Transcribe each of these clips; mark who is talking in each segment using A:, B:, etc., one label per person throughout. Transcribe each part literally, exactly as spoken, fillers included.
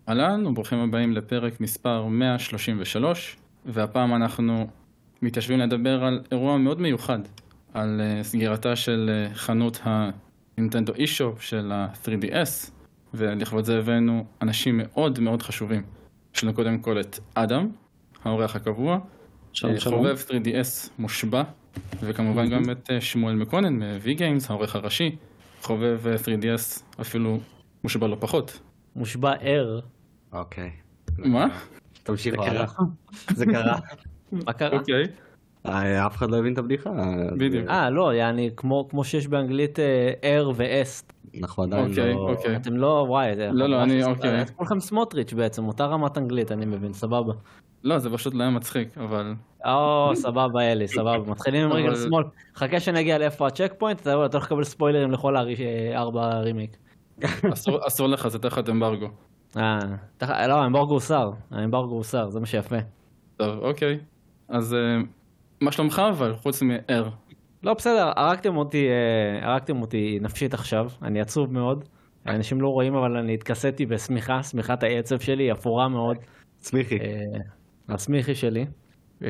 A: אהלן וברוכים הבאים לפרק מספר מאה שלושים ושלוש, והפעם אנחנו מתיישבים לדבר על אירוע מאוד מיוחד, על uh, סגירתה של uh, חנות הנינטנדו אי-שופ של ה-תרי די אס, ולכבוד זה הבאנו אנשים מאוד מאוד חשובים. יש לנו קודם כל את אדם, האורח הקבוע,
B: שלום, שלום.
A: חובב תרי די אס מושבע, וכמובן גם את uh, שמואל מקונן מ-וי גיימס, העורך הראשי, חובב uh, תרי די אס אפילו מושבע לא פחות.
C: מושבע ער.
B: אוקיי.
A: מה?
B: תמשיך
C: זה קרה.
B: הלאה. זה קרה.
C: מה קרה?
A: אוקיי,
B: אה, אף אחד לא הבין את הבדיחה. אז,
A: בדיוק.
C: אה, לא, יעני, כמו כמו שיש באנגלית אה, ער ואסט.
B: אנחנו עדיין
A: אוקיי,
B: לא...
A: אוקיי.
C: אתם לא, וואי, זה...
A: לא, לא, אני- אוקיי.
C: אתם כולכם סמוטריץ' בעצם, אותה רמת אנגלית, אני מבין, סבבה.
A: לא, זה פשוט לא היה מצחיק, אבל...
C: או, סבבה, אלי, סבבה. מתחילים עם רגל
A: אבל-
C: שמאל. חכה שנגיע לאיפה הצ'ק פוינט, אתה אתה הולך לקבל ספוילרים לכל ארבע רימיק.
A: אסור, אסור לך, זה תחת אמברגו.
C: אה, תח- לא, האמברגו הוסר. האמברגו הוסר, זה מה שיפה.
A: טוב, אוקיי. אז אה, מה שלומך אבל, חוץ מ-R?
C: לא, בסדר, הרגתם אותי, אה, הרגתם אותי נפשית עכשיו, אני עצוב מאוד. אנשים לא רואים, אבל אני התכסיתי בשמיכה, שמיכת העצב שלי, אפורה מאוד.
B: צמיחי.
C: אה, הסמיכי שלי. אה,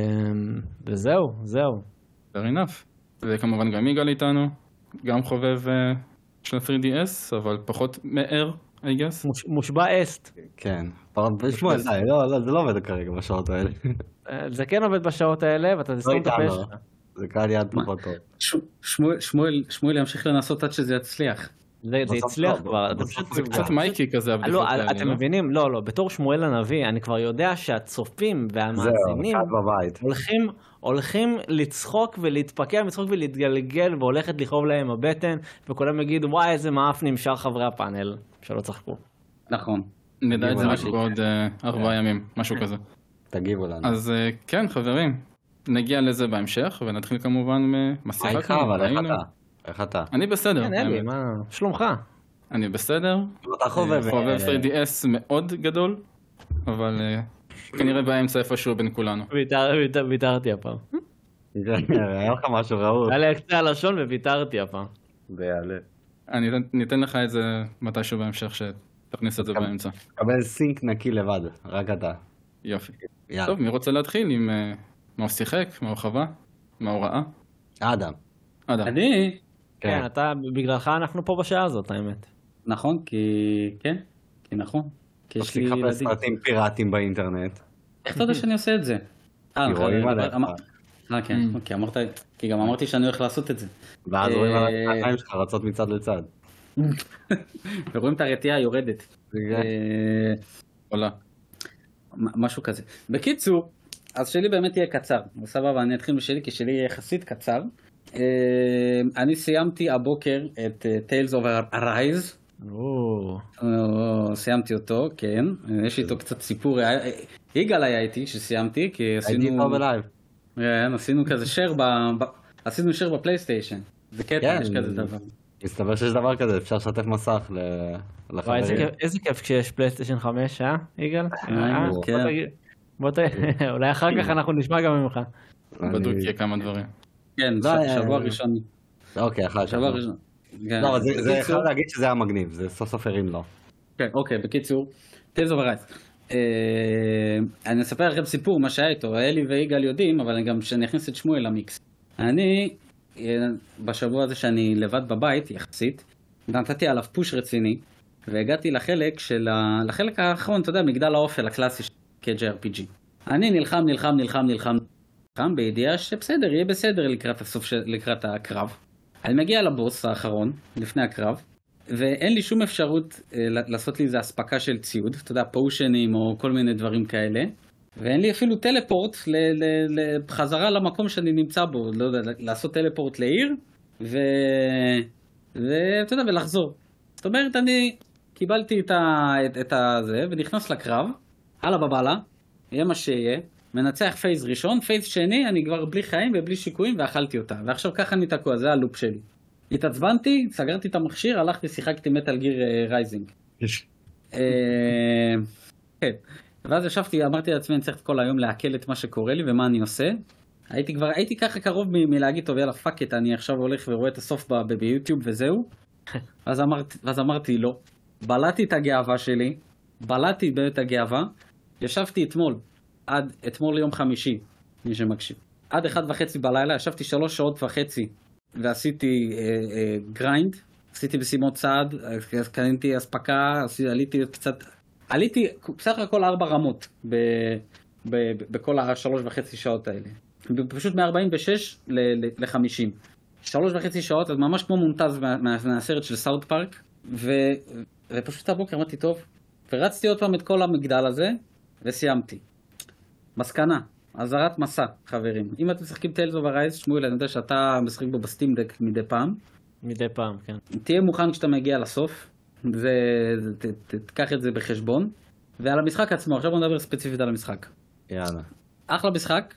C: וזהו, זהו.
A: fair enough. וכמובן גם יגאל איתנו, גם חובב אה, של ה-תרי די אס, אבל פחות מ-R, I guess.
C: מוש, מושבע אסט.
B: כן. פרט- שמואל, די, לא, לא, זה לא עובד כרגע בשעות האלה.
C: אה, זה כן עובד בשעות האלה, ואתה תסתום את הפה
B: איתנו.
C: שלך.
B: זה קהל יד פחות טוב.
D: ש- שמואל- שמואל שמואל ימשיך לנסות עד שזה יצליח.
C: זה זה
B: בסוף
C: הצליח
B: לא,
C: כבר. אתה
B: בסוף
C: פשוט-
B: זה
A: קצת מייקי כזה, הבדיחות
C: לא,
A: האלה,
C: אתם
A: לא?
C: מבינים? לא, לא, בתור שמואל הנביא, אני כבר יודע שהצופים
B: זהו,
C: והמאזינים
B: קהל בבית.
C: הולכים, הולכים לצחוק ולהתפקע מצחוק ולהתגלגל, והולכת לכאוב להם הבטן, וכולם יגידו, וואי, איזה מאפנים שאר חברי הפאנל, שלא צחקו.
D: נכון.
A: נדע את זה רק
B: משהו.
A: בעוד אה, ארבעה ימים, משהו כזה.
B: תגיבו לנו.
A: אז אה, כן, חברים, נגיע לזה בהמשך, ונתחיל כמובן ממה
B: מה
A: שיחקנו,
B: איתך אבל, איך
A: ראינו.
B: אתה? איך אתה?
A: אני בסדר,
C: כן, אלי,
A: האמת.
C: מה שלומך?
A: אני בסדר.
B: אתה חובב.
A: חובב
B: אה,
A: תרי די אס מאוד גדול, אבל אה, כנראה באמצע איפשהו בין כולנו.
C: ויתר- ויתר- ויתרתי הפעם.
B: היה לך משהו ראוי.
C: היה לי קצה הלשון וויתרתי הפעם.
B: זה יעלה.
A: אני אתן- ניתן לך את זה מתישהו בהמשך, שתכניס את זה
B: קבל.
A: באמצע.
B: קבל סינק נקי לבד, רק אתה.
A: יופי.
B: יאללה.
A: טוב, מי רוצה להתחיל עם אה, מה הוא שיחק, מה הוא חווה, מה הוא ראה?
B: אדם.
A: אדם.
D: אני,
C: כן, אתה, בגללך אנחנו פה בשעה הזאת, האמת.
D: נכון, כי כן, כי נכון. כי יש לי
B: תפסיק לחפש
D: ילדים.
B: סרטים פיראטיים באינטרנט.
D: איך אתה יודע שאני עושה את זה? אה,
B: כי רואים
D: אמר-
B: עליך.
D: אמר- אה, כן, אוקיי, אמרת, כי גם אמרתי שאני הולך לעשות את זה.
B: ואז רואים על
D: אה,
B: העיניים שלך רצות מצד לצד.
D: ורואים את הרתיעה יורדת. אה,
A: עולה.
D: מ- משהו כזה. בקיצור, אז שלי באמת יהיה קצר. סבבה, אני אתחיל בשלי, כי שלי יהיה יחסית קצר. אה, אני סיימתי הבוקר את אה, Tales of Arise.
C: או,
D: אה, סיימתי אותו, כן. אה, יש איתו קצת סיפור. היה- אה, יגאל היה איתי כשסיימתי, כי
B: הייתי
D: עשינו...
B: איתו בלייב.
D: כן, עשינו כזה share ב... ב- עשינו share בפלייסטיישן. זה קטע,
B: כן.
D: יש כזה דבר.
B: מסתבר שיש דבר כזה, אפשר לשתף מסך ל-
C: וואי, איזה
B: לחברים.
C: כיף- איזה כיף כשיש פלייסטיישן חמש, אה, יגאל? אה, בוא
D: כן.
C: תגיד- בוא ת... אולי אחר כך אנחנו נשמע גם ממך.
B: אני-
A: בדוק יהיה כמה דברים.
D: כן,
B: לא,
D: ש-
B: אה,
D: שבוע
B: אה,
D: ראשון.
B: אוקיי, אחר כך.
D: שבוע ראשון. כן.
B: לא, אבל זה- זה
D: בקיצור-
B: חייב להגיד שזה היה מגניב, זה סוף סוף הרים לו.
D: כן, אוקיי, בקיצור, Tales of Arise. אה, אני אספר לכם סיפור, מה שהיה איתו, אלי ויגאל יודעים, אבל אני גם שאני אכניס את שמואל למיקס. אני, אה, בשבוע הזה שאני לבד בבית, יחסית, נתתי עליו פוש רציני, והגעתי לחלק של ה... לחלק האחרון, אתה יודע, מגדל האופל הקלאסי של קי ג'י אר פי ג'י. אני נלחם, נלחם, נלחם, נלחם, נלחם, בידיעה שבסדר, יהיה בסדר לקראת הסוף, של... לקראת הקרב. אני מגיע לבוס האחרון, לפני הקרב, ואין לי שום אפשרות אה, לעשות לי איזה אספקה של ציוד, אתה יודע, פושנים או כל מיני דברים כאלה, ואין לי אפילו טלפורט ל- ל- בחזרה למקום שאני נמצא בו, לא יודע, לעשות טלפורט לעיר, ו... ואתה יודע, ולחזור. זאת אומרת, אני קיבלתי את, ה... את, את הזה, ונכנס לקרב, הלאה בבאללה, יהיה מה שיהיה, מנצח פייז ראשון, פייז שני, אני כבר בלי חיים ובלי שיקויים, ואכלתי אותה, ועכשיו ככה אני תקוע, זה הלופ שלי. התעצבנתי, סגרתי את המכשיר, הלכתי, שיחקתי מטל גיר רייזינג. כן. ואז ישבתי, אמרתי לעצמי, אני צריך את כל היום לעכל את מה שקורה לי ומה אני עושה. הייתי כבר, הייתי ככה קרוב מ- מלהגיד, טוב יאללה פאק את, אני עכשיו הולך ורואה את הסוף ב- ב- ביוטיוב וזהו. אז אמרתי, ואז אמרתי לא. בלעתי את הגאווה שלי, בלעתי באמת הגאווה, ישבתי אתמול, עד אתמול יום חמישי, מי שמקשיב, עד אחד וחצי בלילה, ישבתי שלוש שעות וחצי, ועשיתי אה, אה, גריינד, עשיתי משימות צעד, קניתי אספקה, עליתי קצת, עליתי בסך הכל ארבע רמות, ב, ב, ב, בכל השלוש וחצי שעות האלה. פשוט מ-ארבעים ושש ל-חמישים. שלוש וחצי שעות, אז ממש כמו מונטז מה, מה, מהסרט של סאוט פארק, ו, ופשוט הבוקר אמרתי טוב, ורצתי עוד פעם את כל המגדל הזה, וסיימתי. מסקנה, עזרת מסע, חברים. אם אתם משחקים טיילס אוף ארייז, שמואל, אני יודע שאתה משחק בו בסטים דק מדי פעם.
C: מדי פעם, כן.
D: תהיה מוכן כשאתה מגיע לסוף, זה, זה, ת, ת, תקח את זה בחשבון. ועל המשחק עצמו, עכשיו בוא נדבר ספציפית על המשחק.
B: יאללה.
D: אחלה משחק.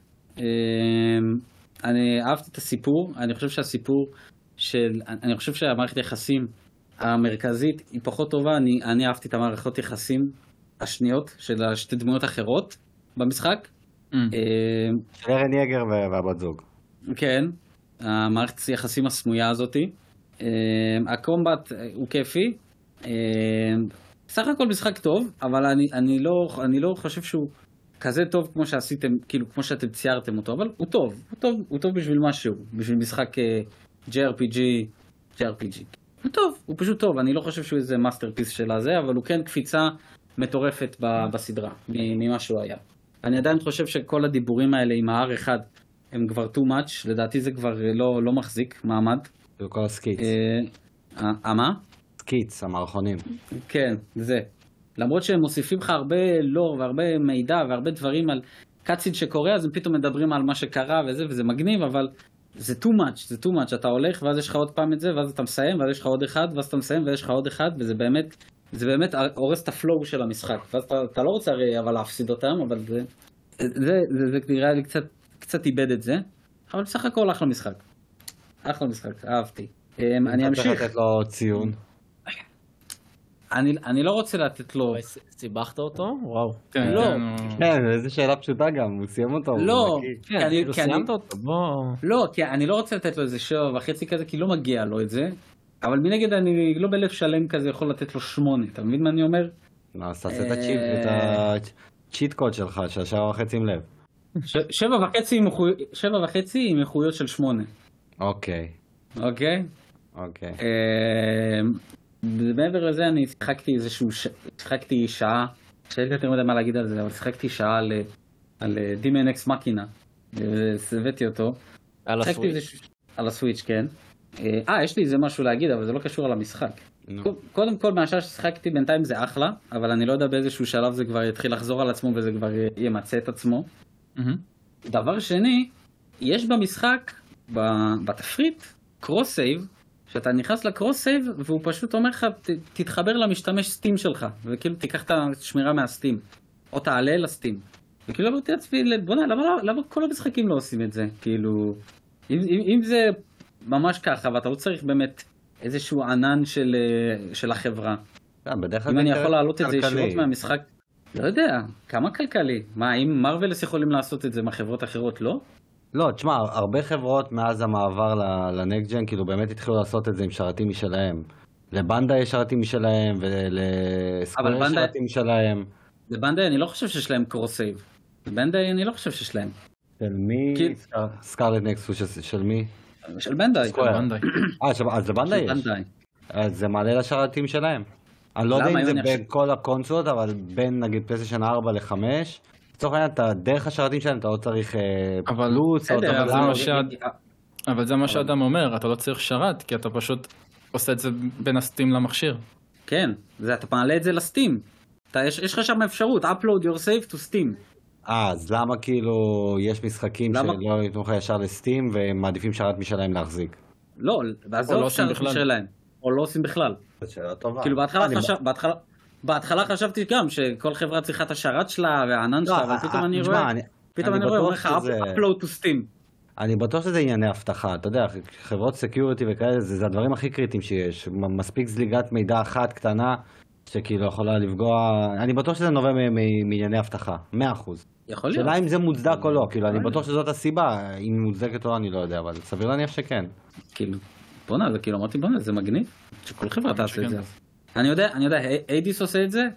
D: אני אהבתי את הסיפור, אני חושב שהסיפור של, אני חושב שהמערכת יחסים המרכזית היא פחות טובה, אני, אני אהבתי את המערכות יחסים השניות של השתי דמויות אחרות במשחק.
B: של ארן יגר והבת זוג.
D: כן, המערכת יחסים הסמויה הזאתי. הקומבט הוא כיפי. סך הכל משחק טוב, אבל אני, אני לא, אני לא חושב שהוא כזה טוב כמו שעשיתם, כאילו כמו שאתם ציירתם אותו, אבל הוא טוב, הוא טוב, הוא טוב בשביל משהו, בשביל משחק ג'י אר פי ג'י, ג'י אר פי ג'י. הוא טוב, הוא פשוט טוב, אני לא חושב שהוא איזה מאסטרפיס של הזה, אבל הוא כן קפיצה מטורפת בסדרה, ממה שהוא היה. אני עדיין חושב שכל הדיבורים האלה עם ה-אר אחד הם כבר too much, לדעתי זה כבר לא, לא מחזיק מעמד.
B: זה כל הסקיץ.
D: אה, מה?
B: סקיץ, המערכונים.
D: כן, זה. למרות שהם מוסיפים לך הרבה לור והרבה מידע והרבה דברים על קאציד שקורה, אז הם פתאום מדברים על מה שקרה וזה, וזה מגניב, אבל זה too much, זה too much. אתה הולך ואז יש לך עוד פעם את זה, ואז אתה מסיים, ואז יש לך עוד אחד, ואז אתה מסיים ויש לך עוד אחד, וזה באמת, זה באמת הורס את הפלואו של המשחק. ואז אתה, אתה לא רוצה הרי אבל להפסיד אותם, אבל זה, זה, זה, זה, זה נראה לי קצת, קצת איבד את זה. אבל בסך הכל אחלה משחק. אחלה משחק, אהבתי. אני אמשיך.
B: צריך לתת לו ציון.
D: אני, אני לא רוצה לתת לו...
C: סיבכת אותו? וואו.
A: כן,
D: לא.
B: כן, איזו שאלה פשוטה גם, הוא סיים אותו.
D: לא,
C: כן,
D: כי אני,
C: כאילו
D: כי אני,
C: סיימת אותו, בוא...
D: לא, כי אני לא רוצה לתת לו איזה שבע וחצי כזה, כי לא מגיע לו את זה, אבל מנגד אני לא בלב שלם כזה יכול לתת לו שמונה, אתה מבין מה אני אומר?
B: אז תעשה את הצ'יט קוד שלך, של שבע וחצי עם לב.
D: שבע וחצי עם איכויות- שבע וחצי עם איכויות של שמונה,
B: אוקיי,
D: אוקיי?
B: אוקיי.
D: מעבר לזה אני שיחקתי איזשהו, ש- שיחקתי שעה, שהייתי יותר יודע מה להגיד על זה, אבל שיחקתי שעה על, על דימן אקס מקינה, והבאתי אותו.
C: על
D: שיחקתי
C: הסוויץ'.
D: איזה- על הסוויץ', כן. אה, יש לי איזה משהו להגיד, אבל זה לא קשור על המשחק.
B: נו.
D: קודם כל, מהשעה ששיחקתי בינתיים זה אחלה, אבל אני לא יודע באיזשהו שלב זה כבר יתחיל לחזור על עצמו וזה כבר ימצא את עצמו.
A: מהמם.
D: דבר שני, יש במשחק, ב- בתפריט, קרוס סייב, שאתה נכנס לקרוס סייב והוא פשוט אומר לך, "ת- תתחבר למשתמש סטים שלך, וכאילו תיקח את השמירה מהסטים, או תעלה לסטים. וכאילו אמרתי לעצמי, בוא'נה, למה, למה כל המשחקים לא עושים את זה? כאילו, אם, אם, אם זה ממש ככה, ואתה לא צריך באמת איזשהו ענן של, אה, של החברה.
B: אה, בדרך כלל
D: אם
B: זה
D: אני
B: יותר
D: יכול להעלות את זה
B: כלכלי.
D: ישירות מהמשחק, לא יודע, כמה כלכלי? מה, אם מרוולס יכולים לעשות את זה מהחברות אחרות, לא?
B: לא, תשמע, הרבה חברות מאז המעבר לנקסט ג'ן, כאילו באמת התחילו לעשות את זה עם שרתים משלהם. לבנדה יש שרתים משלהם, ולסקוואר יש
D: בנדה-
B: שרתים משלהם.
D: לבנדאי אני לא חושב שיש להם קרוס סייב. לבנדאי אני לא חושב שיש להם.
B: של מי?
D: כי-
B: סקר- סקרלט נקסוס של- של מי?
D: של בנדאי.
B: סקוואר.
A: בנדאי.
B: אה, של- אז לבנדה
D: של
B: יש.
D: בנדאי.
B: אז זה מעלה לשרתים שלהם. אני לא
D: למה?
B: יודע אם
D: אם
B: זה
D: אני
B: בין
D: עכשיו-
B: כל הקונסולות, אבל בין נגיד פלייסטיישן ארבע לחמש, לצורך העניין, אתה דרך השרתים שלהם, אתה לא צריך אה,
A: אבל-
B: פלוס, או
D: בסדר,
B: אתה
A: אבל זה
D: אבל-
A: מה שעד- אבל זה מה שאדם אומר, אתה לא צריך שרת, כי אתה פשוט עושה את זה בין הסטים למכשיר.
D: כן, זה, אתה מעלה את זה לסטים. אתה, יש, יש לך שם אפשרות, upload your save to steam.
B: אה, אז למה כאילו יש משחקים
D: למה?
B: שלא ייתנו לך ישר לסטים, והם מעדיפים שרת משלהם להחזיק?
D: לא, ואז
A: או
D: זה
A: לא עושים
D: אפשר
A: בכלל.
D: שלהם. או לא עושים בכלל.
B: זו שאלה טובה.
D: כאילו בהתחלה,
B: אני-
D: חשב, בהתחלה, בהתחלה חשבתי גם שכל חברה צריכה את השרת שלה והענן
B: לא,
D: שלה, אבל
B: אה,
D: פתאום
B: אה,
D: אני
B: תשמע,
D: רואה,
B: אני-
D: פתאום
B: אני
D: אני רואה, אומר
B: בטוח
D: לך
B: שזה-
D: upload to steam.
B: אני בטוח שזה ענייני אבטחה, אתה יודע, חברות סקיוריטי וכאלה, זה, זה הדברים הכי קריטיים שיש. מ- מספיק זליגת מידע אחת קטנה, שכאילו יכולה לפגוע, אני בטוח שזה נובע מ- מ- מענייני אבטחה, מאה אחוז.
D: יכול להיות.
B: שאלה אם זה מוצדק או לא, כאילו אני
D: יכול
B: בטוח שזאת הסיבה, אם היא מוצדקת או לא אני לא יודע, אבל סביר להניח שכן.
D: כאילו, בוא'נה, זה כאילו אמרתי בוא'נה, זה מגניב, שכל חברה תעשה את
A: שכן.
D: זה. אני יודע, אני יודע, איידיס עושה את זה,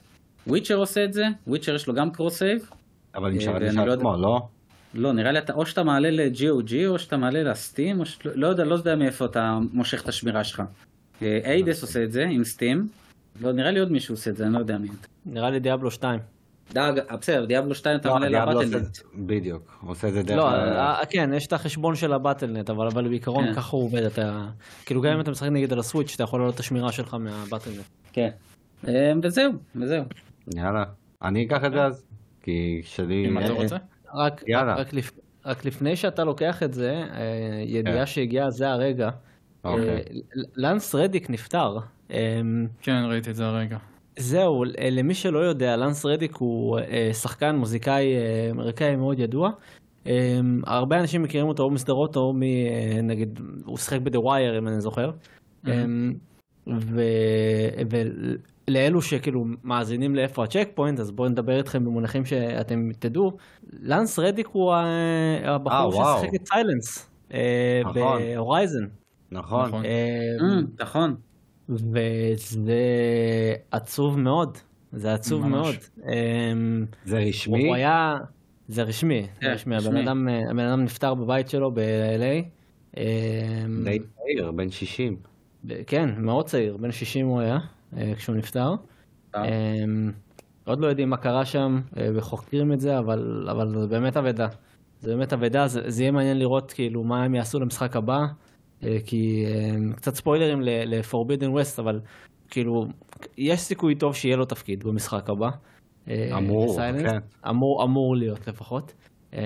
D: וויצ'ר עושה את זה, וויצ'ר יש לו גם קרוס סייב.
B: אבל עם שרת
D: ואני
B: משל
D: לא
B: עצמו,
D: יודע-
B: לא?
D: לא, נראה לי, אתה- או שאתה מעלה ל-ג'י או ג'י, או שאתה מעלה לסטים, או שאתה, לא יודע, לא יודע מאיפה אתה מושך את השמירה שלך. איידס עושה את זה עם סטים, לא, נראה לי עוד מישהו עושה את זה, אני לא יודע מי.
C: נראה לי דיאבלו שתיים.
D: דאג, בסדר, דיאבלו שתיים אתה
B: לא,
D: מעלה
B: דיאבלו
D: לבטלנט.
B: עושה- בדיוק, הוא עושה את זה דרך...
C: לא,
B: ה-
C: אה, כן, יש את החשבון של הבטלנט, אבל אבל בעיקרון
D: כן.
C: ככה הוא עובד, אתה... כאילו גם אם אתה משחק נגיד על הסוויץ', אתה יכול לעלות את השמירה שלך מהבטלנט.
D: כן. אה, וזהו, וזהו.
B: יאללה, אני אקח את זה אז, כי שלי...
A: אם אתה
B: אה,
A: רוצה.
C: רק,
B: יאללה.
C: רק, לפ... רק לפני שאתה לוקח את זה, אה, ידיעה שהגיעה זה הרגע,
B: אוקיי.
C: אה, לנס רדיק נפטר. אה,
A: כן, ראיתי את זה הרגע.
C: זהו, אה, למי שלא יודע, לנס רדיק הוא אה, שחקן מוזיקאי אה, אמריקאי מאוד ידוע. אה, הרבה אנשים מכירים אותו או מסדרות או מ... אה, נגיד, הוא שיחק ב"דה ווייר", אם אני זוכר. אה, ו- ולאלו שכאילו מאזינים לאיפה הצ'ק פוינט, אז בואו נדבר איתכם במונחים שאתם תדעו. לנס רדיק הוא ה- הבחור
B: אה, וואו.
C: ששיחק את סיילנס אה,
B: נכון.
C: בהורייזן.
B: נכון.
A: נכון.
C: אה,
D: אה, נכון.
C: וזה עצוב מאוד, זה עצוב
A: ממש.
C: מאוד. אה,
B: זה רשמי?
C: הוא היה, זה רשמי, זה
D: כן,
C: רשמי,
D: רשמי.
C: הבן אדם, הבן אדם נפטר בבית שלו ב-אל איי.
B: די צעיר, בן שישים.
C: כן, מאוד צעיר, בן שישים הוא היה אה, כשהוא נפטר.
D: אה.
C: אמ, עוד לא יודעים מה קרה שם אה, וחוקרים את זה, אבל, אבל זה באמת אבדה. זה באמת אבדה, זה, זה יהיה מעניין לראות כאילו מה הם יעשו למשחק הבא, אה, כי אה, קצת ספוילרים ל-Forbidden West, אבל כאילו יש סיכוי טוב שיהיה לו תפקיד במשחק הבא. אה,
B: אמור,
C: Silence.
B: כן.
C: אמור, אמור להיות לפחות. אמ,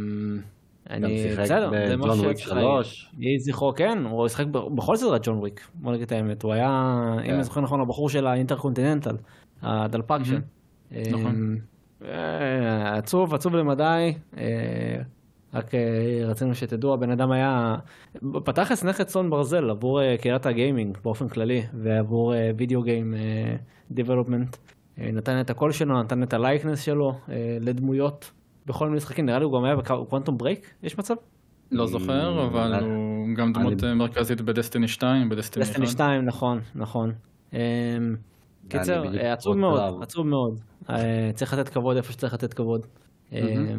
C: אני,
B: שיחק
C: בסדר, זה מה
B: בג'ון וויק
C: שצריך להגיד.
B: שלוש.
C: יהי זכרו, כן, הוא שיחק ב- בכל סדרת ג'ון וויק, בוא נגיד את האמת, הוא היה, אם
B: כן.
C: אני זוכר נכון, הבחור של האינטרקונטיננטל, הדלפק שם.
A: נכון.
C: אמ, אה, עצוב, עצוב למדי, אה, רק אה, רצינו שתדעו, הבן אדם היה, פתח הסנכת צאן ברזל עבור אה, קהילת הגיימינג באופן כללי, ועבור וידאו גיים דיבלופמנט, נתן את הקול שלו, נתן את הלייקנס שלו אה, לדמויות בכל מיני משחקים, נראה לי הוא גם היה בקוונטום ברייק, יש מצב?
A: לא זוכר, אבל
B: אני-
A: הוא גם דמות
B: אני-
A: מרכזית בדסטיני שתיים, בדסטיני
C: דסטיני
A: אחד.
C: שתיים, נכון, נכון. אמ, קיצר,
B: בדיוק
C: אה, עצוב
B: עוד
C: מאוד,
B: שלב.
C: עצוב מאוד. אה, צריך לתת כבוד איפה שצריך לתת כבוד. אמ,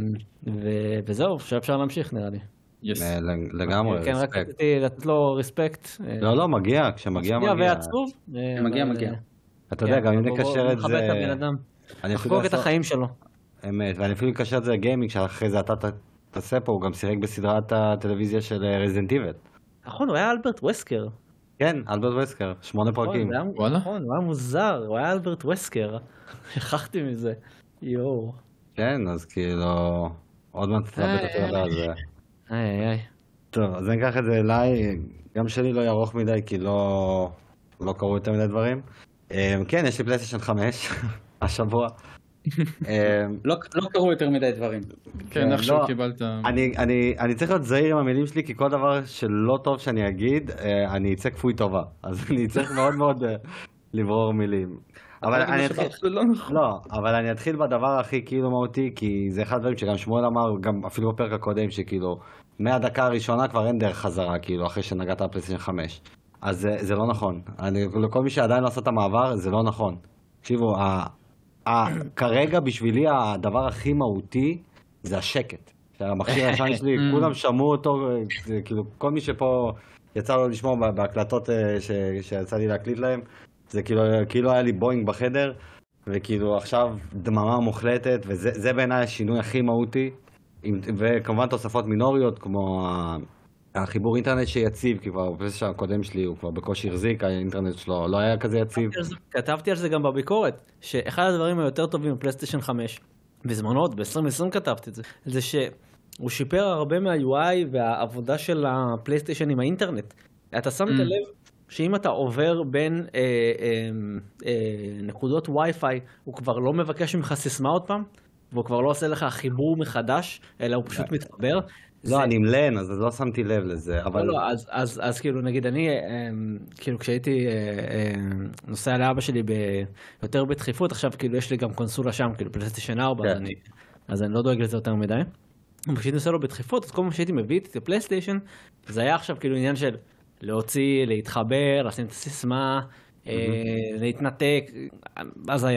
C: ו- וזהו, עכשיו אפשר להמשיך נראה לי.
A: Yes.
B: אה, לג- לגמרי,
C: כן, רק
B: רספקט.
C: רציתי לתת לו רספקט. אה,
B: לא, לא, מגיע, כשמגיע
C: מצביע
B: מגיע.
C: ועצוב. אה,
D: מגיע,
C: אבל,
D: מגיע.
C: אה,
B: אתה יודע,
C: כן,
B: גם אם
C: אבל בוא-
B: נקשר
C: בוא
B: את זה...
C: נכבד את הבן אדם.
B: אני אפילו
C: לחגוג את
B: לעשות-
C: החיים שלו.
B: אמת, ואני אפילו אקשר את זה לגיימינג, שאחרי זה אתה ת- תעשה פה, הוא גם שיחק בסדרת הטלוויזיה של רזידנט איבל.
C: נכון, הוא היה אלברט וסקר.
B: כן, אלברט וסקר, שמונה
C: נכון,
B: פרקים.
C: זה היה-
A: וואלה.
C: נכון, הוא היה מוזר, הוא היה אלברט וסקר. שכחתי מזה. יואו.
B: כן, אז כאילו, עוד מעט תאבד אותי לדעת זה.
C: איי איי איי.
B: טוב, אז אני אקח את זה אליי, גם שלי לא יהיה ארוך מדי, כי לא לא קרו יותר מדי דברים. אה, כן, יש לי פלייסטיישן חמש, השבוע. אה,
D: לא לא קרו יותר מדי דברים.
A: כן, איכשהו
B: לא,
A: קיבלת...
B: אני, אני, אני צריך להיות זהיר עם המילים שלי, כי כל דבר שלא טוב שאני אגיד, אה, אני אצא כפוי טובה. אז אני צריך מאוד מאוד אה, לברור מילים. אבל אני אתחיל...
A: זה לא נכון.
B: לא, אבל אני אתחיל בדבר הכי כאילו מהותי, כי זה אחד הדברים שגם שמואל אמר, גם אפילו בפרק הקודם, שכאילו, מהדקה הראשונה כבר אין דרך חזרה, כאילו, אחרי שנגעת על פלייסטיישן חמש. אז זה, זה לא נכון. אני, לכל מי שעדיין לא עשה את המעבר, זה לא נכון. תקשיבו, ה, ה, כרגע בשבילי הדבר הכי מהותי זה השקט. שהמכשיר הישן שלי, כולם שמעו אותו, זה, כאילו, כל מי שפה יצא לו לשמוע בה- בהקלטות אה, ש, שיצא לי להקליט להם, זה כאילו, כאילו היה לי בואינג בחדר, וכאילו עכשיו דממה מוחלטת, וזה זה בעיניי השינוי הכי מהותי, עם, וכמובן תוספות מינוריות, כמו ה- החיבור אינטרנט שיציב, כי כבר בפלייסטיישן הקודם שלי הוא כבר בקושי החזיק, האינטרנט שלו לא היה כזה יציב.
C: כתבתי על זה- כתבתי על זה גם בביקורת, שאחד הדברים היותר טובים בפלייסטיישן חמש, בזמנו עוד ב-עשרים עשרים כתבתי את זה, זה שהוא שיפר הרבה מה-יו איי והעבודה של הפלייסטיישן עם האינטרנט. אתה שמת לב שאם אתה עובר בין אה, אה, אה, נקודות וי-פיי, הוא כבר לא מבקש ממך סיסמה עוד פעם, והוא כבר לא עושה לך חיבור מחדש, אלא הוא פשוט מתחבר.
B: לא, אני עם לן, אז לא שמתי לב לזה, אבל...
C: לא, לא, אז, אז, אז כאילו, נגיד, אני, אה, כאילו, כשהייתי אה, אה, נוסע לאבא שלי ב, יותר בדחיפות, עכשיו, כאילו, יש לי גם קונסולה שם, כאילו, פלייסטיישן ארבע, אז
B: כן.
C: אני, אז אני לא דואג לזה יותר מדי. אבל כשהייתי נוסע לו בדחיפות, אז כל מה שהייתי מביא איתי לפלייסטיישן, זה היה עכשיו, כאילו, עניין של להוציא, להתחבר, לשים את הסיסמה, אה, להתנתק, אז היה.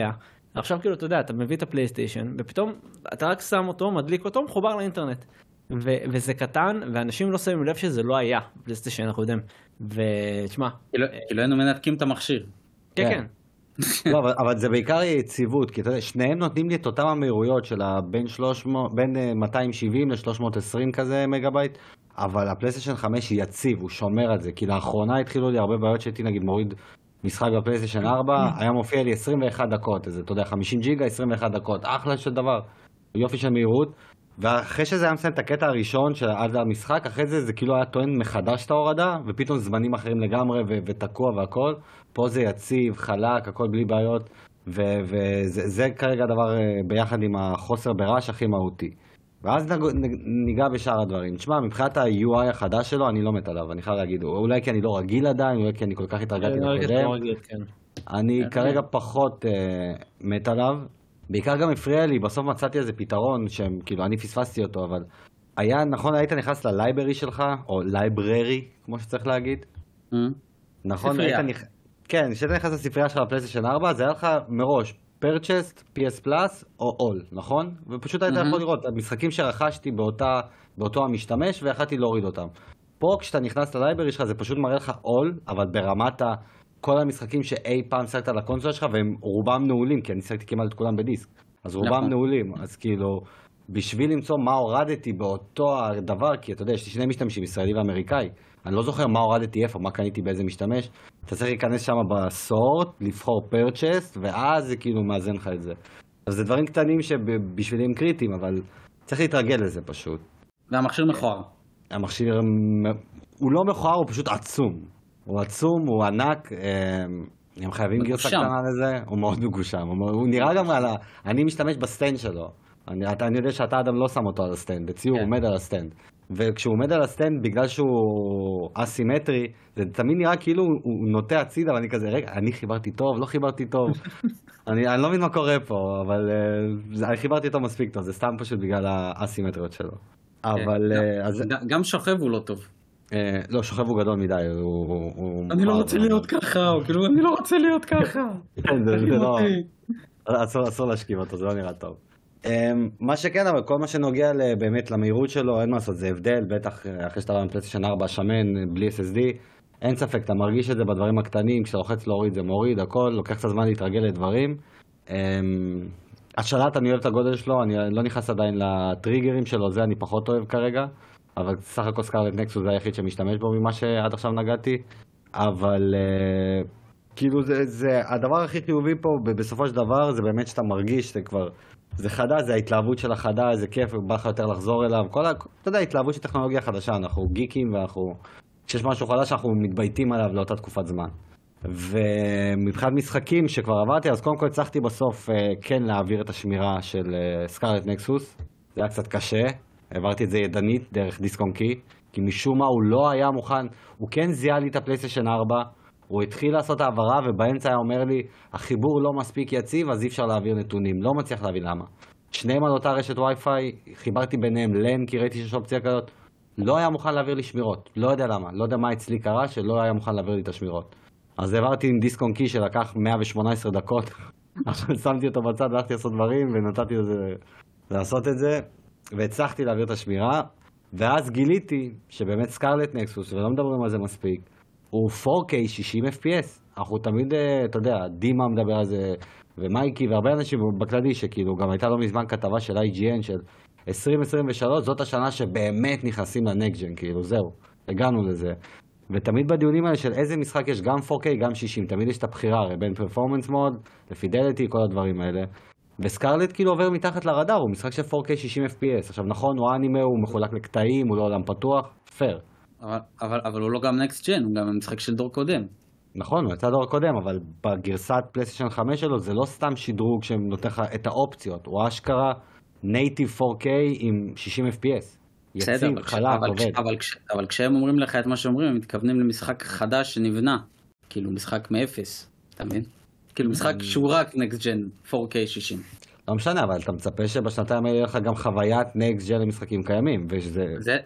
C: עכשיו כאילו, אתה יודע, אתה מביא את הפלייסטיישן, ופתאום אתה רק שם אותו, מדליק אותו, מחובר לאינטרנט. ו- וזה קטן, ואנשים לא שמים לב שזה לא היה, פלייסטיישן הקודם. ותשמע...
D: כאילו כאילו היינו מנתקים את המכשיר.
C: כן, כן.
B: לא, אבל, אבל זה בעיקר יציבות, כי אתה יודע, שניהם נותנים לי את אותם המהירויות של בין שלוש מאות, בין אה, מאתיים שבעים ל-שלוש מאות ועשרים כזה מגה-בייט, אבל הפלייסטיישן חמש יציב, הוא שומר על זה, כי לאחרונה התחילו לי הרבה בעיות שהייתי נגיד מוריד משחק בפלייסטיישן ארבע, היה מופיע לי עשרים ואחת דקות, אז אתה יודע, חמישים ג'יגה, עשרים ואחת דקות, אחלה של דבר, יופי של מהירות, ואחרי שזה היה מסיים את הקטע הראשון של עד המשחק, אחרי זה זה כאילו היה טוען מחדש את ההורדה, ופתאום זמנים אחרים לגמרי ו- ותקוע והכל. פה זה יציב, חלק, הכל בלי בעיות, ו- וזה זה כרגע הדבר ביחד עם החוסר ברעש הכי מהותי. ואז נג- ניגע בשאר הדברים. תשמע, מבחינת ה-יו איי החדש שלו, אני לא מת עליו, אני חייב להגיד, אולי כי אני לא רגיל עדיין, אולי כי אני כל כך התרגלתי לקודם. אני כרגע פחות uh, מת עליו. בעיקר גם הפריע לי, בסוף מצאתי איזה פתרון שהם, כאילו, אני פספסתי אותו, אבל היה, נכון, היית נכנס ללייברי שלך, או לייבררי, כמו שצריך להגיד. נכון,
D: ספרייה.
B: היית נכ... כן, כשאתה נכנס לספרייה שלך בפלייסטיישן ארבע, זה היה לך מראש purchased, פי אס Plus או all, נכון? ופשוט היית יכול לראות, המשחקים שרכשתי באותה, באותו המשתמש, ויכלתי להוריד אותם. פה כשאתה נכנס ללייברי שלך, זה פשוט מראה לך all, אבל ברמת ה... כל המשחקים שאי פעם שחקת על הקונסולה שלך, והם רובם נעולים, כי אני שחקתי כמעט את כולם בדיסק. אז רובם
D: נכון.
B: נעולים, אז כאילו, בשביל למצוא מה הורדתי באותו הדבר, כי אתה יודע, יש לי שני משתמשים, ישראלי ואמריקאי. אני לא זוכר מה הורדתי איפה, מה קניתי באיזה משתמש. אתה צריך להיכנס שם בסורט, לבחור purchased, ואז זה כאילו מאזן לך את זה. אז זה דברים קטנים שבשבילי הם קריטיים, אבל צריך להתרגל לזה פשוט.
D: והמכשיר מכוער.
B: המכשיר, הוא לא מכוער, הוא פשוט עצום. הוא עצום, הוא ענק, הם חייבים גרסה קטנה לזה, הוא מאוד מגושם, הוא נראה גם על ה... אני משתמש בסטנד שלו, אני, אני יודע שאתה אדם לא שם אותו על הסטנד, אצלי הוא עומד על הסטנד, וכשהוא עומד על הסטנד בגלל שהוא אסימטרי, זה תמיד נראה כאילו הוא נוטה הצידה, ואני כזה, רגע, אני חיברתי טוב, לא חיברתי טוב, אני, אני לא מבין מה קורה פה, אבל אני חיברתי טוב מספיק טוב, זה סתם פשוט בגלל האסימטריות שלו. אבל...
D: גם שוכב הוא לא טוב.
B: לא, שוכב הוא גדול מדי,
D: אני לא רוצה להיות ככה, או כאילו אני לא רוצה להיות ככה.
B: זה לא, אסור להשכיב אותו, זה לא נראה טוב. מה שכן, אבל כל מה שנוגע באמת למהירות שלו, אין מה לעשות, זה הבדל, בטח אחרי שאתה רואה פלייסטיישן ארבע שמן, בלי אס אס די, אין ספק, אתה מרגיש את זה בדברים הקטנים, כשאתה לוחץ להוריד זה מוריד, הכל, לוקח קצת זמן להתרגל לדברים. השלט, אני אוהב את הגודל שלו, אני לא נכנס עדיין לטריגרים שלו, זה אני פחות אוהב כרגע. אבל סך הכל סקארלט נקסוס זה היחיד שמשתמש בו ממה שעד עכשיו נגעתי, אבל uh, כאילו זה, זה הדבר הכי חיובי פה בסופו של דבר זה באמת שאתה מרגיש שזה כבר, זה חדש, זה ההתלהבות של החדש, זה כיף, בא לך יותר לחזור אליו, כל ה... אתה יודע, התלהבות של טכנולוגיה חדשה, אנחנו גיקים ואנחנו, כשיש משהו חדש אנחנו מתבייתים עליו לאותה תקופת זמן. ומבחינת משחקים שכבר עברתי, אז קודם כל הצלחתי בסוף uh, כן להעביר את השמירה של סקארלט uh, נקסוס, זה היה קצת קשה. העברתי את זה ידנית דרך דיסק און קי, כי משום מה הוא לא היה מוכן, הוא כן זיהה לי את הפלייסטיישן ארבע, הוא התחיל לעשות העברה ובאמצע היה אומר לי, החיבור לא מספיק יציב אז אי אפשר להעביר נתונים, לא מצליח להבין למה. שניהם על אותה רשת וי-פיי, חיברתי ביניהם לן כי ראיתי שיש אופציה כזאת, לא היה מוכן להעביר לי שמירות, לא יודע למה, לא יודע מה אצלי קרה שלא היה מוכן להעביר לי את השמירות. אז העברתי עם דיסק און קי שלקח מאה ושמונה עשרה דקות, עכשיו שמתי אותו בצד, הלכתי לעשות דברים ונתתי לזה לעשות את זה. והצלחתי להעביר את השמירה, ואז גיליתי שבאמת סקארלט נקסוס, ולא מדברים על זה מספיק, הוא פור קיי שישים אף פי אס. אנחנו תמיד, אתה יודע, דימה מדבר על זה, ומייקי, והרבה אנשים בכללי, שכאילו גם הייתה לא מזמן כתבה של איי ג'י אן של עשרים עשרים ושלוש, זאת השנה שבאמת נכנסים לנקסט-ג'ן, כאילו זהו, הגענו לזה. ותמיד בדיונים האלה של איזה משחק יש גם פור קיי, גם שישים, תמיד יש את הבחירה, הרי בין פרפורמנס מוד, לפידליטי, כל הדברים האלה. וסקארלט כאילו עובר מתחת לרדאר, הוא משחק של פור קיי שישים אף פי אס. עכשיו נכון, הוא אנימה, הוא מחולק לקטעים, הוא לא עולם פתוח, פייר.
D: אבל, אבל, אבל הוא לא גם נקסט ג'ן, הוא גם משחק של דור קודם.
B: נכון, הוא יצא דור קודם, אבל בגרסת פלייסטיישן חמש שלו זה לא סתם שדרוג שנותן לך את האופציות, הוא אשכרה נייטיב פור קיי עם שישים אף פי אס. יציב, חלק, עובד.
D: אבל, אבל כשהם אומרים לך את מה שאומרים, הם מתכוונים למשחק חדש שנבנה, כאילו משחק מאפס, אתה מבין? כאילו משחק שהוא רק נקסט ג'ן פור קיי שישים.
B: לא משנה, אבל אתה מצפה שבשנתיים האלה יהיה לך גם חוויית נקסט ג'ן למשחקים קיימים, ושזה...
D: זה,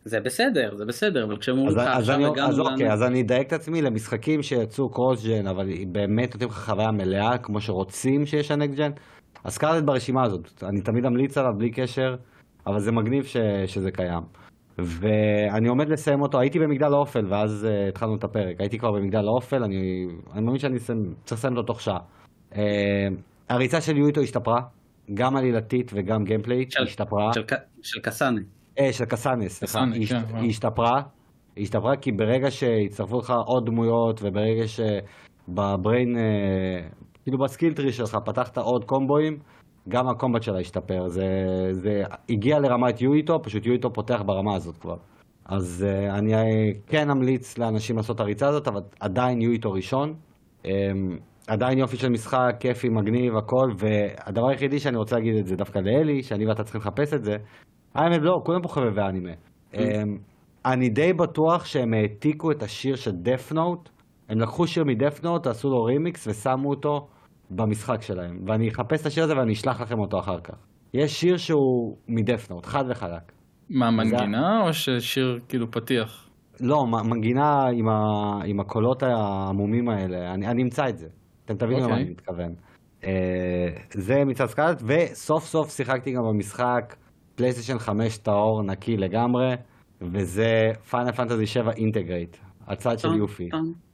D: זה בסדר, זה בסדר, אבל כשהם אומרים
B: אז,
D: לך
B: אז,
D: עכשיו
B: אני,
D: הגענו
B: אז
D: לנו...
B: אוקיי, אז אני אדייק את עצמי למשחקים שיצאו קרוס-ג'ן, אבל באמת נותנים לך חוויה מלאה, כמו שרוצים שיש הנקסט-ג'ן, אז סקארלט ברשימה הזאת, אני תמיד אמליץ עליו בלי קשר, אבל זה מגניב ש, שזה קיים. ואני עומד לסיים אותו, הייתי במגדל האופל, ואז uh, התחלנו את הפרק, הייתי כבר במגדל האופל, אני, אני מאמין שאני סיים, צריך לסיים אותו תוך שעה. Uh, הריצה של יואיטו השתפרה, גם עלילתית וגם גיימפלייט, השתפרה.
D: של, של קסאנה.
B: אה, של קסאנס, סליחה, היא,
A: כן,
B: השת... היא השתפרה, היא השתפרה כי ברגע שהצטרפו לך עוד דמויות, וברגע שבבריין, uh, כאילו בסקילטרי שלך פתחת עוד קומבואים, גם הקומבט שלה השתפר, זה, זה הגיע לרמת יואיטו, פשוט יואיטו פותח ברמה הזאת כבר. אז uh, אני כן אמליץ לאנשים לעשות את הריצה הזאת, אבל עדיין יואיטו ראשון. Um, עדיין יופי של משחק, כיפי, מגניב, הכל, והדבר היחידי שאני רוצה להגיד את זה דווקא לאלי, שאני ואתה צריכים לחפש את זה, האמת לא, כולם פה חבבי אנימה. Um, אני די בטוח שהם העתיקו את השיר של דף נוט, הם לקחו שיר מדף נוט, עשו לו רימיקס ושמו אותו במשחק שלהם, ואני אחפש את השיר הזה ואני אשלח לכם אותו אחר כך. יש שיר שהוא מדף נוט, חד וחלק.
A: מה, מנגינה או ששיר כאילו פתיח?
B: לא, מנגינה עם, ה... עם הקולות העמומים האלה, אני, אני אמצא את זה. אתם תבינו למה אני מתכוון. זה מצד סקארלט, וסוף סוף שיחקתי גם במשחק פלייסטיישן חמש טהור נקי לגמרי, וזה פיינל פנטזי שבע אינטגרייט, הצד של יופי.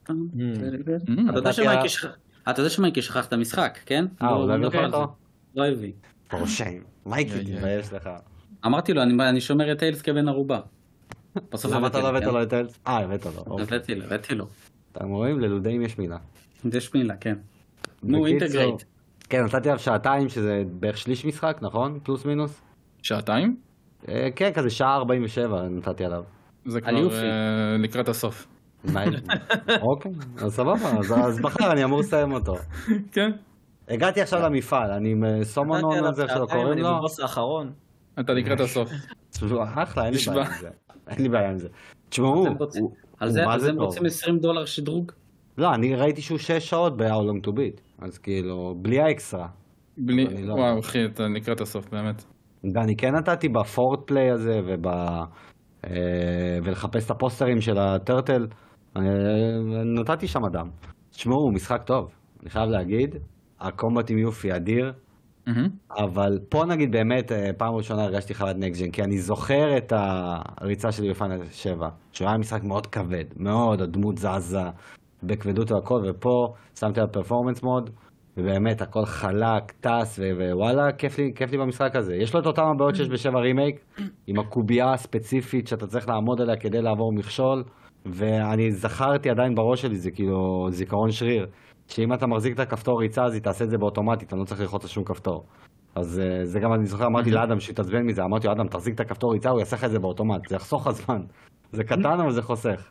D: אתה יודע שמייקי שכח את המשחק, כן?
B: אה, הוא לא הביא לך אותו?
D: לא הביא.
B: פורשיין, מייקי, תתבייש לך.
D: אמרתי לו, אני שומר את טיילס כבן ערובה.
B: למה אתה לא הבאת לו את טיילס? אה, הבאת לו.
D: הבאתי לו, הבאתי לו.
B: אתם רואים? ללודאים יש מילה.
D: יש מילה, כן. נו, אינטגרייט.
B: כן, נתתי עליו שעתיים, שזה בערך שליש משחק, נכון? פלוס מינוס?
A: שעתיים?
B: כן, כזה שעה ארבעים ושבע נתתי עליו.
A: זה כבר לקראת הסוף.
B: אוקיי, אז סבבה, אז מחר אני אמור לסיים אותו.
A: כן.
B: הגעתי עכשיו למפעל, אני עם סומונון הזה שלא קוראים לו.
C: אני בבוס האחרון.
A: אתה לקראת הסוף.
B: אחלה, אין לי בעיה עם זה. אין לי בעיה עם זה. תשמעו,
D: על זה הם רוצים עשרים דולר שדרוג?
B: לא, אני ראיתי שהוא שש שעות ב-How Long to Beat, אז כאילו, בלי האקסטרה.
A: בלי, וואו, אחי, אתה לקראת הסוף, באמת.
B: ואני כן נתתי בפורט פליי הזה, ולחפש את הפוסטרים של הטרטל, נתתי שם אדם. תשמעו, משחק טוב, אני חייב להגיד, הקומבט עם יופי אדיר, אבל פה נגיד באמת, פעם ראשונה הרגשתי חוות נקסט-ג'ן, כי אני זוכר את הריצה שלי בפיינל שבע, שהוא היה משחק מאוד כבד, מאוד, הדמות זזה, בכבדות והכל, ופה שמתי על פרפורמנס מוד, ובאמת הכל חלק, טס, ווואלה, כיף לי, כיף לי במשחק הזה. יש לו את אותם הבעיות שיש בשבע רימייק, עם הקובייה הספציפית שאתה צריך לעמוד עליה כדי לעבור מכשול, ואני זכרתי עדיין בראש שלי, זה כאילו זיכרון שריר, שאם אתה מחזיק את הכפתור ריצה, אז היא תעשה את זה באוטומטית, אתה לא צריך ללחוץ על שום כפתור. אז זה גם, אני זוכר, אמרתי לאדם שהתעצבן מזה, אמרתי לו, אדם, תחזיק את הכפתור ריצה, הוא יעשה לך את זה באוטומט, זה יחסוך הזמן. זה קטן, אבל זה חוסך.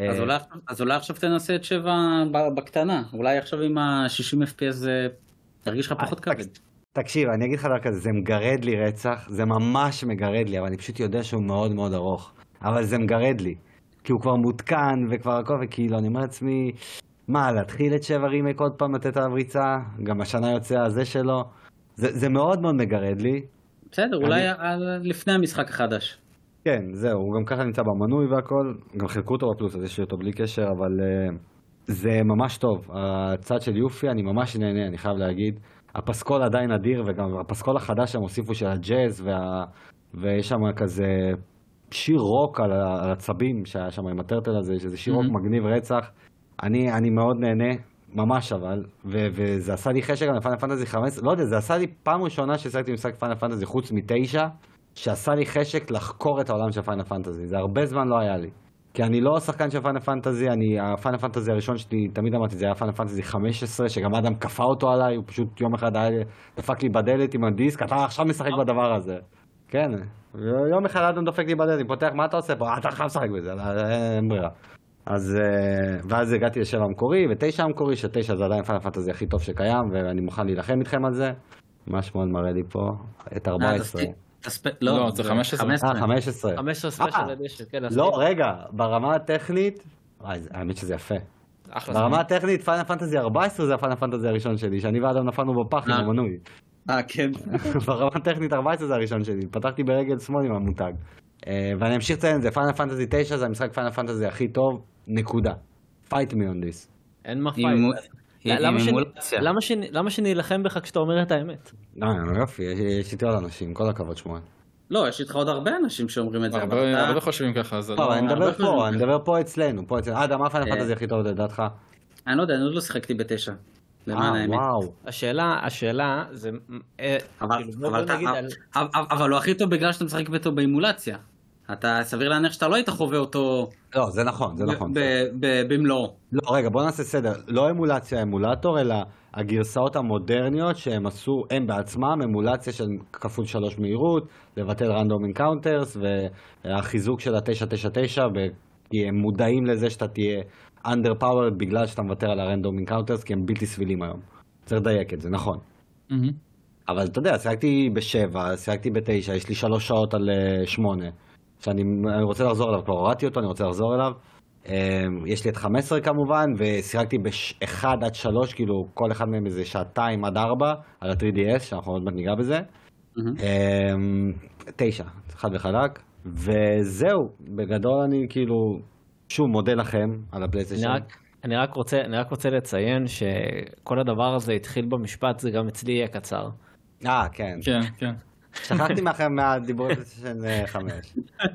D: אז אולי עכשיו תנסה את שבע בקטנה, אולי עכשיו עם ה-שישים אף פי אס זה תרגיש לך פחות כבד.
B: תקשיב, אני אגיד לך דבר כזה, זה מגרד לי רצח, זה ממש מגרד לי, אבל אני פשוט יודע שהוא מאוד מאוד ארוך, אבל זה מגרד לי, כי הוא כבר מותקן וכבר הכל, וכאילו אני אומר לעצמי, מה, להתחיל את שבע רימייק עוד פעם לתת עליו ריצה, גם השנה יוצא הזה שלו, זה מאוד מאוד מגרד לי.
D: בסדר, אולי לפני המשחק החדש.
B: כן, זהו, הוא גם ככה נמצא במנוי והכל, גם חילקו אותו בפלוס, אז יש לי אותו בלי קשר, אבל uh, זה ממש טוב. הצד של יופי, אני ממש נהנה, אני חייב להגיד. הפסקול עדיין אדיר, וגם הפסקול החדש שהם הוסיפו של הג'אז, וה... ויש שם כזה שיר רוק על, על הצבים שהיה שם עם הטרטל הזה, שזה שיר רוק mm-hmm. מגניב רצח. אני, אני מאוד נהנה, ממש אבל, ו- וזה עשה לי חשק על פיינל פנטזי חמש עשרה, לא יודע, זה עשה לי פעם ראשונה ששחקתי משחק פיינל פנטזי חוץ מתשע, שעשה לי חשק לחקור את העולם של פיינל פנטזי. זה הרבה זמן לא היה לי. כי אני לא שחקן של פיינל פנטזי, אני, הפיינל פנטזי הראשון שלי, תמיד אמרתי, זה היה פיינל פנטזי חמש עשרה, שגם אדם כפה אותו עליי, הוא פשוט יום אחד היה, דפק לי בדלת עם הדיסק, אתה עכשיו משחק בדבר הזה. כן, יום אחד אדם דופק לי בדלת, אני פותח, מה אתה עושה פה? אתה חייב לשחק בזה, אין ברירה. אז, ואז הגעתי לשבע המקורי, ותשע המקורי, שתשע זה עדיין פיינל פנטזי הכי טוב שקיים, ואני מוכן להילחם איתכם על זה. ממש מאוד מראה לי פה את ארבע עשרה.
A: לא, זה חמש עשרה.
B: אה, חמש עשרה.
C: חמש עשרה ספיישל אדישן, כן.
B: לא, רגע, ברמה הטכנית, האמת שזה יפה. ברמה הטכנית, פיינל פנטזי ארבע עשרה זה הפיינל פנטזי הראשון שלי, שאני ואדם נפלנו בפח עם המנוי.
D: אה, כן.
B: ברמה הטכנית ארבע עשרה זה הראשון שלי, פתחתי ברגל שמאל עם המותג. ואני אמשיך לציין את זה, פיינל פנטזי תשע זה המשחק פיינל פנטזי הכי טוב, נקודה. fight me on this.
C: אין מה
D: עם
C: פייט.
D: אימו- עם
C: למה שאני-
D: אימולציה.
C: למה שאני- למה שאני אלחם בך כשאתה אומר את האמת?
B: לא, יופי, יש- יש איתי עוד אנשים, כל הכבוד שמואל.
D: לא, יש איתך עוד הרבה אנשים שאומרים את זה, אבל
A: הרבה
D: אתה-
A: הרבה חושבים ככה, אז זה
B: לא,
A: לא...
B: אני מדבר
D: הרבה
B: פה,
D: חושבים
B: אני מדבר פה אצלנו, פה אצלנו. אדם, מה פיינל
D: אה.
B: פנטזי הכי טוב לדעתך?
D: אני לא יודע, אני עוד לא שיחקתי בתשע. למען
B: אה,
D: האמת.
B: וואו.
C: השאלה, השאלה זה... אה,
D: אבל,
C: כאילו, בוא-
D: אבל,
C: בוא
D: אתה,
C: נגיד על-
D: אבל, אבל הוא הכי טוב בגלל שאתה משחק איתו באימולציה. אתה סביר להניח שאתה לא היית חווה אותו
B: לא, זה נכון, זה נכון.
D: ב- ב- ב- במלואו.
B: לא, רגע, בוא נעשה סדר. לא אמולציה אמולטור, אלא הגרסאות המודרניות שהם עשו, הם בעצמם, אמולציה של כפול שלוש מהירות, לבטל רנדום אינקאונטרס, והחיזוק של ה-תשע תשע תשע, כי הם מודעים לזה שאתה תהיה underpowered בגלל שאתה מוותר על הרנדום אינקאונטרס, כי הם בלתי סבילים היום. צריך לדייק את זה, נכון.
A: מהמם.
B: אבל אתה יודע, שיחקתי בשבע, שיחקתי בתשע, יש לי שלוש שעות על אה, שמונה. שאני אני רוצה לחזור אליו, כבר הורדתי אותו, אני רוצה לחזור אליו. אה, יש לי את חמש עשרה כמובן, ושיחקתי ב-אחד עד שלוש, כאילו כל אחד מהם איזה שעתיים עד ארבע, על ה-תרי די אס, שאנחנו עוד מעט ניגע בזה. אה, תשע, חד וחלק. וזהו, בגדול אני כאילו, שוב מודה לכם על
C: אני
B: הפלייסטיישן.
C: רק- אני רק רוצה, אני רק רוצה לציין שכל הדבר הזה התחיל במשפט, זה גם אצלי יהיה קצר.
B: אה, כן.
A: כן, כן.
B: שכחתי מכם מהדיבורי פלייסטיישן אה, חמש.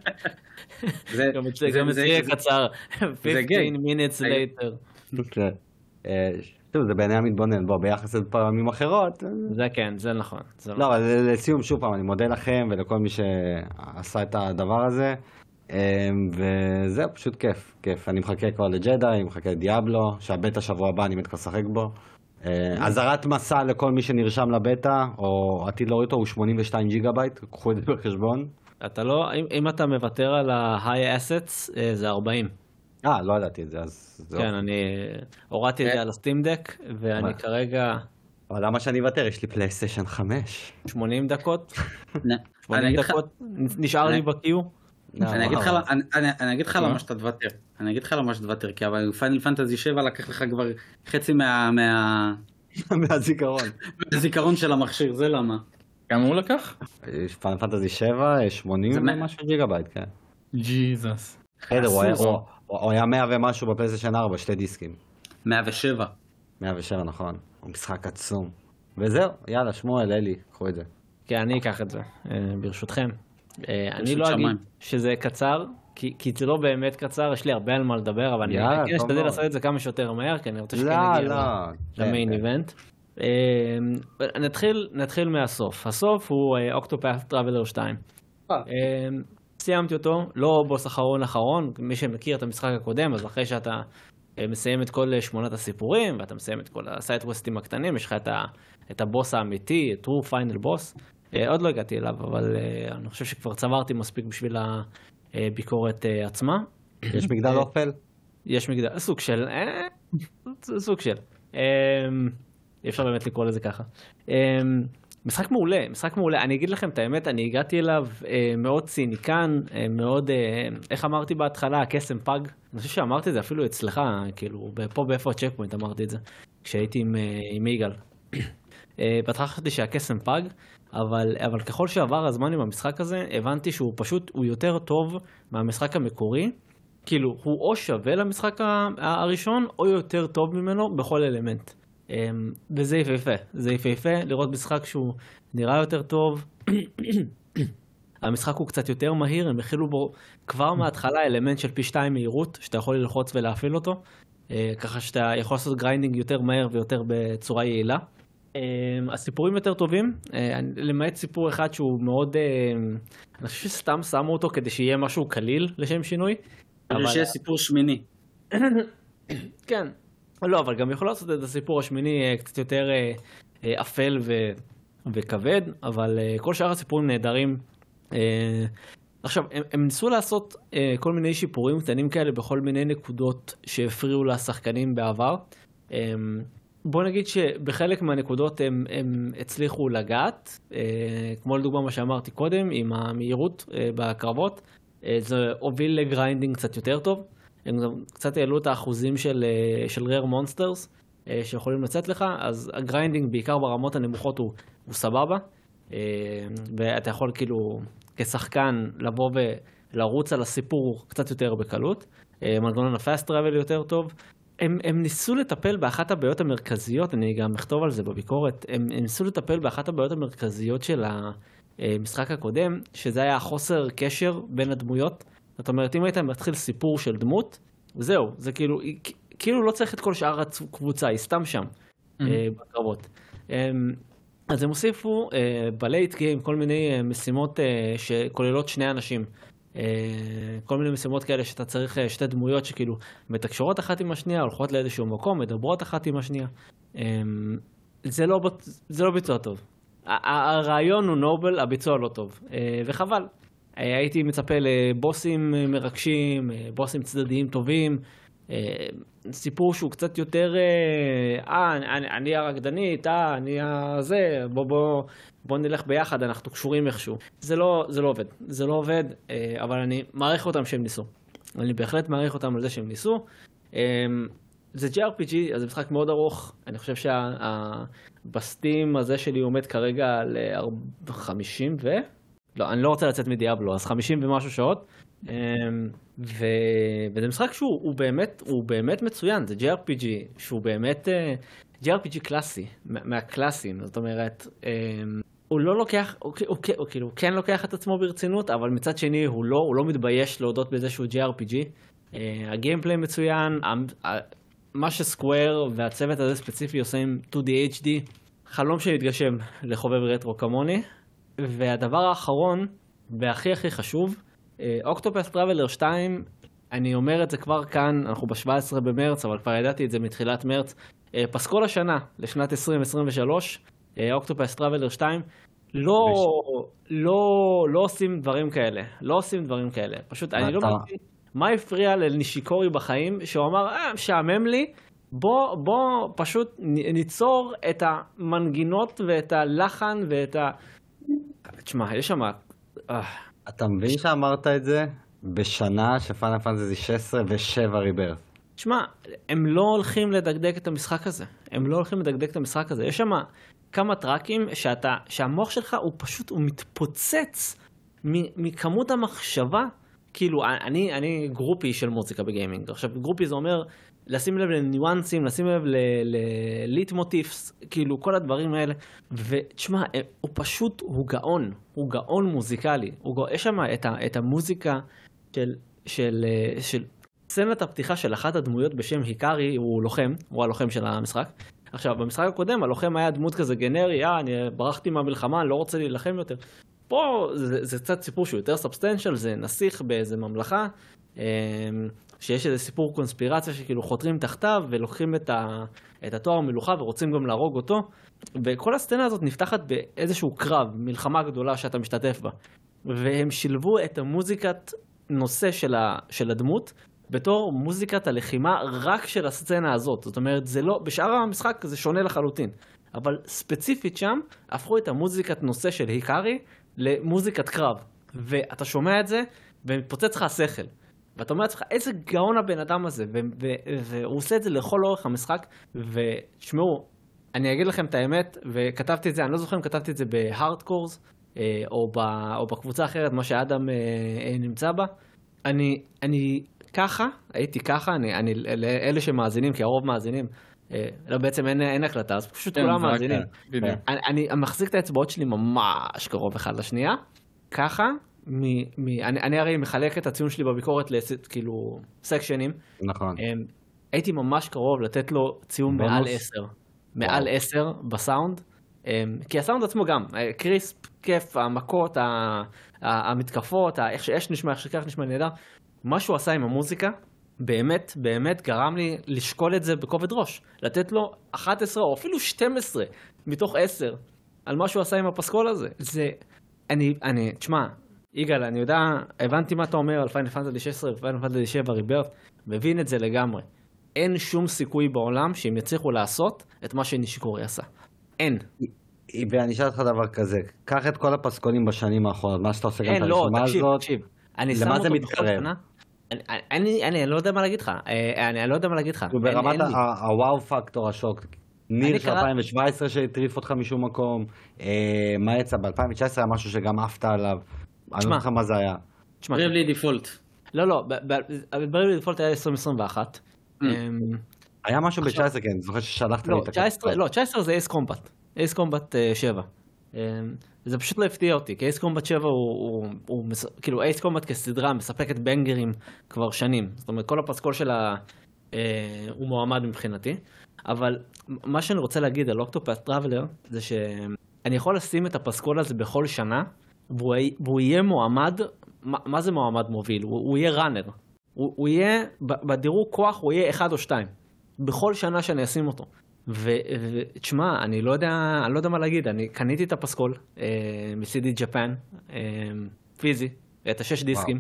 D: זה-
C: גם אצלי
D: זה-
C: גם
D: זה-
C: אצלי יהיה
D: זה-
C: קצר.
D: זה גיי.
C: חמש עשרה minutes
D: זה-
C: later.
B: כן. אה, טוב, זה בעיני המתבונן, בוא, ביחס לפעמים אחרות. אה,
C: זה כן, זה נכון. זה
B: לא,
C: נכון.
B: אבל לסיום, שוב פעם, אני מודה לכם ולכל מי שעשה את הדבר הזה. אה, וזהו, פשוט כיף, כיף. אני מחכה כבר לג'די, אני מחכה לדיאבלו, שהבטא שבוע הבא אני מת כבר לשחק בו. אה, אזהרת מסע לכל מי שנרשם לבטא, או עתיד להוריד אותו, הוא שמונים ושתיים ג'יגה בייט, קחו את זה בחשבון.
C: אתה לא, אם, אם אתה מוותר על ה-high assets, אה, זה ארבעים.
B: אה, לא ידעתי את זה, אז זהו.
C: כן, אני הורדתי את זה על הסטים דק, ואני
B: מה?
C: כרגע
B: אבל למה שאני אוותר? יש לי פלייסטיישן חמש.
C: שמונים דקות,
D: נ- אני
C: שמונים
D: אגיד לך-
C: דקות, נשאר לי
D: אני-
C: בקיו.
D: אני אגיד לך
B: וואו.
D: למה- אני- אני- אני אגיד לך
A: מה?
D: למה שאתה תוותר. אני אגיד לך למה שתוותר, כי אבל פיינל פנטזי שבע לקח לך כבר חצי מה- מה-
B: מהזיכרון.
D: מהזיכרון של המכשיר, זה למה.
A: כמה הוא לקח?
B: יש פיינל פנטזי שבע, שמונים
D: זה מה-
B: ומשהו ג'יגה בייט, כן.
A: ג'יזוס.
B: בסדר, הוא היה-
D: חסוס.
B: הוא- הוא היה מאה ומשהו בפלייסטיישן ארבע, שתי דיסקים.
D: מאה ושבע.
B: מאה ושבע, נכון. הוא משחק עצום. וזהו, יאללה, שמואל, אלי, קחו את זה.
C: כן, אני אקח את זה, אה, ברשותכם. אה, אני
D: ברשות
C: לא אגיד
D: שמיים.
C: שזה קצר, כי כי זה לא באמת קצר, יש לי הרבה על מה לדבר, אבל אני
B: יאללה,
C: כן
B: טוב
C: אשתדל
B: מאוד.
C: לעשות את זה כמה שיותר מהר, כי אני רוצה שכן
B: לא,
C: נגיע
B: לא.
C: למיין
B: כן, כן.
C: איבנט. נתחיל נתחיל מהסוף. הסוף הוא אוקטופאת' טראבלר שתיים.
D: אה.
C: אה, סיימתי אותו, לא בוס אחרון אחרון, מי שמכיר את המשחק הקודם, אז אחרי שאתה אה, מסיים את כל שמונת הסיפורים, ואתה מסיים את כל הסיידקווסטים הקטנים, יש לך את, ה, את הבוס האמיתי, את true final boss. אה, עוד לא הגעתי אליו, אבל אה, אני חושב שכבר צברתי מספיק בשביל הביקורת אה, עצמה.
B: יש מגדל אופל?
C: יש מגדל, סוג של, אה, סוג של. אה, אי אפשר באמת לקרוא לזה ככה. אה, משחק מעולה, משחק מעולה. אני אגיד לכם את האמת, אני הגעתי אליו אה, מאוד ציניקן, אה, מאוד, אה, איך אמרתי בהתחלה, הקסם פג. אני חושב שאמרתי את זה אפילו אצלך, כאילו, פה באיפה הצ'ק פוינט אמרתי את זה, כשהייתי עם, אה, עם יגאל. אה, בהתחלה חשבתי שהקסם פג, אבל, אבל ככל שעבר הזמן עם המשחק הזה, הבנתי שהוא פשוט, הוא יותר טוב מהמשחק המקורי. כאילו, הוא או שווה למשחק ה- הראשון, או יותר טוב ממנו בכל אלמנט. אמ, וזה יפהפה, זה יפהפה לראות משחק שהוא נראה יותר טוב. המשחק הוא קצת יותר מהיר, הם הכילו בו כבר מההתחלה אלמנט של פי שתיים מהירות, שאתה יכול ללחוץ ולהפעיל אותו, אה, ככה שאתה יכול לעשות גריינדינג יותר מהר ויותר בצורה יעילה. אמ, הסיפורים יותר טובים, אה, למעט סיפור אחד שהוא מאוד, אה, אני חושב שסתם שמו אותו כדי שיהיה משהו קליל לשם שינוי.
D: אבל שיהיה סיפור שמיני.
C: כן. לא, אבל גם יכול לעשות את הסיפור השמיני אה, קצת יותר אה, אה, אפל ו... וכבד, אבל אה, כל שאר הסיפורים נהדרים. אה, עכשיו, הם, הם ניסו לעשות אה, כל מיני שיפורים קטנים כאלה בכל מיני נקודות שהפריעו לשחקנים בעבר. אה, בוא נגיד שבחלק מהנקודות הם, הם הצליחו לגעת, אה, כמו לדוגמה מה שאמרתי קודם, עם המהירות אה, בקרבות. אה, זה הוביל לגריינדינג קצת יותר טוב. הם גם קצת העלו את האחוזים של, אה, של rare monsters אה, שיכולים לצאת לך, אז הגריינדינג בעיקר ברמות הנמוכות הוא, הוא סבבה. אה, ואתה יכול כאילו כשחקן לבוא לרוץ על הסיפור קצת יותר בקלות, מנגנון הפאסט טראבל יותר טוב. הם, הם ניסו לטפל באחת הבעיות המרכזיות, אני גם אכתוב על זה בביקורת, הם, הם ניסו לטפל באחת הבעיות המרכזיות של המשחק הקודם, שזה היה חוסר קשר בין הדמויות. זאת אומרת, אם היית מתחיל סיפור של דמות, זהו, זה כאילו, כאילו לא צריך את כל שאר הקבוצה, היא סתם שם, mm-hmm. בקרבות. אז הם הוסיפו בלייט גיים כל מיני משימות שכוללות שני אנשים. כל מיני משימות כאלה שאתה צריך שתי דמויות שכאילו מתקשרות אחת עם השנייה, הולכות לאיזשהו מקום, מדברות אחת עם השנייה. זה לא, זה לא ביצוע טוב. הרעיון הוא נובל, הביצוע לא טוב, וחבל. הייתי מצפה לבוסים מרגשים, בוסים צדדיים טובים, סיפור שהוא קצת יותר, אה, אני, אני הרקדנית, אה, אני הזה, בוא, בוא, בוא נלך ביחד, אנחנו קשורים איכשהו. זה לא, זה לא עובד, זה לא עובד, אבל אני מעריך אותם שהם ניסו. אני בהחלט מעריך אותם על זה שהם ניסו. זה ג'י אר פי ג'י, אז זה משחק מאוד ארוך. אני חושב שהבסטים הזה שלי עומד כרגע על חמישים ו... לא, אני לא רוצה לצאת מדיאבלו, אז חמישים ומשהו שעות. ו... וזה משחק שהוא הוא באמת, הוא באמת מצוין, זה ג'י אר פי ג'י, שהוא באמת ג'י אר פי ג'י קלאסי, מהקלאסים, זאת אומרת, הוא לא לוקח, הוא, הוא, הוא, כאילו, הוא כן לוקח את עצמו ברצינות, אבל מצד שני הוא לא, הוא לא מתבייש להודות בזה שהוא ג'י אר פי ג'י. הגיימפליי מצוין, מה שסקוואר והצוות הזה ספציפי עושים טו די אייץ' די, חלום שמתגשם לחובב רטרו כמוני. והדבר האחרון, והכי הכי חשוב, אוקטופס טראבלר שתיים, אני אומר את זה כבר כאן, אנחנו ב-שבעה עשר במרץ, אבל כבר ידעתי את זה מתחילת מרץ, פסקול השנה לשנת עשרים עשרים ושלוש, אוקטופס טראבלר שתיים, לא, לא, לא עושים דברים כאלה, לא עושים דברים כאלה, פשוט אני לא מבין מה הפריע לנישיקורי בחיים, שהוא אמר, אה, משעמם לי, בוא, בוא פשוט ניצור את המנגינות ואת הלחן ואת ה... תשמע, יש שם...
B: אתה מבין שאמרת את זה בשנה שפאנל פנטזי שש עשרה ושבע ריברת'?
C: תשמע, הם לא הולכים לדקדק את המשחק הזה. הם לא הולכים לדקדק את המשחק הזה. יש שם כמה טרקים שאתה, שהמוח שלך הוא פשוט, הוא מתפוצץ מכמות המחשבה. כאילו, אני, אני גרופי של מוזיקה בגיימינג. עכשיו, גרופי זה אומר לשים לב לניואנסים, לשים לב לליט מוטיפס, כאילו כל הדברים האלה. ותשמע, הוא פשוט, הוא גאון, הוא גאון מוזיקלי. הוא גאון, יש שם את, ה, את המוזיקה של, של, של סצנת הפתיחה של אחת הדמויות בשם היקרי, הוא לוחם, הוא הלוחם של המשחק. עכשיו, במשחק הקודם, הלוחם היה דמות כזה גנרי, אה, אני ברחתי מהמלחמה, אני לא רוצה להילחם יותר. פה זה, זה קצת סיפור שהוא יותר סאבסטנשל, זה נסיך באיזה ממלכה, שיש איזה סיפור קונספירציה שכאילו חותרים תחתיו ולוקחים את, ה, את התואר מלוכה ורוצים גם להרוג אותו. וכל הסצנה הזאת נפתחת באיזשהו קרב, מלחמה גדולה שאתה משתתף בה. והם שילבו את המוזיקת נושא של, ה, של הדמות בתור מוזיקת הלחימה רק של הסצנה הזאת. זאת אומרת, זה לא, בשאר המשחק זה שונה לחלוטין. אבל ספציפית שם הפכו את המוזיקת נושא של היקרי למוזיקת קרב. ואתה שומע את זה ומתפוצץ לך השכל. ואתה אומר לעצמך, איזה גאון הבן אדם הזה, והוא עושה את זה לכל אורך המשחק, ושמעו, אני אגיד לכם את האמת, וכתבתי את זה, אני לא זוכר אם כתבתי את זה בהארדקורס, או, או בקבוצה אחרת, מה שאדם נמצא בה, אני, אני ככה, הייתי ככה, אני, אני, לאלה שמאזינים, כי הרוב מאזינים, לא, בעצם אין, אין הקלטה, אז פשוט כולם מאזינים. אני, אני מחזיק את האצבעות שלי ממש קרוב אחד לשנייה, ככה, מ, מ, אני, אני הרי מחלק את הציון שלי בביקורת כאילו סקשנים.
B: נכון.
C: הייתי ממש קרוב לתת לו ציון מעל עשר. מעל עשר בסאונד. כי הסאונד עצמו גם, קריספ, כיף, המכות, המתקפות, איך שאש נשמע, איך שכך נשמע נהדר. מה שהוא עשה עם המוזיקה, באמת, באמת גרם לי לשקול את זה בכובד ראש. לתת לו אחת עשרה או אפילו שתים עשרה מתוך עשר על מה שהוא עשה עם הפסקול הזה. זה, אני, אני, תשמע, יגאל, אני יודע, הבנתי מה אתה אומר על פיינל פנטזי שש עשרה ופיינל פנטזי שבע ריברת', מבין את זה לגמרי. אין שום סיכוי בעולם שהם יצליחו לעשות את מה שנישיקורי עשה. אין.
B: ואני אשאל אותך דבר כזה, קח את כל הפסקולים בשנים האחרונות, מה שאתה עושה גם את הרשימה הזאת, למה זה מתקרב?
C: אני, אני לא יודע מה להגיד לך, אני לא יודע מה להגיד לך.
B: ברמת הוואו פקטור השוק, ניר של אלפיים שבע עשרה שהטריף אותך משום מקום, מה יצא ב-אלפיים תשע עשרה היה משהו שגם עפת עליו, אני לא יודע לך מה זה היה.
C: תשמע,
D: בריבלי דיפולט.
C: לא, לא, בריבלי דיפולט היה עשרים עשרים ואחת.
B: היה משהו ב-תשע עשרה, כן, זוכר ששלחת לי את
C: הקטע. לא, תשע עשרה זה אייס קומבט, אייס קומבט שבע. זה פשוט לא הפתיע אותי, כי אייס קומבט שבע הוא, כאילו אייס קומבט כסדרה מספקת בנגרים כבר שנים. זאת אומרת, כל הפסקול שלה הוא מועמד מבחינתי. אבל מה שאני רוצה להגיד על אוקטופאת' טראבלר, זה שאני יכול לשים את הפסקול הזה בכל שנה, והוא יהיה מועמד, מה זה מועמד מוביל? הוא יהיה ראנר. הוא יהיה, בדירוג כוח הוא יהיה אחד או שתיים. בכל שנה שאני אשים אותו. ותשמע, אני לא יודע, אני לא יודע מה להגיד, אני קניתי את הפסקול מ-סי די ג'פן, פיזי, את השש דיסקים.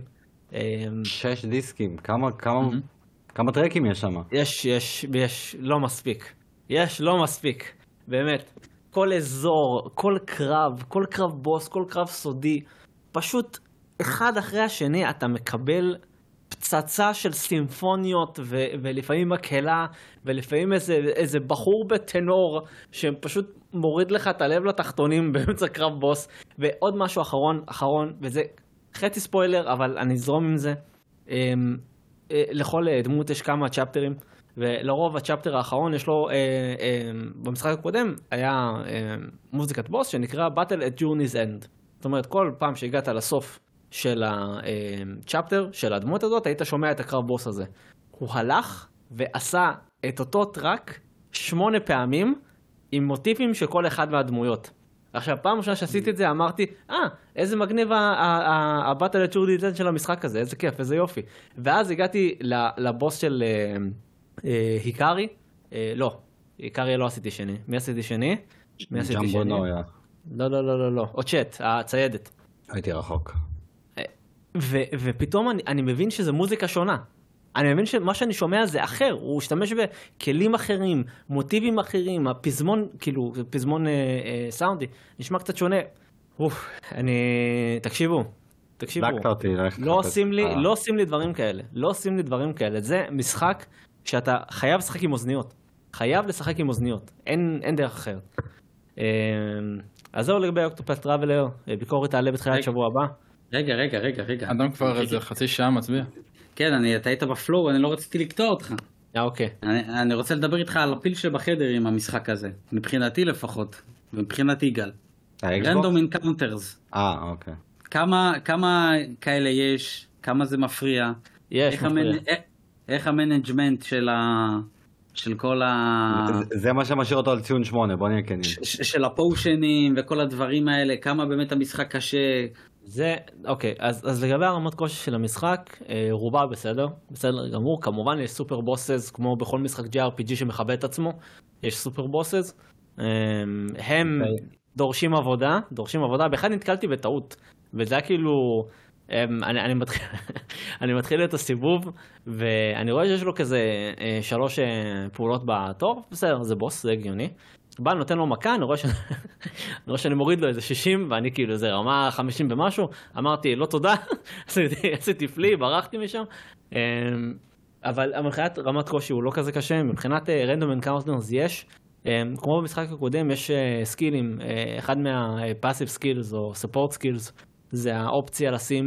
B: שש דיסקים, כמה, כמה, כמה טרקים יש שם?
C: יש, יש, יש, לא מספיק. יש, לא מספיק. באמת. כל אזור, כל קרב, כל קרב בוס, כל קרב סודי, פשוט אחד אחרי השני אתה מקבל פצצה של סימפוניות ו- ולפעמים מקהלה ולפעמים איזה, איזה בחור בטנור שפשוט מוריד לך את הלב לתחתונים באמצע קרב בוס. ועוד משהו אחרון, אחרון, וזה חצי ספוילר, אבל אני אזרום עם זה. לכל דמות יש כמה צ'פטרים, ולרוב הצ'פטר האחרון יש לו, אה, אה, במשחק הקודם היה אה, מוזיקת בוס שנקרא Battle at Journey's End. זאת אומרת, כל פעם שהגעת לסוף של הצ'פטר, של הדמות הזאת, היית שומע את הקרב בוס הזה. הוא הלך ועשה את אותו טראק שמונה פעמים עם מוטיפים של כל אחד מהדמויות. עכשיו, פעם ראשונה שעשיתי את זה, אמרתי, אה, איזה מגניב ה-Battle at Journey's End של המשחק הזה, איזה כיף, איזה יופי. ואז הגעתי לבוס של היקארי, לא, היקארי לא עשיתי שני. מי עשיתי שני? מי עשיתי שני?
B: ג'מבונויה.
C: לא, לא, לא, לא, לא. או צ'אט, הציידת.
B: הייתי רחוק.
C: ופתאום אני מבין שזה מוזיקה שונה. אני מבין שמה שאני שומע זה אחר, הוא השתמש בכלים אחרים, מוטיבים אחרים, הפזמון, כאילו, פזמון סאונדי, נשמע קצת שונה. אוף, אני, תקשיבו, תקשיבו.
B: דקת אותי.
C: לא עושים לי, לא עושים לי דברים כאלה, לא עושים לי דברים כאלה. זה משחק שאתה חייב לשחק עם אוזניות. חייב לשחק עם אוזניות. אין, אין דרך אחרת. אז זהו לגבי אוקטופאת' טראבלר, ביקורת תעלה בתחילת שבוע הבא.
D: רגע, רגע, רגע, רגע.
A: אדם כבר איזה חצי שעה מצביע.
D: כן, אני, אתה היית בפלואו, אני לא רציתי לקטוע אותך.
C: אה, אוקיי.
D: אני, אני רוצה לדבר איתך על הפיל שבחדר עם המשחק הזה. מבחינתי לפחות. ומבחינתי יגאל. רנדום אינקאונטרס.
B: אה, אוקיי.
D: כמה, כמה כאלה יש? כמה זה מפריע?
C: יש, מפריע.
D: המנ... איך המנג'מנט של ה... של כל ה...
B: זה מה שמשאיר אותו על ציון שמונה, בוא נהיה כנים.
D: של הפושנים וכל הדברים האלה, כמה באמת המשחק קשה.
C: זה, אוקיי, אז, אז לגבי הרמות קושי של המשחק, רובה בסדר, בסדר גמור, כמובן יש סופר בוסס, כמו בכל משחק ג'י אר פי ג'י שמכבד את עצמו, יש סופר בוסס, הם okay. דורשים עבודה, דורשים עבודה, באחד נתקלתי בטעות, וזה היה כאילו, אני, אני, מתחיל, אני מתחיל את הסיבוב, ואני רואה שיש לו כזה שלוש פעולות בתור, בסדר, זה בוס, זה הגיוני. בא, נותן לו מכה, אני רואה, ש... אני רואה שאני מוריד לו איזה שישים, ואני כאילו, זה רמה חמישים במשהו, אמרתי, לא תודה, עשיתי פלי, ברחתי משם. אבל מבחינת רמת קושי הוא לא כזה קשה, מבחינת רנדום אנקאונטרס יש, כמו במשחק הקודם, יש סקילים, אחד מהפאסיב סקילס או ספורט סקילס, זה האופציה לשים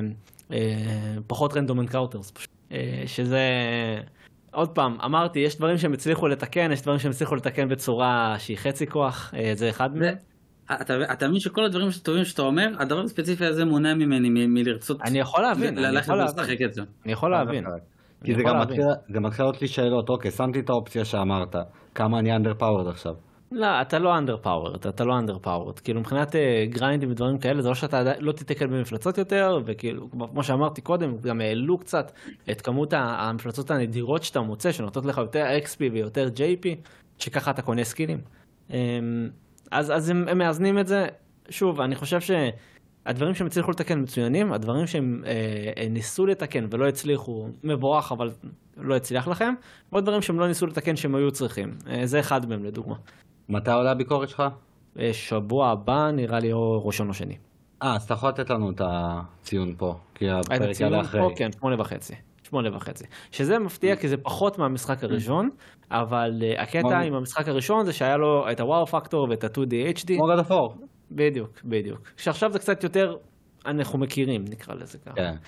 C: פחות רנדום אנקאונטרס, שזה... עוד פעם, אמרתי, יש דברים שהם הצליחו לתקן, יש דברים שהם הצליחו לתקן בצורה שהיא חצי כוח, זה אחד מהם.
D: אתה מבין שכל הדברים הטובים שאתה אומר, הדבר הספציפי הזה מונע ממני מלרצות...
C: אני יכול להבין, אני יכול להבין. אני יכול להבין.
B: כי זה גם מתחיל להיות לי שאלות, אוקיי, שמתי את האופציה שאמרת, כמה אני אנדר פאוורד עכשיו.
C: לא, אתה לא אנדר פאוורד, אתה לא אנדר פאוורד. כאילו מבחינת גריינדים ודברים כאלה, זה לא שאתה לא תתקל במפלצות יותר, וכאילו, כמו שאמרתי קודם, גם העלו קצת את כמות המפלצות הנדירות שאתה מוצא, שנותנות לך יותר אקס פי ויותר ג'יי פי, שככה אתה קונה סקילים. אז, אז הם, הם מאזנים את זה. שוב, אני חושב שהדברים שהם הצליחו לתקן מצוינים, הדברים שהם אה, ניסו לתקן ולא הצליחו, מבורך, אבל לא הצליח לכם, ועוד דברים שהם לא ניסו לתקן שהם היו צריכים. אה, זה אחד מהם לדוגמה.
B: מתי עולה הביקורת שלך?
C: שבוע הבא נראה לי או ראשון או שני.
B: אה, אז אתה יכול לתת לנו את הציון פה, כי הפרק יעלה אחרי.
C: פה, כן, שמונה וחצי. שמונה וחצי. שזה מפתיע כי זה פחות מהמשחק הראשון, אבל הקטע עם המשחק הראשון זה שהיה לו את הוואו פקטור ואת ה-טו די אייץ' די.
B: כמו God of War.
C: בדיוק, בדיוק. שעכשיו זה קצת יותר אנחנו מכירים, נקרא לזה ככה.
B: כן.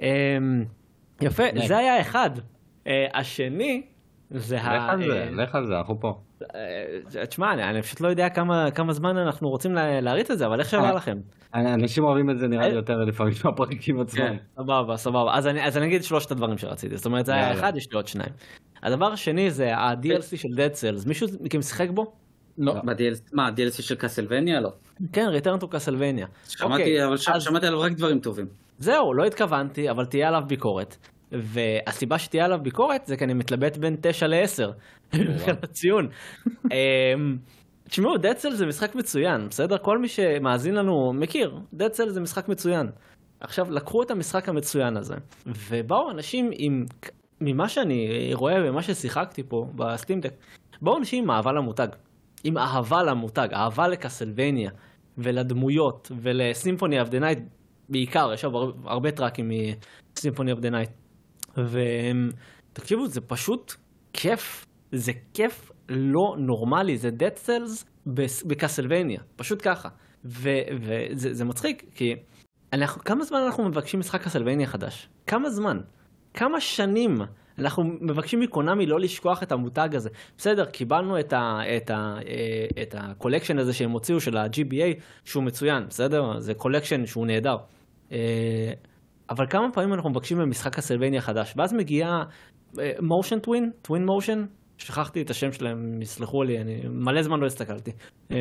C: יפה, זה היה אחד. השני, זה ה...
B: לך על זה, לך על זה, אנחנו פה.
C: תשמע, אני פשוט לא יודע כמה זמן אנחנו רוצים להריץ את זה, אבל איך שבא לכם?
B: אנשים אוהבים את זה נראה לי יותר לפעמים מהפרקים עצמם.
C: סבבה, סבבה. אז אני אגיד שלושת הדברים שרציתי. זאת אומרת, זה היה אחד, יש לי עוד שניים. הדבר השני זה ה-די אל סי של Dead Cells. מישהו מכם שיחק בו?
D: לא. מה, ה-די אל סי של קאסלווניה? לא.
C: כן, Return to Castlevania.
D: שמעתי, אבל שמעתי עליו רק דברים טובים.
C: זהו, לא התכוונתי, אבל תהיה עליו ביקורת. והסיבה שתהיה עליו ביקורת זה כי אני מתלבט בין תשע לעשר. הציון. תשמעו, Dead Cells זה משחק מצוין, בסדר? כל מי שמאזין לנו מכיר, Dead Cells זה משחק מצוין. עכשיו, לקחו את המשחק המצוין הזה, ובאו אנשים עם, ממה שאני רואה ומה ששיחקתי פה בסטימדק, באו אנשים עם אהבה למותג. עם אהבה למותג, אהבה לקסלווניה, ולדמויות, ולסימפוני אוף דה נייט בעיקר, יש הרבה טראקים מסימפוני אוף דה נייט. ותקשיבו, זה פשוט כיף, זה כיף לא נורמלי, זה Dead Cells בקסלווניה, פשוט ככה. וזה זה מצחיק, כי אנחנו, כמה זמן אנחנו מבקשים משחק קסלווניה חדש? כמה זמן? כמה שנים אנחנו מבקשים מקונאמי לא לשכוח את המותג הזה? בסדר, קיבלנו את ה, את ה, את הקולקשן הזה שהם הוציאו של ה-ג'י בי איי, שהוא מצוין, בסדר? זה קולקשן שהוא נהדר. אבל כמה פעמים אנחנו מבקשים במשחק קסלווניה חדש? ואז מגיע מושן טווין, טווין מושן, שכחתי את השם שלהם, יסלחו לי, אני מלא זמן לא הסתכלתי.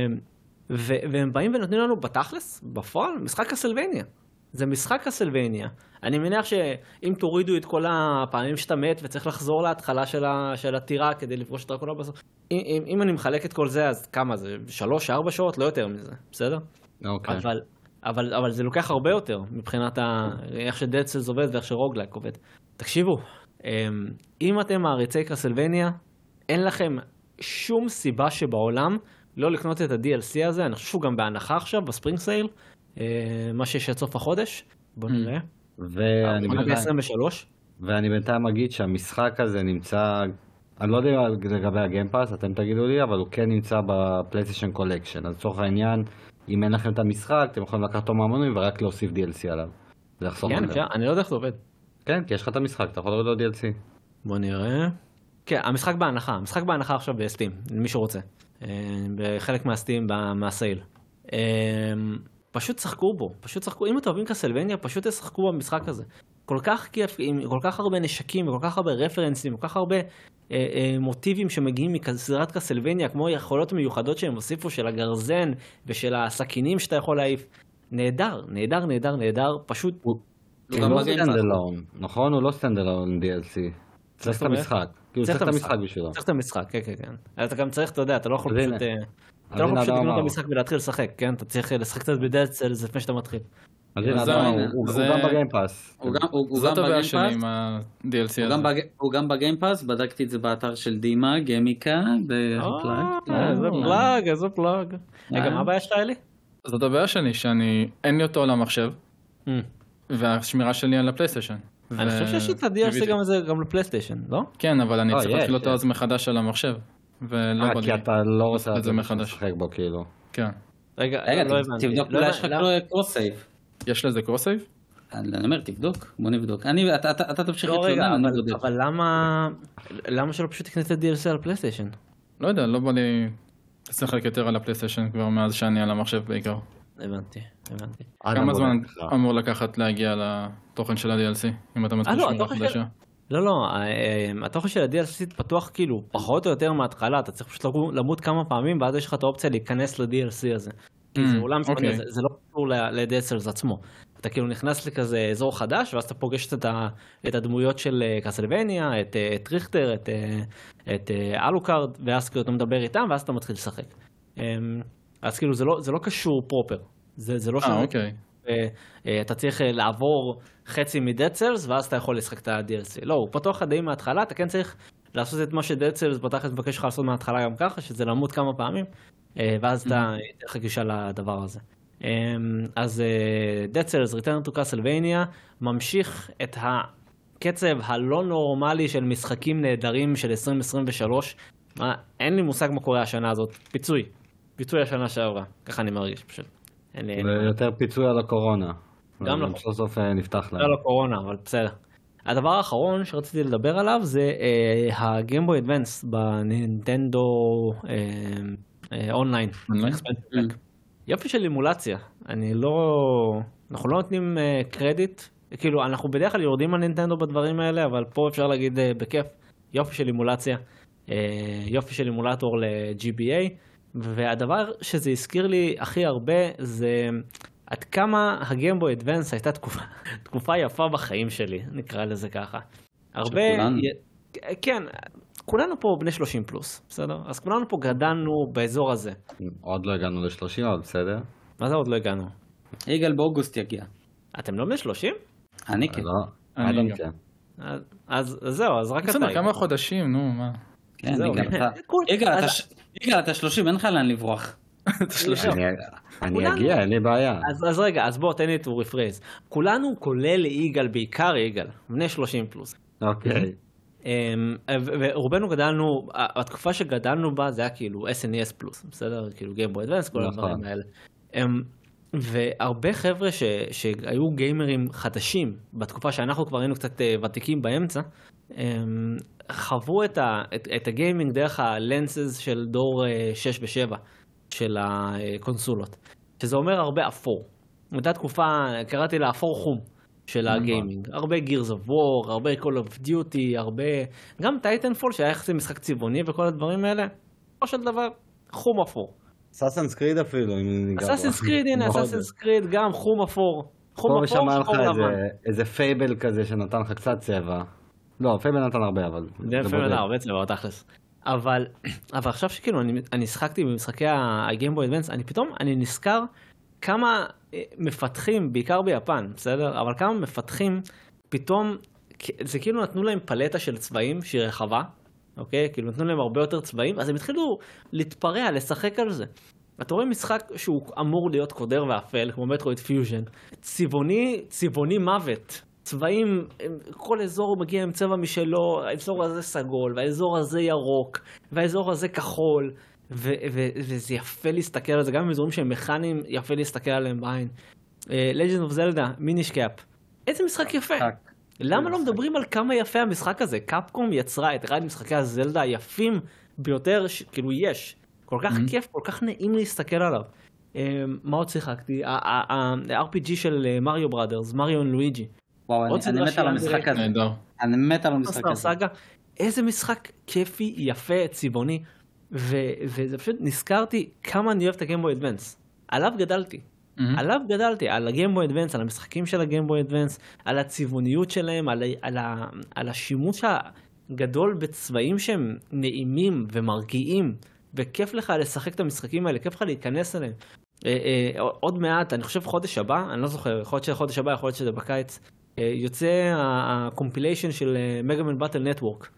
C: והם באים ונותנים לנו בתכלס, בפועל, משחק קסלווניה. זה משחק קסלווניה. אני מניח שאם תורידו את כל הפעמים שאתה מת וצריך לחזור להתחלה של הטירה כדי לפגוש את דרקונה בסוף, אם, אם אני מחלק את כל זה, אז כמה זה? שלוש, ארבע שעות? לא יותר מזה, בסדר?
B: אוקיי.
C: אבל, אבל, אבל זה לוקח הרבה יותר מבחינת ה... איך שדד סלס עובד ואיך שרוגלייק עובד. תקשיבו, אם אתם מעריצי קסלווניה, אין לכם שום סיבה שבעולם לא לקנות את ה-די אל סי הזה. אני חושב שהוא גם בהנחה עכשיו בספרינג סייל, מה שיש עד סוף החודש. בוא נראה.
B: ואני בינתיים,
C: עשרים ושלוש.
B: ואני בינתיים אגיד שהמשחק הזה נמצא, אני לא יודע לגבי הגיימפאס, אתם תגידו לי, אבל הוא כן נמצא בפלייסטיישן קולקשן. אז לצורך העניין, אם אין לכם את המשחק, אתם יכולים לקחת אותו מהמנוי ורק להוסיף די אל סי עליו. זה יחסוך
C: כן,
B: לכם.
C: אני לא יודע איך זה עובד.
B: כן, כי יש לך את המשחק, אתה יכול לראות לו די אל סי.
C: בוא נראה. כן, המשחק בהנחה, המשחק בהנחה עכשיו בסטים, למי שרוצה. בחלק מהסטים, מהסייל. פשוט שחקו בו, פשוט שחקו, אם אתם אוהבים קסלווניה, פשוט תשחקו במשחק הזה. כל כך כיף, עם כל כך הרבה נשקים, וכל כך הרבה רפרנסים, כל כך הרבה אה, אה, מוטיבים שמגיעים מסדרת קסלווניה, כמו יכולות מיוחדות שהם הוסיפו של הגרזן, ושל הסכינים שאתה יכול להעיף. נהדר, נהדר, נהדר, נהדר, פשוט...
B: הוא לא סטנדלון, נכון? הוא לא סטנדלון די אל סי. צריך את המשחק. צריך את המשחק בשבילו.
C: צריך את המשחק, כן, כן, כן. אתה גם צריך, אתה יודע, אתה לא יכול פשוט... אתה לא יכול פשוט לקנות את המשחק ולהתחיל לשחק, כן? אתה צריך לשחק קצת בדד סלס לפני שאתה מתחיל.
B: הוא גם בגיימפאס.
A: זאת הבעיה שלי עם ה-די אל סי הזה.
D: הוא גם בגיימפאס, בדקתי את זה באתר של דימה, גמיקה, בפלאג.
C: איזה פלאג, איזה פלאג. רגע, מה הבעיה שלך, אלי?
A: זאת הבעיה שלי, שאני אין לי אותו על המחשב, והשמירה שלי על הפלייסטיישן.
C: אני חושב שיש את ה-די אל סי גם לפלייסטיישן, לא?
A: כן, אבל אני צריך להתחיל אותו אז מחדש על המחשב. ולא
B: כי אתה לא רוצה לשחק בו כאילו.
A: כן.
C: רגע,
D: לא הבנתי. תבדוק, אולי יש לך קרוס סייב.
A: יש לזה קרוס סייב?
D: אני אומר, תבדוק, בוא נבדוק. אתה תמשיך
C: להתלונן, אני בודק. אבל למה שלא פשוט תקנה את ה-די אל סי על הפלייסטיישן?
A: לא יודע, לא בא לי לשחק יותר על הפלייסטיישן כבר מאז שאני על המחשב בעיקר.
C: הבנתי, הבנתי.
A: כמה זמן אמור לקחת להגיע לתוכן של ה-די אל סי, אם אתה מתחיל שמירה חדשה?
C: לא, לא, התוכן של ה-די אל סי פתוח כאילו פחות או יותר מההתחלה, אתה צריך פשוט למות כמה פעמים, ואז יש לך את האופציה להיכנס ל-די אל סי הזה. כי זה עולם שונה, זה לא קשור ל-די אל סי עצמו. אתה כאילו נכנס לכזה אזור חדש, ואז אתה פוגש את הדמויות של קסלווניה, את ריכטר, את אלוקארד, ואז כאילו אתה מדבר איתם, ואז אתה מתחיל לשחק. אז כאילו זה לא קשור פרופר. זה לא שונה. אתה צריך לעבור חצי מדד סלס, ואז אתה יכול לשחק את ה-די אל סי. לא, הוא פתוח די מההתחלה, אתה כן צריך לעשות את מה שדד סלס פתח מבקש לך לעשות מההתחלה גם ככה, שזה למות כמה פעמים, ואז אתה תלך גישה לדבר הזה. אז Dead Cells Return to Castlevania ממשיך את הקצב הלא נורמלי של משחקים נהדרים של עשרים עשרים ושלוש. אין לי מושג מה קורה השנה הזאת, פיצוי, פיצוי השנה שעברה, ככה אני מרגיש פשוט.
B: ויותר פיצוי על הקורונה.
C: גם לא.
B: סוף סוף אה, נפתח להם.
C: לא לקורונה, אבל בסדר. הדבר האחרון שרציתי לדבר עליו זה הגיימבוי אדוונס בנינטנדו אונליין. יופי של אימולציה. אני לא... אנחנו לא נותנים קרדיט. כאילו, אנחנו בדרך כלל יורדים על נינטנדו בדברים האלה, אבל פה אפשר להגיד בכיף, יופי של אימולציה. יופי של אימולטור ל-ג'י בי איי. והדבר שזה הזכיר לי הכי הרבה זה... עד כמה הגיימבוי אדוונס הייתה תקופה, תקופה יפה בחיים שלי, נקרא לזה ככה. הרבה... כן, כולנו פה בני שלושים פלוס, בסדר? אז כולנו פה גדלנו באזור הזה.
B: עוד לא הגענו ל-שלושים, אבל בסדר.
C: מה זה עוד לא הגענו?
D: יגאל באוגוסט יגיע.
C: אתם לא בני שלושים?
D: אני כן.
B: לא,
A: אני
B: אדם
A: גם.
B: כן.
C: אז זהו, אז רק אתה.
A: בסדר, כמה חודשים, נו, מה?
D: כן, יגאל, אתה... יגאל, יגאל, אתה שלושים, אין לך לאן לברוח.
B: אני אגיע, אין לי בעיה.
C: אז, אז רגע, אז בוא, תן לי to rephrase. כולנו, כולל יגאל, בעיקר יגאל, בני שלושים פלוס.
B: אוקיי.
C: ורובנו גדלנו, התקופה שגדלנו בה זה היה כאילו אס אן אי אס פלוס, בסדר? כאילו גיימבוי אדוונס, כל הדברים האלה. והרבה חבר'ה ש, שהיו גיימרים חדשים, בתקופה שאנחנו כבר היינו קצת ותיקים באמצע, חוו את, ה, את, את הגיימינג דרך הלנסס של דור שש ושבע. של הקונסולות, שזה אומר הרבה אפור. באותה תקופה קראתי לה אפור חום של הגיימינג. הרבה Gears of War, הרבה Call of Duty, הרבה... גם Titanfall שהיה יחסי משחק צבעוני וכל הדברים האלה, או של דבר חום אפור.
B: אסאסינס קריד אפילו.
C: אסאסינס קריד, הנה אסאסינס קריד, גם חום אפור. חום אפור,
B: שחור לבן. איזה פייבל כזה שנתן לך קצת צבע. לא, פייבל נתן הרבה, אבל...
C: זה פייבל נתן הרבה צבע, תכלס. אבל, אבל עכשיו שכאילו אני, אני שחקתי במשחקי הגיימבוי אדוונס, אני פתאום, אני נזכר כמה מפתחים, בעיקר ביפן, בסדר? אבל כמה מפתחים, פתאום, זה כאילו נתנו להם פלטה של צבעים שהיא רחבה, אוקיי? כאילו נתנו להם הרבה יותר צבעים, אז הם התחילו להתפרע, לשחק על זה. אתה רואה משחק שהוא אמור להיות קודר ואפל, כמו מטרויד פיוז'ן, צבעוני, צבעוני מוות. צבעים, כל אזור מגיע עם צבע משלו, האזור הזה סגול, והאזור הזה ירוק, והאזור הזה כחול, ו- ו- וזה יפה להסתכל על זה, גם עם אזורים שהם מכניים, יפה להסתכל עליהם בעין. Uh, Legend of Zelda, מיניש קאפ. איזה משחק יפה. למה לא מדברים על כמה יפה המשחק הזה? קאפקום יצרה את אחד משחקי הזלדה היפים ביותר, ש- כאילו יש. כל כך כיף, כל כך נעים להסתכל עליו. Uh, מה עוד שיחקתי? ה-אר פי ג'י של מריו בראדרס, מריו ולואיג'י.
D: וואו, אני מת על המשחק הזה. אני מת על המשחק הזה.
C: איזה משחק כיפי, יפה, צבעוני, וזה פשוט נזכרתי כמה אני אוהב את הגיימבוי אדוונס. עליו גדלתי. עליו גדלתי, על הגיימבוי אדוונס, על המשחקים של הגיימבוי אדוונס, על הצבעוניות שלהם, על השימוש הגדול בצבעים שהם נעימים ומרגיעים, וכיף לך לשחק את המשחקים האלה, כיף לך להיכנס אליהם. עוד מעט, אני חושב חודש הבא, אני לא זוכר, יכול להיות שחודש הבא, יכול להיות שזה בקיץ, יוצא הקומפיליישן של מגאמן באטל נטוורק.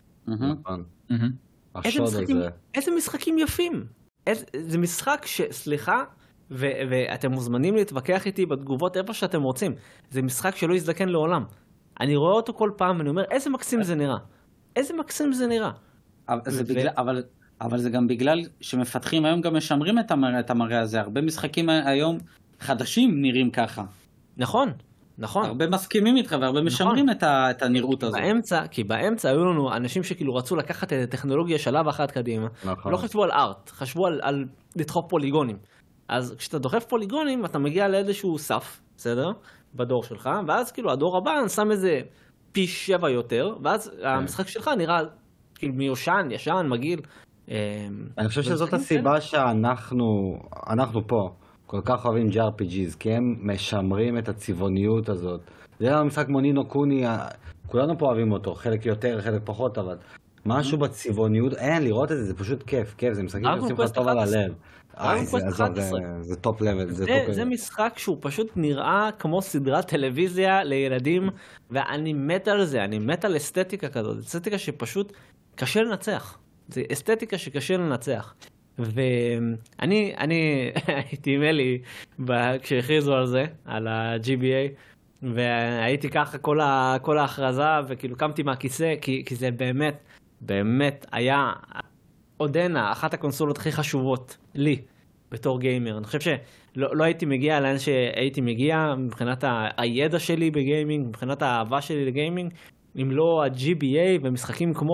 C: איזה משחקים יפים. זה משחק שסליחה, ואתם מוזמנים להתווכח איתי בתגובות איפה שאתם רוצים. זה משחק שלא יזדקן לעולם. אני רואה אותו כל פעם ואני אומר, איזה מקסים זה נראה. איזה מקסים זה נראה.
D: אבל... אבל זה גם בגלל שמפתחים היום גם משמרים את המראה, את המראה הזה. הרבה משחקים היום חדשים נראים ככה.
C: נכון, נכון.
D: הרבה מסכימים איתך והרבה משמרים נכון. את, ה, את הנראות הזאת.
C: באמצע, כי באמצע היו לנו אנשים שכאילו רצו לקחת את הטכנולוגיה שלב אחת קדימה. נכון. לא חשבו על ארט, חשבו על, על לדחוף פוליגונים. אז כשאתה דוחף פוליגונים, אתה מגיע לאיזשהו סף, בסדר? בדור שלך, ואז כאילו הדור הבא שם איזה פי שבע יותר, ואז כן. המשחק שלך נראה כאילו מיושן, ישן, מגעיל.
B: אני חושב שזאת הסיבה שאנחנו, אנחנו פה, כל כך אוהבים ג'י אר פי ג'יז, כי הם משמרים את הצבעוניות הזאת. זה היה משחק כמו נינו קוני, כולנו פה אוהבים אותו, חלק יותר, חלק פחות, אבל משהו בצבעוניות, אין, לראות את זה, זה פשוט כיף, כיף, זה משחקים שעושים לך טוב על הלב. זה טופ לבל.
C: זה משחק שהוא פשוט נראה כמו סדרת טלוויזיה לילדים, ואני מת על זה, אני מת על אסתטיקה כזאת, אסתטיקה שפשוט קשה לנצח. זה אסתטיקה שקשה לנצח. ואני, אני הייתי עם אלי כשהכריזו על זה, על ה-ג'י בי איי, והייתי ככה כל, ה, כל ההכרזה, וכאילו קמתי מהכיסא, כי, כי זה באמת, באמת היה עודנה אחת הקונסולות הכי חשובות לי בתור גיימר. אני חושב שלא לא הייתי מגיע לאן שהייתי מגיע מבחינת ה- הידע שלי בגיימינג, מבחינת האהבה שלי לגיימינג, אם לא ה-ג'י בי איי ומשחקים כמו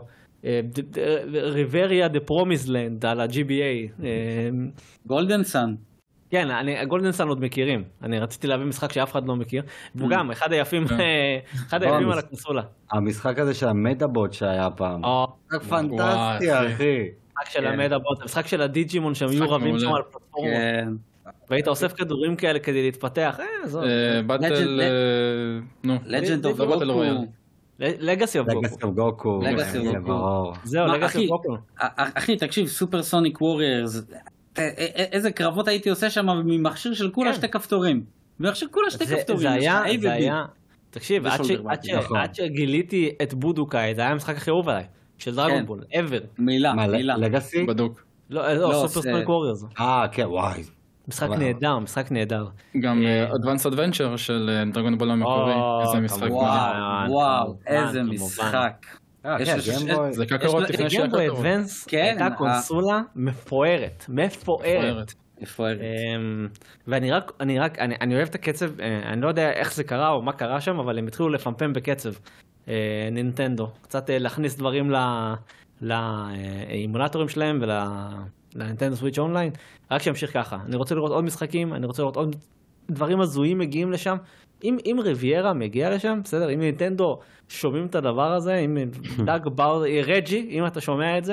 C: ריבריה דה פרומיסלנד על ה-ג'י בי איי.
D: גולדן סאן.
C: כן, אני, גולדן סאן עוד מכירים. אני רציתי להביא משחק שאף אחד לא מכיר. והוא גם אחד היפים, אחד היפים על הקונסולה.
B: המשחק הזה של המדאבוט שהיה פעם.
C: או,
B: משחק פנטסטי, אחי.
C: משחק של המדאבוט, המשחק של הדיג'ימון שהם היו רבים שם על פלטפורמות.
D: כן.
C: והיית אוסף כדורים כאלה כדי להתפתח. אה, זו.
A: באטל, נו.
D: לג'נד אוף
A: לא באטל
D: גוקו.
A: רויאל.
C: לגאסי אוף גוקו.
B: לגאסי אוף גוקו.
D: לגאסי אוף
B: כן,
D: גוקו.
B: ברור.
C: זהו,
D: מה,
C: לגאסי
D: אחי,
C: אוף גוקו.
D: אחי, תקשיב, סופר סוניק ווריורס, איזה קרבות הייתי עושה שם ממכשיר של כולה
C: כן.
D: שתי כפתורים. ממכשיר כולה שתי
C: זה-
D: כפתורים.
C: זה
D: יש לך
C: היה,
D: A
C: זה
D: ו-B.
C: היה, תקשיב, עד ש-
D: ושולדר
C: עד ש-
B: נכון.
C: עד שגיליתי את בודוקאי, זה היה המשחק הכי אהוב עליי, של דרגונבול, ever.
D: מילה,
B: מה,
D: מילה.
B: לגאסי?
A: בדוק.
C: לא,
D: לא,
C: לא, סופר
D: זה-
C: סטרק ווריורס.
B: אה, כן, וואי.
C: משחק
B: וואו.
C: נהדר, משחק נהדר.
A: גם Advanced Adventure של דרגון בול המקורי,
C: או,
A: איזה משחק
C: כמובן.
A: מדהים.
D: וואו, וואו,
C: כמובן,
D: איזה
C: כמובן.
D: משחק.
B: אה,
D: יש
B: כן,
D: לו- יש-
B: גיימבוי.
A: זה
D: יש
A: קקרות
D: לו-
A: לפני שהיה
C: גיימבוי
A: קקרות.
C: אדוונס
D: כן,
C: הייתה
D: ה-
C: קונסולה מפוארת, מפוארת.
D: מפוארת.
C: אמ, ואני רק, אני רק, אני, אני אוהב את הקצב, אה, אני לא יודע איך זה קרה או מה קרה שם, אבל הם התחילו לפמפם בקצב, אה, נינטנדו, קצת אה, להכניס דברים לאימולטורים שלהם ולנינטנדו סוויץ' אונליין, רק שימשיך ככה. אני רוצה לראות עוד משחקים, אני רוצה לראות עוד דברים הזויים מגיעים לשם. אם, אם ריביירה מגיע לשם, בסדר, אם נינטנדו שומעים את הדבר הזה, אם דאג באו, רג'י, אם אתה שומע את זה,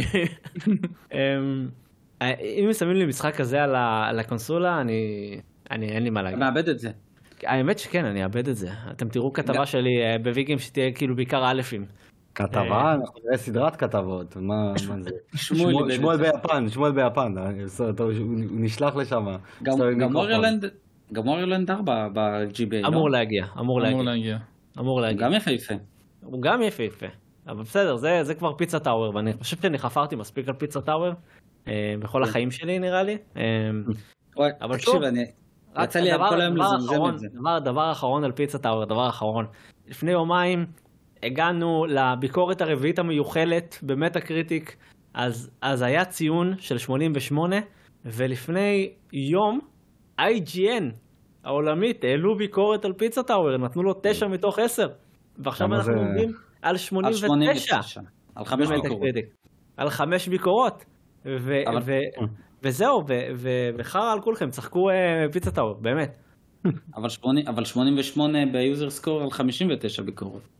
C: אמ, אם שמים לי משחק כזה על, ה, על הקונסולה, אני, אני, אין לי מה
D: אתה
C: להגיד.
D: מאבד את זה.
C: האמת שכן, אני אאבד את זה. אתם תראו כתבה שלי אה, בוויגים שתהיה כאילו בעיקר אלפים.
B: כתבה? אנחנו נראה סדרת כתבות. מה מה זה?
D: שמואל
B: שמואל-
D: איבד
B: שמואל
D: את זה.
B: ביפן, שמואל ביפן. אה, בסדר, טוב, הוא הוא נשלח לשם.
D: גם
B: סתם עם
D: גם
B: מיקרופון.
D: ווריולנד, גם ווריולנד ארבע ב-ג'י בי איי, לא?
C: אמור להגיע, אמור
A: אמור
C: להגיע,
A: להגיע.
C: אמור להגיע.
D: גם יפהפה.
C: הוא גם יפהפה. אבל בסדר, זה, זה כבר פיצה טאוור, ואני חושב שאני חפרתי מספיק על פיצה טאוור, אה, בכל החיים שלי נראה לי. אה,
D: אוי,
C: אבל
D: תקשיב,
C: שוב,
D: אני...
C: רק
D: יצא לי
C: הדבר-
D: כל היום
C: הדבר
D: לזמזם
C: האחרון-
D: את זה.
C: דבר, דבר אחרון על פיצה טאוור, דבר אחרון. לפני יומיים הגענו לביקורת הרביעית המיוחלת במטה קריטיק, אז, אז היה ציון של שמונים ושמונה, ולפני יום איי ג'י אן העולמית העלו ביקורת על פיצה טאוור, נתנו לו תשע מתוך עשר, ועכשיו
B: כמה
C: אנחנו
B: זה?
C: עומדים על שמונים
D: על שמונים
C: ותשע.
D: ותשע. על חמש
C: במטה
D: ביקורות.
C: קריטיק. על חמש ביקורות. ו-
D: אבל-
C: ו- וזהו, ו- ו- וחרא על כולכם, צחקו אה, פיצה טאוור, באמת.
D: אבל שמונים- אבל שמונים ושמונה ביוזר סקור על חמישים ותשע ביקורות.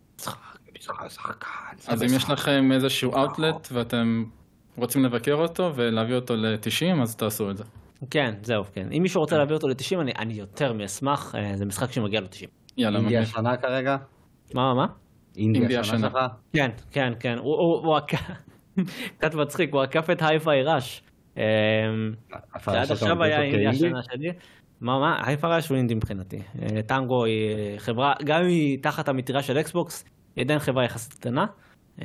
A: אז אם יש לכם איזשהו אאוטלט ואתם רוצים לבקר אותו ולהביא אותו ל-תשעים, אז תעשו את זה.
C: כן, זהו, כן. אם מישהו רוצה להביא אותו ל-תשעים, אני, אני יותר מאשמח, אה, זה משחק שמגיע ל-תשעים.
A: יאללה,
B: אינדיה
A: מגניב.
B: שנה כרגע?
C: מה, מה, מה?
A: אינדיה
B: אינדיה שנה
A: שנה.
B: שלך?
C: כן, כן, כן. הוא, הוא, הוא עקף, קצת מצחיק, הוא עקף את הייפיי ראש. אה, שעד עכשיו היה אינדיה השנה שלי. מה, מה? הייפיי ראש הוא אינדי מבחינתי. אה, טנגו היא אה, חברה, גם אם היא תחת המטריה של אקסבוקס, היא עדיין חברה יחסית קטנה. אה,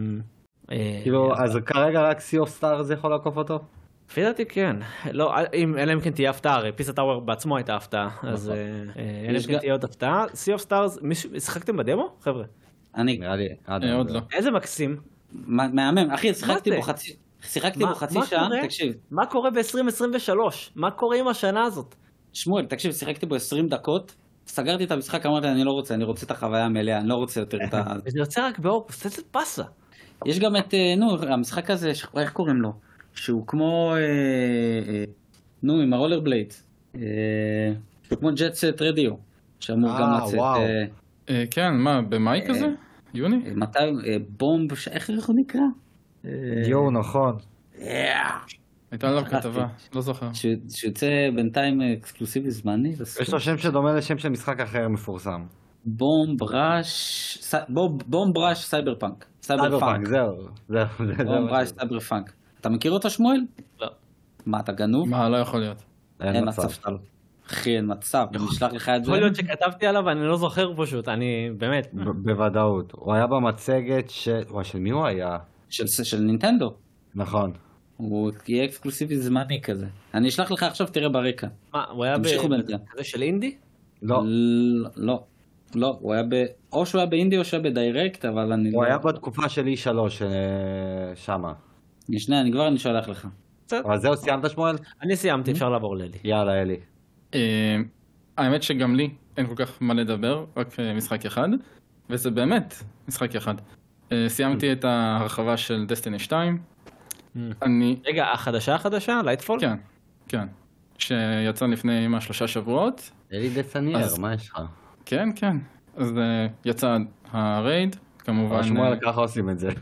C: אה,
B: כאילו, אז כרגע רק Sea of Stars יכול לעקוף אותו?
C: לפי דעתי כן, לא, אם, אלא אם כן תהיה הפתעה, הרי פיסה טאוור בעצמו הייתה הפתעה, אז אה, אה, אלא אם
D: יש
C: כן
D: גם-
C: תהיה עוד הפתעה. Sea of Stars, מישהו- שיחקתם בדמו, חבר'ה?
D: אני,
B: נראה לי. עד
A: אה,
B: אז.
A: עוד לא.
C: איזה מקסים.
D: מה- מהמם. אחי, שיחקתי
C: זה?
D: בו חצי... שיחקתי
C: מה-
D: בו חצי
C: מה
D: שעה,
C: קורה?
D: תקשיב.
C: מה קורה ב-עשרים עשרים ושלוש? מה קורה עם השנה הזאת?
D: שמואל, תקשיב, שיחקתי בו עשרים דקות, סגרתי את המשחק, אמרתי, אני לא רוצה, אני רוצה את החוויה המלאה, אני לא רוצה יותר את ה...
C: וזה יוצא רק באוגוסט, איזה באסה.
D: יש גם את, אה, נו, המשחק הזה, ש- איך קוראים לו? שהוא כמו, אה, אה, נו, עם הרולר בלייד. אה, שהוא כמו ג'ט סט רדיו, שאמור
B: אה,
D: גם לצאת.
B: וואו.
D: אה,
A: אה, כן, מה, במאי כזה? יוני?
D: אה, מתי, אה, בומב, ש- איך איך הוא נקרא? אה,
B: יואו, נכון.
D: אה,
A: הייתה עליו
D: שכחתי.
A: כתבה, לא זוכר.
D: ש- שיוצא בינתיים אה, אקסקלוסיבי זמני. זה
B: יש לו שם שדומה לשם של משחק אחר מפורסם.
D: בומב ראש, ס- בומב- בומב ראש סייבר פאנק. סייבר
B: סייבר
D: פאנק.
B: פאנק, זהו. זהו, זה- זה
D: בומב
B: מה
D: ראש
B: ש-
D: סייבר פאנק. אתה מכיר אותו, שמואל?
C: לא.
D: מה, אתה גנוב?
A: מה, לא יכול להיות.
D: אין מצב שאתה לא. אחי, אין מצב, אני אשלח לך את זה.
C: יכול להיות שכתבתי עליו ואני לא זוכר פשוט, אני באמת.
B: ב- בוודאות. הוא היה במצגת של... וואי, של מי הוא היה?
D: של של נינטנדו.
B: נכון.
D: הוא יהיה אקסקלוסיבי זמני כזה. אני אשלח לך עכשיו, תראה ברקע.
C: מה, הוא היה
D: תמשיכו
C: ב-
D: בינתיים.
C: כזה של אינדי?
B: לא.
D: ל- לא. לא, הוא היה ב... או שהוא היה באינדי או שהוא היה בדיירקט, אבל אני
B: הוא
D: לא...
B: היה בתקופה של אי שלוש שמה.
D: שנייה, אני כבר אני שולח לך.
C: בסדר.
B: אבל זהו, סיימת שמואל?
C: אני סיימתי, אפשר לעבור לאלי.
B: יאללה, אלי.
A: אה, האמת שגם לי אין כל כך מה לדבר, רק אה, משחק אחד, וזה באמת משחק אחד. אה, סיימתי את ההרחבה של דסטיני שתיים. אני...
C: רגע, החדשה החדשה? לייטפול?
A: כן, כן. שיצא לפני מה שלושה שבועות.
B: אלי דצניאר,
A: אז-
B: מה יש לך?
A: כן, כן. אז אה, יצא הרייד, כמובן...
B: אבל שמואל,
A: אה,
B: ככה עושים את זה.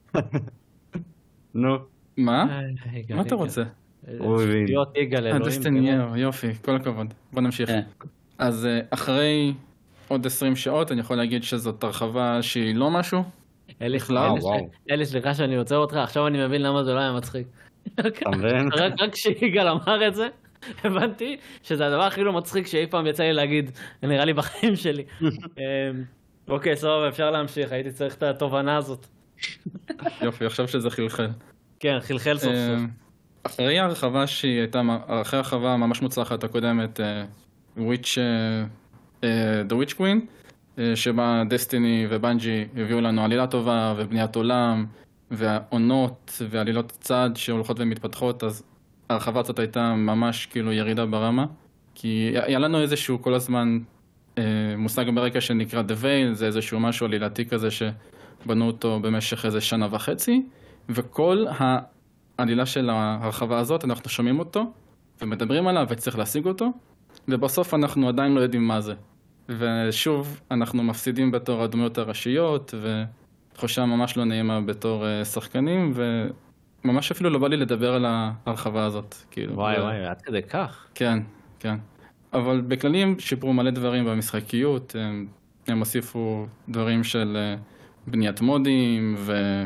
B: נו.
A: מה?
C: רגע,
A: מה אתה
C: רגע.
A: רוצה?
B: הוא הבין.
C: שטויות יגאל, אלוהים.
A: הדסטינייר, יופי, כל הכבוד. בוא נמשיך.
D: כן.
A: אז אה, אחרי עוד עשרים שעות אני יכול להגיד שזאת הרחבה שהיא לא משהו.
C: אלי,
A: בכלל?
C: אלי,
B: וואו.
C: אלי, סליחה שאני עוצר אותך, עכשיו אני מבין למה זה לא היה מצחיק.
B: אתה מבין?
C: רק רק כשיגאל אמר את זה, הבנתי שזה הדבר הכי לא מצחיק שאי פעם יצא לי להגיד, נראה לי בחיים שלי. אמ, אוקיי, סבבה, אפשר להמשיך, הייתי צריך את התובנה הזאת.
A: יופי, עכשיו שזה חלחל.
C: כן, חלחל סוף
A: אה,
C: סוף.
A: אחרי ההרחבה שהיא הייתה, אחרי ההרחבה הממש מוצלחת הקודמת, וויץ' The Witch Queen, אה, שבה דסטיני ובנג'י הביאו לנו עלילה טובה ובניית עולם והעונות ועלילות צד שהולכות ומתפתחות, אז ההרחבה הזאת הייתה ממש כאילו ירידה ברמה, כי היה לנו איזשהו כל הזמן אה, מושג ברקע שנקרא The Veil, זה איזשהו משהו עלילתי כזה שבנו אותו במשך איזה שנה וחצי, וכל העלילה של ההרחבה הזאת אנחנו שומעים אותו ומדברים עליו וצריך להשיג אותו, ובסוף אנחנו עדיין לא יודעים מה זה. ושוב אנחנו מפסידים בתור הדמויות הראשיות, ותחושה ממש לא נעימה בתור אה, שחקנים, וממש אפילו לא בא לי לדבר על ההרחבה הזאת. כאילו,
C: וואי
A: ו-
C: וואי, עד כדי כך.
A: כן, כן. אבל בכללי הם שיפרו מלא דברים במשחקיות, הם, הם הוסיפו דברים של אה, בניית מודים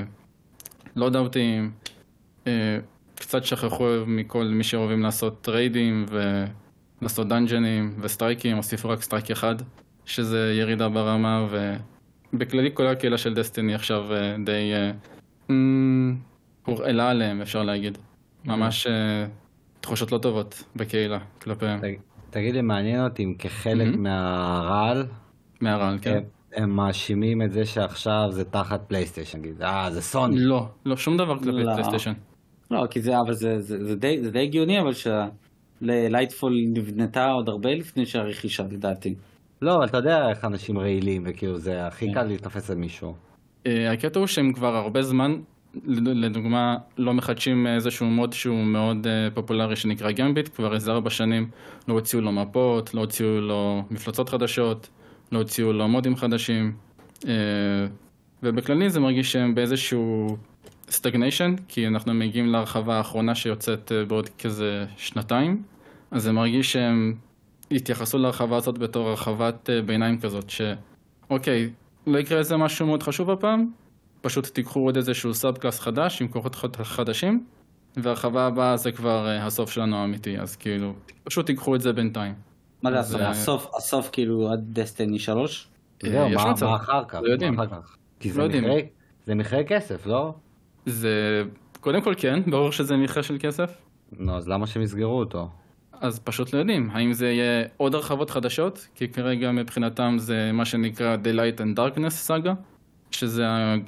A: ולודאוטים, אה, קצת שכחו מכל מי שאוהבים לעשות ריידים ולעשות דנג'נים וסטרייקים, הוסיפו רק סטרייק אחד, שזה ירידה ברמה, ובכללי כל הקהילה של דסטיני עכשיו אה, די אה, אמ, הורעלה עליהם, אפשר להגיד. ממש אה, תחושות לא טובות בקהילה כלפיהם.
B: תג- תגיד לי, מעניין אותי אם כחלק
A: Mhm.
B: מהרעל,
A: מהרעל, כן?
B: הם- הם מאשימים את זה שעכשיו זה תחת פלייסטיישן, נגיד, אה, זה סוני.
A: לא, לא, שום דבר כלפי
D: לא.
A: פלייסטיישן.
D: לא, כי זה, אבל זה, זה, זה, די, זה די הגיוני, אבל שלייטפול נבנתה עוד הרבה לפני שהרכישה, לדעתי.
B: לא, אבל אתה יודע איך אנשים רעילים, וכאילו זה הכי
D: כן.
B: קל להתאפס על מישהו.
A: אה, הקטע הוא שהם כבר הרבה זמן, לד- לדוגמה, לא מחדשים איזשהו מוד שהוא מאוד אה, פופולרי שנקרא גמביט, כבר איזה ארבע שנים לא הוציאו לו מפות, לא הוציאו לו מפלצות חדשות, לא הוציאו לו מודים חדשים, אה, ובכללי זה מרגיש שהם באיזשהו סטגניישן, כי אנחנו מגיעים להרחבה האחרונה שיוצאת אה, בעוד כזה שנתיים, אז זה מרגיש שהם התייחסו להרחבה הזאת בתור הרחבת אה, ביניים כזאת, שאוקיי, לא יקרה איזה משהו מאוד חשוב הפעם, פשוט תיקחו עוד איזשהו סאב קלאס חדש עם כוחות חד- חדשים, והרחבה הבאה זה כבר אה, הסוף שלנו האמיתי, אז כאילו, פשוט תיקחו את זה בינתיים.
D: מה זה
A: אז,
D: הסוף?
A: אה,
D: הסוף, הסוף כאילו עד דסטיני שלוש?
A: אה,
B: זהו,
A: יש
B: מה-
A: מצב.
B: מה אחר כך?
A: לא יודעים.
B: מה אחר כך? כי זה
A: לא יודעים.
B: מכרה- זה מכרה כסף, לא?
A: זה, קודם כל כן, ברור שזה מכרה של כסף,
B: נו, אז למה שהם יסגרו אותו?
A: אז פשוט לא יודעים, האם זה יהיה עוד הרחבות חדשות, כי כרגע מבחינתם זה מה שנקרא The Light and Darkness Saga, שזה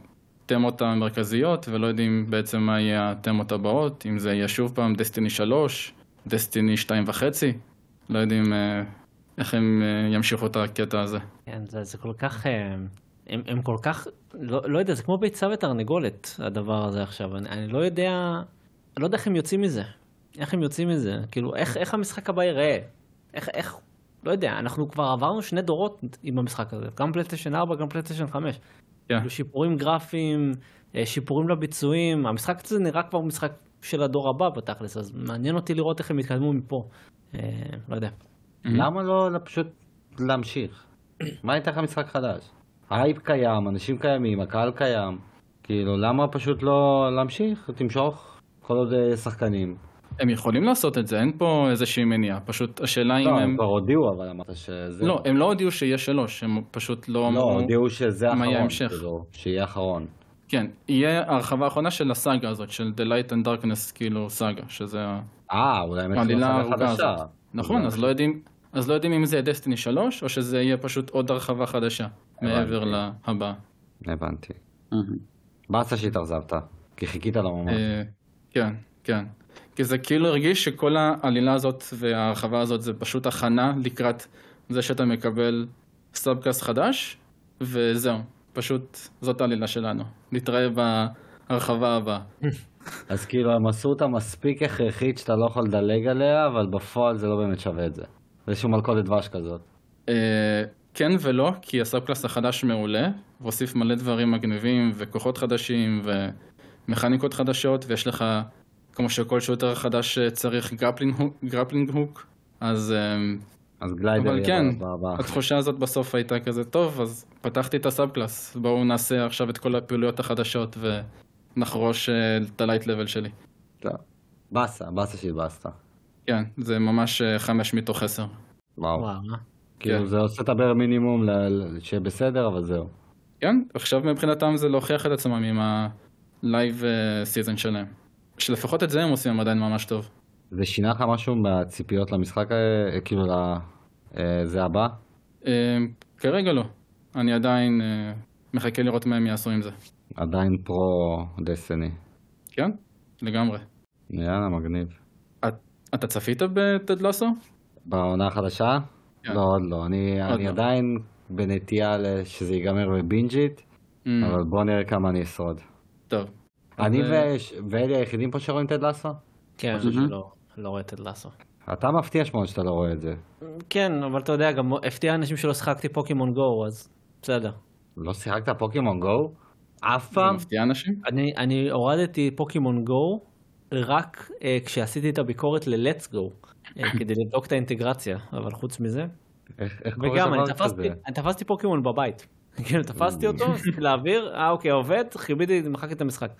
A: התמות המרכזיות, ולא יודעים בעצם מה יהיה התמות הבאות, אם זה יהיה שוב פעם דסטיני שלוש, דסטיני שתיים וחצי, לא יודעים אה, איך הם אה, ימשיכו את הקטע הזה.
C: כן, זה, זה כל כך, אה, הם, הם כל כך, לא, לא יודע, זה כמו ביצה ותרנגולת, הדבר הזה עכשיו. אני, אני לא יודע, אני לא יודע איך הם יוצאים מזה. איך הם יוצאים מזה? כאילו, איך, איך המשחק הבא ייראה? איך, איך, לא יודע, אנחנו כבר עברנו שני דורות עם המשחק הזה. גם פלייסטיישן ארבע, גם פלייסטיישן חמש.
A: כן.
C: כאילו, שיפורים גרפיים, אה, שיפורים לביצועים. המשחק הזה נראה כבר משחק של הדור הבא בתכלס, אז מעניין אותי לראות איך הם יתקדמו מפה. אה, לא יודע.
B: למה לא לא פשוט להמשיך? מה הייתה לך משחק חדש? ההייפ קיים, אנשים קיימים, הקהל קיים. כאילו, למה פשוט לא להמשיך? תמשוך כל עוד אה, שחקנים.
A: הם יכולים לעשות את זה, אין פה איזושהי מניעה, פשוט השאלה אם
B: לא,
A: הם...
B: הם כבר הודיעו, אבל אמרת שזה...
A: לא, הם לא הודיעו שיהיה שלוש, הם פשוט לא
B: לא,
A: אמרו...
B: הודיעו שזה
A: מה יהיה
B: אחרון,
A: ההמשך.
B: כאילו, שיהיה אחרון.
A: כן, יהיה הרחבה האחרונה של הסאגה הזאת, של The Light and Darkness, כאילו סאגה, שזה ה-
B: אה, אולי הם
A: העלילה
B: סאגה
A: הארוכה
B: חדשה.
A: הזאת. נכון, אז לא יודעים, אז לא יודעים אם זה יהיה דסטיני שלוש, או שזה יהיה פשוט עוד הרחבה חדשה, מעבר להבאה.
B: הבנתי. באסה שהתאכזבת, כי חיכית לה ממש.
A: אה, כן, כן. כי זה כאילו הרגיש שכל העלילה הזאת וההרחבה הזאת זה פשוט הכנה לקראת זה שאתה מקבל סאבקלאס חדש, וזהו, פשוט זאת העלילה שלנו. נתראה בהרחבה הבאה.
B: אז כאילו הם עשו אותה מספיק הכרחית שאתה לא יכול לדלג עליה, אבל בפועל זה לא באמת שווה את זה. זה איזשהו מלכודת דבש כזאת.
A: אה, כן ולא, כי הסאבקלאס החדש מעולה, והוסיף מלא דברים מגניבים וכוחות חדשים ומכניקות חדשות, ויש לך, כמו שכל שוטר חדש צריך גרפלינג הוק, אז...
B: אז גליידר
A: אבל כן,
B: הבא.
A: התחושה הזאת בסוף הייתה כזה טוב, אז פתחתי את הסאבקלאס, בואו נעשה עכשיו את כל הפעילויות החדשות ונחרוש את הלייט לבל שלי.
B: לא. בסה, בסה שהתבאסת.
A: כן, זה ממש חמש מתוך עשר.
B: וואו.
C: וואו.
B: כאילו
A: כן.
B: זה עושה את הבר מינימום ל- שיהיה בסדר, אבל זהו.
A: כן, עכשיו מבחינתם זה להוכיח את עצמם עם הלייב סיזן שלהם. שלפחות את זה הם עושים עדיין ממש טוב.
B: זה שינה לך משהו מהציפיות למשחק, אה, כאילו לזה הבא?
A: אה, כרגע לא. אני עדיין אה, מחכה לראות מה הם יעשו עם זה.
B: עדיין פרו דסטיני.
A: כן? לגמרי.
B: יאללה, מגניב.
A: את, אתה צפית בטד לסו?
B: בעונה החדשה?
A: כן.
B: לא, עוד לא. אני,
A: עוד
B: אני
A: לא.
B: עדיין בנטייה שזה ייגמר בבינג'ית,
A: Mm,
B: אבל בוא נראה כמה אני אשרוד.
A: טוב.
B: אני
A: אז,
B: ו- ואלי היחידים פה שרואים טד לסו?
C: כן, אני חושב שלא לא רואה את לסו.
B: אתה מפתיע שמונה שאתה לא רואה את זה.
C: כן, אבל אתה יודע, גם הפתיע אנשים שלא שיחקתי פוקימון גו, אז בסדר.
B: לא שיחקת פוקימון גו? אף
A: זה
B: פעם?
A: מפתיע אנשים?
C: אני, אני הורדתי פוקימון גו רק אה, כשעשיתי את הביקורת ל-Let's Go, אה, כדי לבדוק את האינטגרציה, אבל חוץ מזה.
B: איך, איך קורה
C: וגם, אני
B: דבר
C: תפסתי,
B: כזה?
C: אני תפסתי פוקימון בבית. כאילו, תפסתי אותו, ניסיתי להעביר, אה אוקיי, עובד, חיביתי, מחקתי את המשחק.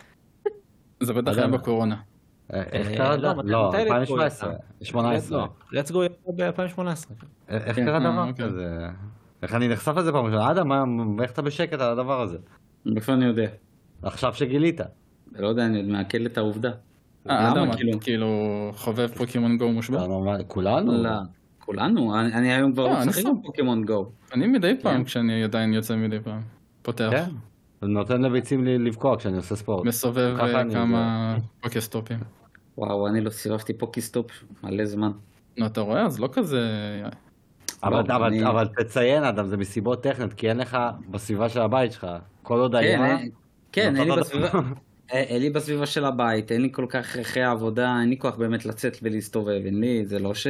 A: זה בטח היה בקורונה.
B: אה, איך
C: אה,
B: קרה?
C: לא, מתי-
B: לא,
C: מתי Let's Go
B: אלפיים שבע עשרה.
C: יצא?
B: שמונה עשרה.
C: Let's Go יצא ב-אלפיים שמונה עשרה.
B: איך
D: כן,
B: קרה
A: אה,
B: דבר
A: אוקיי.
B: כזה? איך אני נחשף לזה פעם ראשונה? אדם, מה- איך אתה בשקט על הדבר הזה?
D: איפה אני יודע?
B: עכשיו שגילית.
D: לא יודע, אני עוד מעכל את העובדה.
A: אה,
D: למה,
A: אדם,
D: כאילו?
A: את כאילו חובב פוקימון גו מושבע?
B: אתה נורמלי, כולנו?
D: לא, כולנו, אני, אני היום כבר
A: לא,
D: לא
A: אני
D: משחק
A: סתם.
D: עם פוקימון גו.
A: אני מדי פעם,
D: כן.
A: כשאני עדיין יוצא מדי פעם. פותח.
B: כן. זה נותן לביצים לי לבקוע כשאני עושה ספורט.
A: מסובב
B: ככה
A: אה,
B: אני
A: כמה פוקסטופים.
D: וואו, אני לא סירבתי פוקיסטופ מלא זמן.
A: נו, אתה רואה? אז לא כזה...
B: אבל,
D: לא,
B: אבל,
D: אני-
B: אבל תציין, אדם, זה מסיבות טכניות, כי אין לך בסביבה של הבית שלך. כל עוד
D: כן,
B: היה...
D: אה, כן, אין לי
B: אותו
D: בסביבה,
B: דבר.
D: אה, אין לי בסביבה של הבית, אין לי כל כך אחרי העבודה, אין לי כוח באמת לצאת ולהסתובב, אין לי, זה לא ש...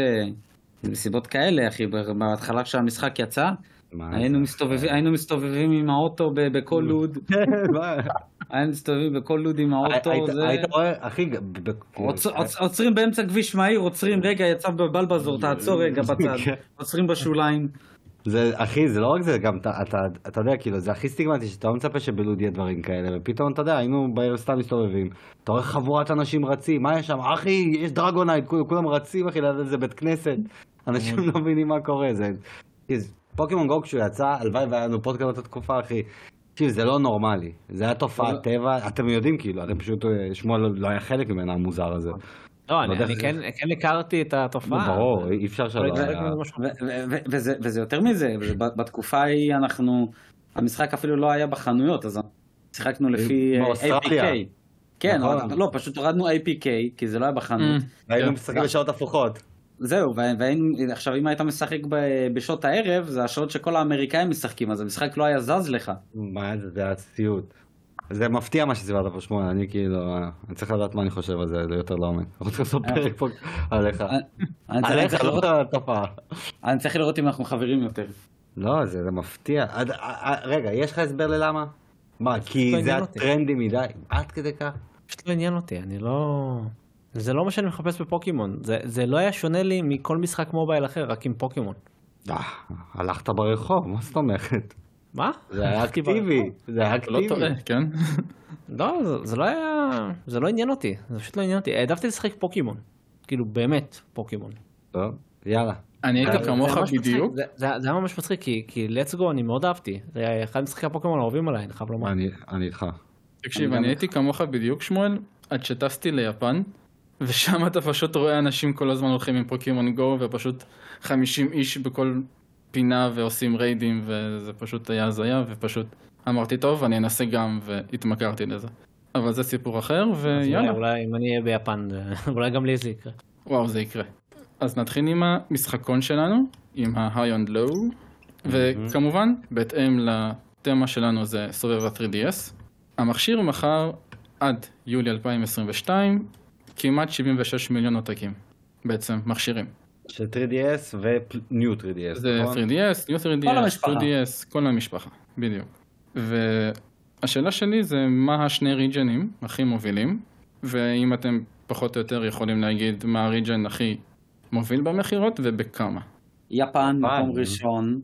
D: זה מסיבות כאלה, אחי, בהתחלה כשהמשחק יצא,
B: מה
D: היינו
B: זה?
D: מסתובבים, היינו מסתובבים עם האוטו ב- בכל לוד,
B: מה?
D: היינו מסתובבים בכל לוד עם האוטו,
B: היית-
D: זה...
B: היית רואה, אחי, ב- ב-
D: עוצ- עוצ- עוצרים באמצע כביש מהיר, עוצרים, רגע, יצא בבלבזור, תעצור רגע בצד,
B: כן.
D: עוצרים בשוליים.
B: זה, אחי, זה לא רק זה, גם אתה, אתה, אתה יודע, כאילו, זה הכי סטיגמטי, שאתה לא מצפה שבלוד יהיה דברים כאלה, ופתאום, אתה יודע, היינו בעיר סתם מסתובבים, אתה רואה חבורת אנשים רצים, מה יש שם? אחי, יש דרגונייט, כולם, כולם רצים, אחי, ליד איזה בית כנסת, אנשים לא מבינים מה קורה, זה... זה- פוקימון גו כשהוא יצא, הלוואי והיה לנו פודקאסט באותה תקופה, אחי, תקשיב, זה לא נורמלי, זה היה תופעת טבע, אתם יודעים, כאילו, אתם פשוט, שמואל לא היה חלק ממנה המוזר הזה.
C: לא, אני
B: יודע
C: אני
B: איך-
C: כן כן הכרתי את התופעה.
B: ברור, אי אפשר שלא
C: לא
B: היה...
C: הכרתי משהו.
D: ו- ו- ו- וזה, וזה יותר מזה, וזה ב- בתקופה ההיא אנחנו, המשחק אפילו לא היה בחנויות, אז שיחקנו לפי אה,
B: באוסטרליה.
D: איי פי קיי. כן,
B: נכון.
D: אבל- לא, פשוט הורדנו איי פי קיי, כי זה לא היה בחנות.
B: היינו
A: כן.
B: משחקים בשעות הפוכות.
D: זהו, וה- והיינו, עכשיו אם היית משחק ב- בשעות הערב, זה השעות שכל האמריקאים משחקים, אז המשחק לא היה זז לך.
B: מה זה, זה היה סיוט. זה מפתיע מה שסיפרת פה שמונה, אני כאילו, אני צריך לדעת מה אני חושב על זה, זה יותר לעומק. אנחנו צריכים לעשות פרק פה עליך.
D: אני צריך- אני
B: עליך,
D: צריך
B: לא
D: לראות-
B: על התופעה.
D: אני צריך לראות אם אנחנו חברים יותר.
B: לא, זה זה מפתיע. עד- ע- ע- רגע, יש לך הסבר ללמה? מה, כי
C: לא
B: זה היה
C: עניין אותי.
B: טרנדי מדי? עד כדי כך?
C: פשוט לא עניין אותי, אני לא... זה לא מה שאני מחפש בפוקימון, זה, זה לא היה שונה לי מכל משחק מובייל אחר, רק עם פוקימון.
B: אה, הלכת ברחוב, מה זאת אומרת?
C: מה?
B: זה היה
C: הלכתי
B: אקטיבי,
C: ברחוב.
B: זה היה
A: לא
B: אקטיבי.
A: טועה, כן?
C: לא, זה, זה לא היה... זה לא עניין אותי, זה פשוט לא עניין אותי. העדפתי לשחק פוקימון. כאילו, באמת פוקימון.
B: טוב, יאללה.
A: אני הייתי
C: זה-
A: כמוך
C: זה ממש מצחיק,
A: בדיוק.
C: זה, זה, זה היה ממש מצחיק, כי, כי Let's Go אני מאוד אהבתי. זה היה אחד משחקי הפוקימון האהובים עליי, אני חייב לומר.
B: אני אני איתך.
A: תקשיב,
D: אני גם-
A: אני הייתי כמוך בדיוק, שמואל, עד שטסתי ליפן, ושם אתה פשוט רואה אנשים כל הזמן הולכים עם פוקימון גו, ופשוט חמישים איש בכל פינה ועושים ריידים, וזה פשוט היה הזיה, ופשוט אמרתי, טוב, אני אנסה גם, והתמכרתי לזה. אבל זה סיפור אחר,
C: אז אולי,
A: ויאללה.
C: אולי אם אני אהיה ביפן, אולי גם לי זה יקרה.
A: וואו, זה יקרה. אז נתחיל עם המשחקון שלנו, עם ה-High on Low, וכמובן, בהתאם לתמה שלנו זה סובב ה-תרי די אס. המכשיר מכר עד יולי אלפיים עשרים ושתיים כמעט שבעים ושש מיליון עותקים, בעצם מכשירים.
B: של תרי די אס ו-New תרי די אס,
A: זה
B: נכון?
A: תרי די אס, New תרי די
D: כל
A: אס,
D: המשפחה.
A: טו די אס, כל המשפחה, בדיוק. והשאלה שלי זה מה השני ריג'נים הכי מובילים, ואם אתם פחות או יותר יכולים להגיד מה הריג'ן הכי מוביל במחירות ובכמה.
D: יפן, מקום
B: יפן.
D: ראשון,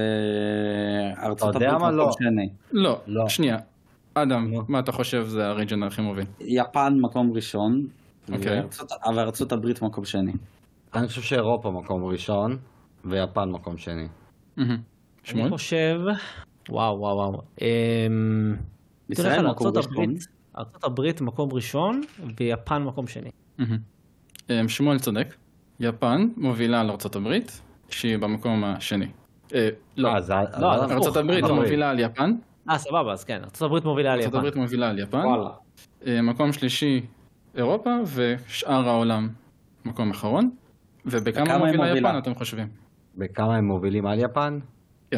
D: וארצות
B: אתה יודע
D: הברית
B: מה?
D: מקום
B: לא.
D: שני.
A: לא,
B: לא.
A: שנייה. אדם,
B: לא.
A: מה אתה חושב זה הריג'ן הכי מוביל?
D: יפן מקום ראשון,
A: אוקיי.
D: וארצות- וארצות הברית מקום שני.
B: אני חושב שאירופה מקום ראשון, ויפן מקום שני.
A: מהמם.
C: אני
A: שמואל?
C: חושב, וואו וואו וואו. אמ,
D: ישראל
C: תלך על
D: מקום
C: ארצות
D: ראשון.
C: הברית, ארצות הברית מקום ראשון, ויפן מקום שני.
A: מהמם. אמ, שמואל צודק. יפן מובילה על ארצות הברית, שהיא במקום השני. אה, לא,
B: אה, זה-
C: לא,
B: אז-
C: הפוך.
A: ארצות הברית
B: ארצות
A: מובילה על יפן.
C: אה, סבבה, אז כן, ארצות הברית מובילה על
A: ארצות
C: יפן.
A: הברית מובילה על יפן.
D: וואלה.
A: אה, מקום שלישי אירופה, ושאר העולם מקום אחרון. ובכמה
D: וכמה היא
A: מובילה
D: מובילה?
A: יפן אתם חושבים?
B: בכמה הם מובילים על יפן?
A: כן.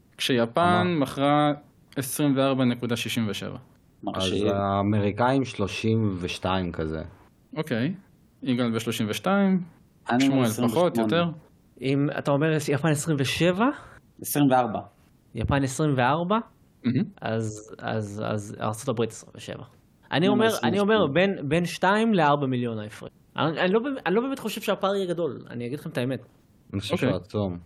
A: כשיפן
B: אמר.
A: מכרה עשרים וארבע נקודה שישים ושבע.
B: אז
D: מרשים.
B: האמריקאים שלושים ושתיים כזה.
A: אוקיי. יגאל ב-שלושים ושתיים,
D: אני
A: שמואל
D: עשרים
A: פחות,
D: ושמונה.
A: יותר.
C: אם אתה אומר יפן עשרים ושבע,
D: עשרים וארבע.
C: יפן עשרים וארבע,
A: מהמם.
C: אז, אז, אז ארצות הברית עשרים ושבע. אני
D: נו,
C: אומר,
D: עשרים
C: אני אומר
D: ושמונה.
C: בין, בין שתיים לארבע מיליון ההפרש. אני, אני, לא, באמת- אני לא באמת חושב שהפער יהיה גדול, אני אגיד לכם את האמת.
B: אני חושב
A: אוקיי.
B: שהוא עצום.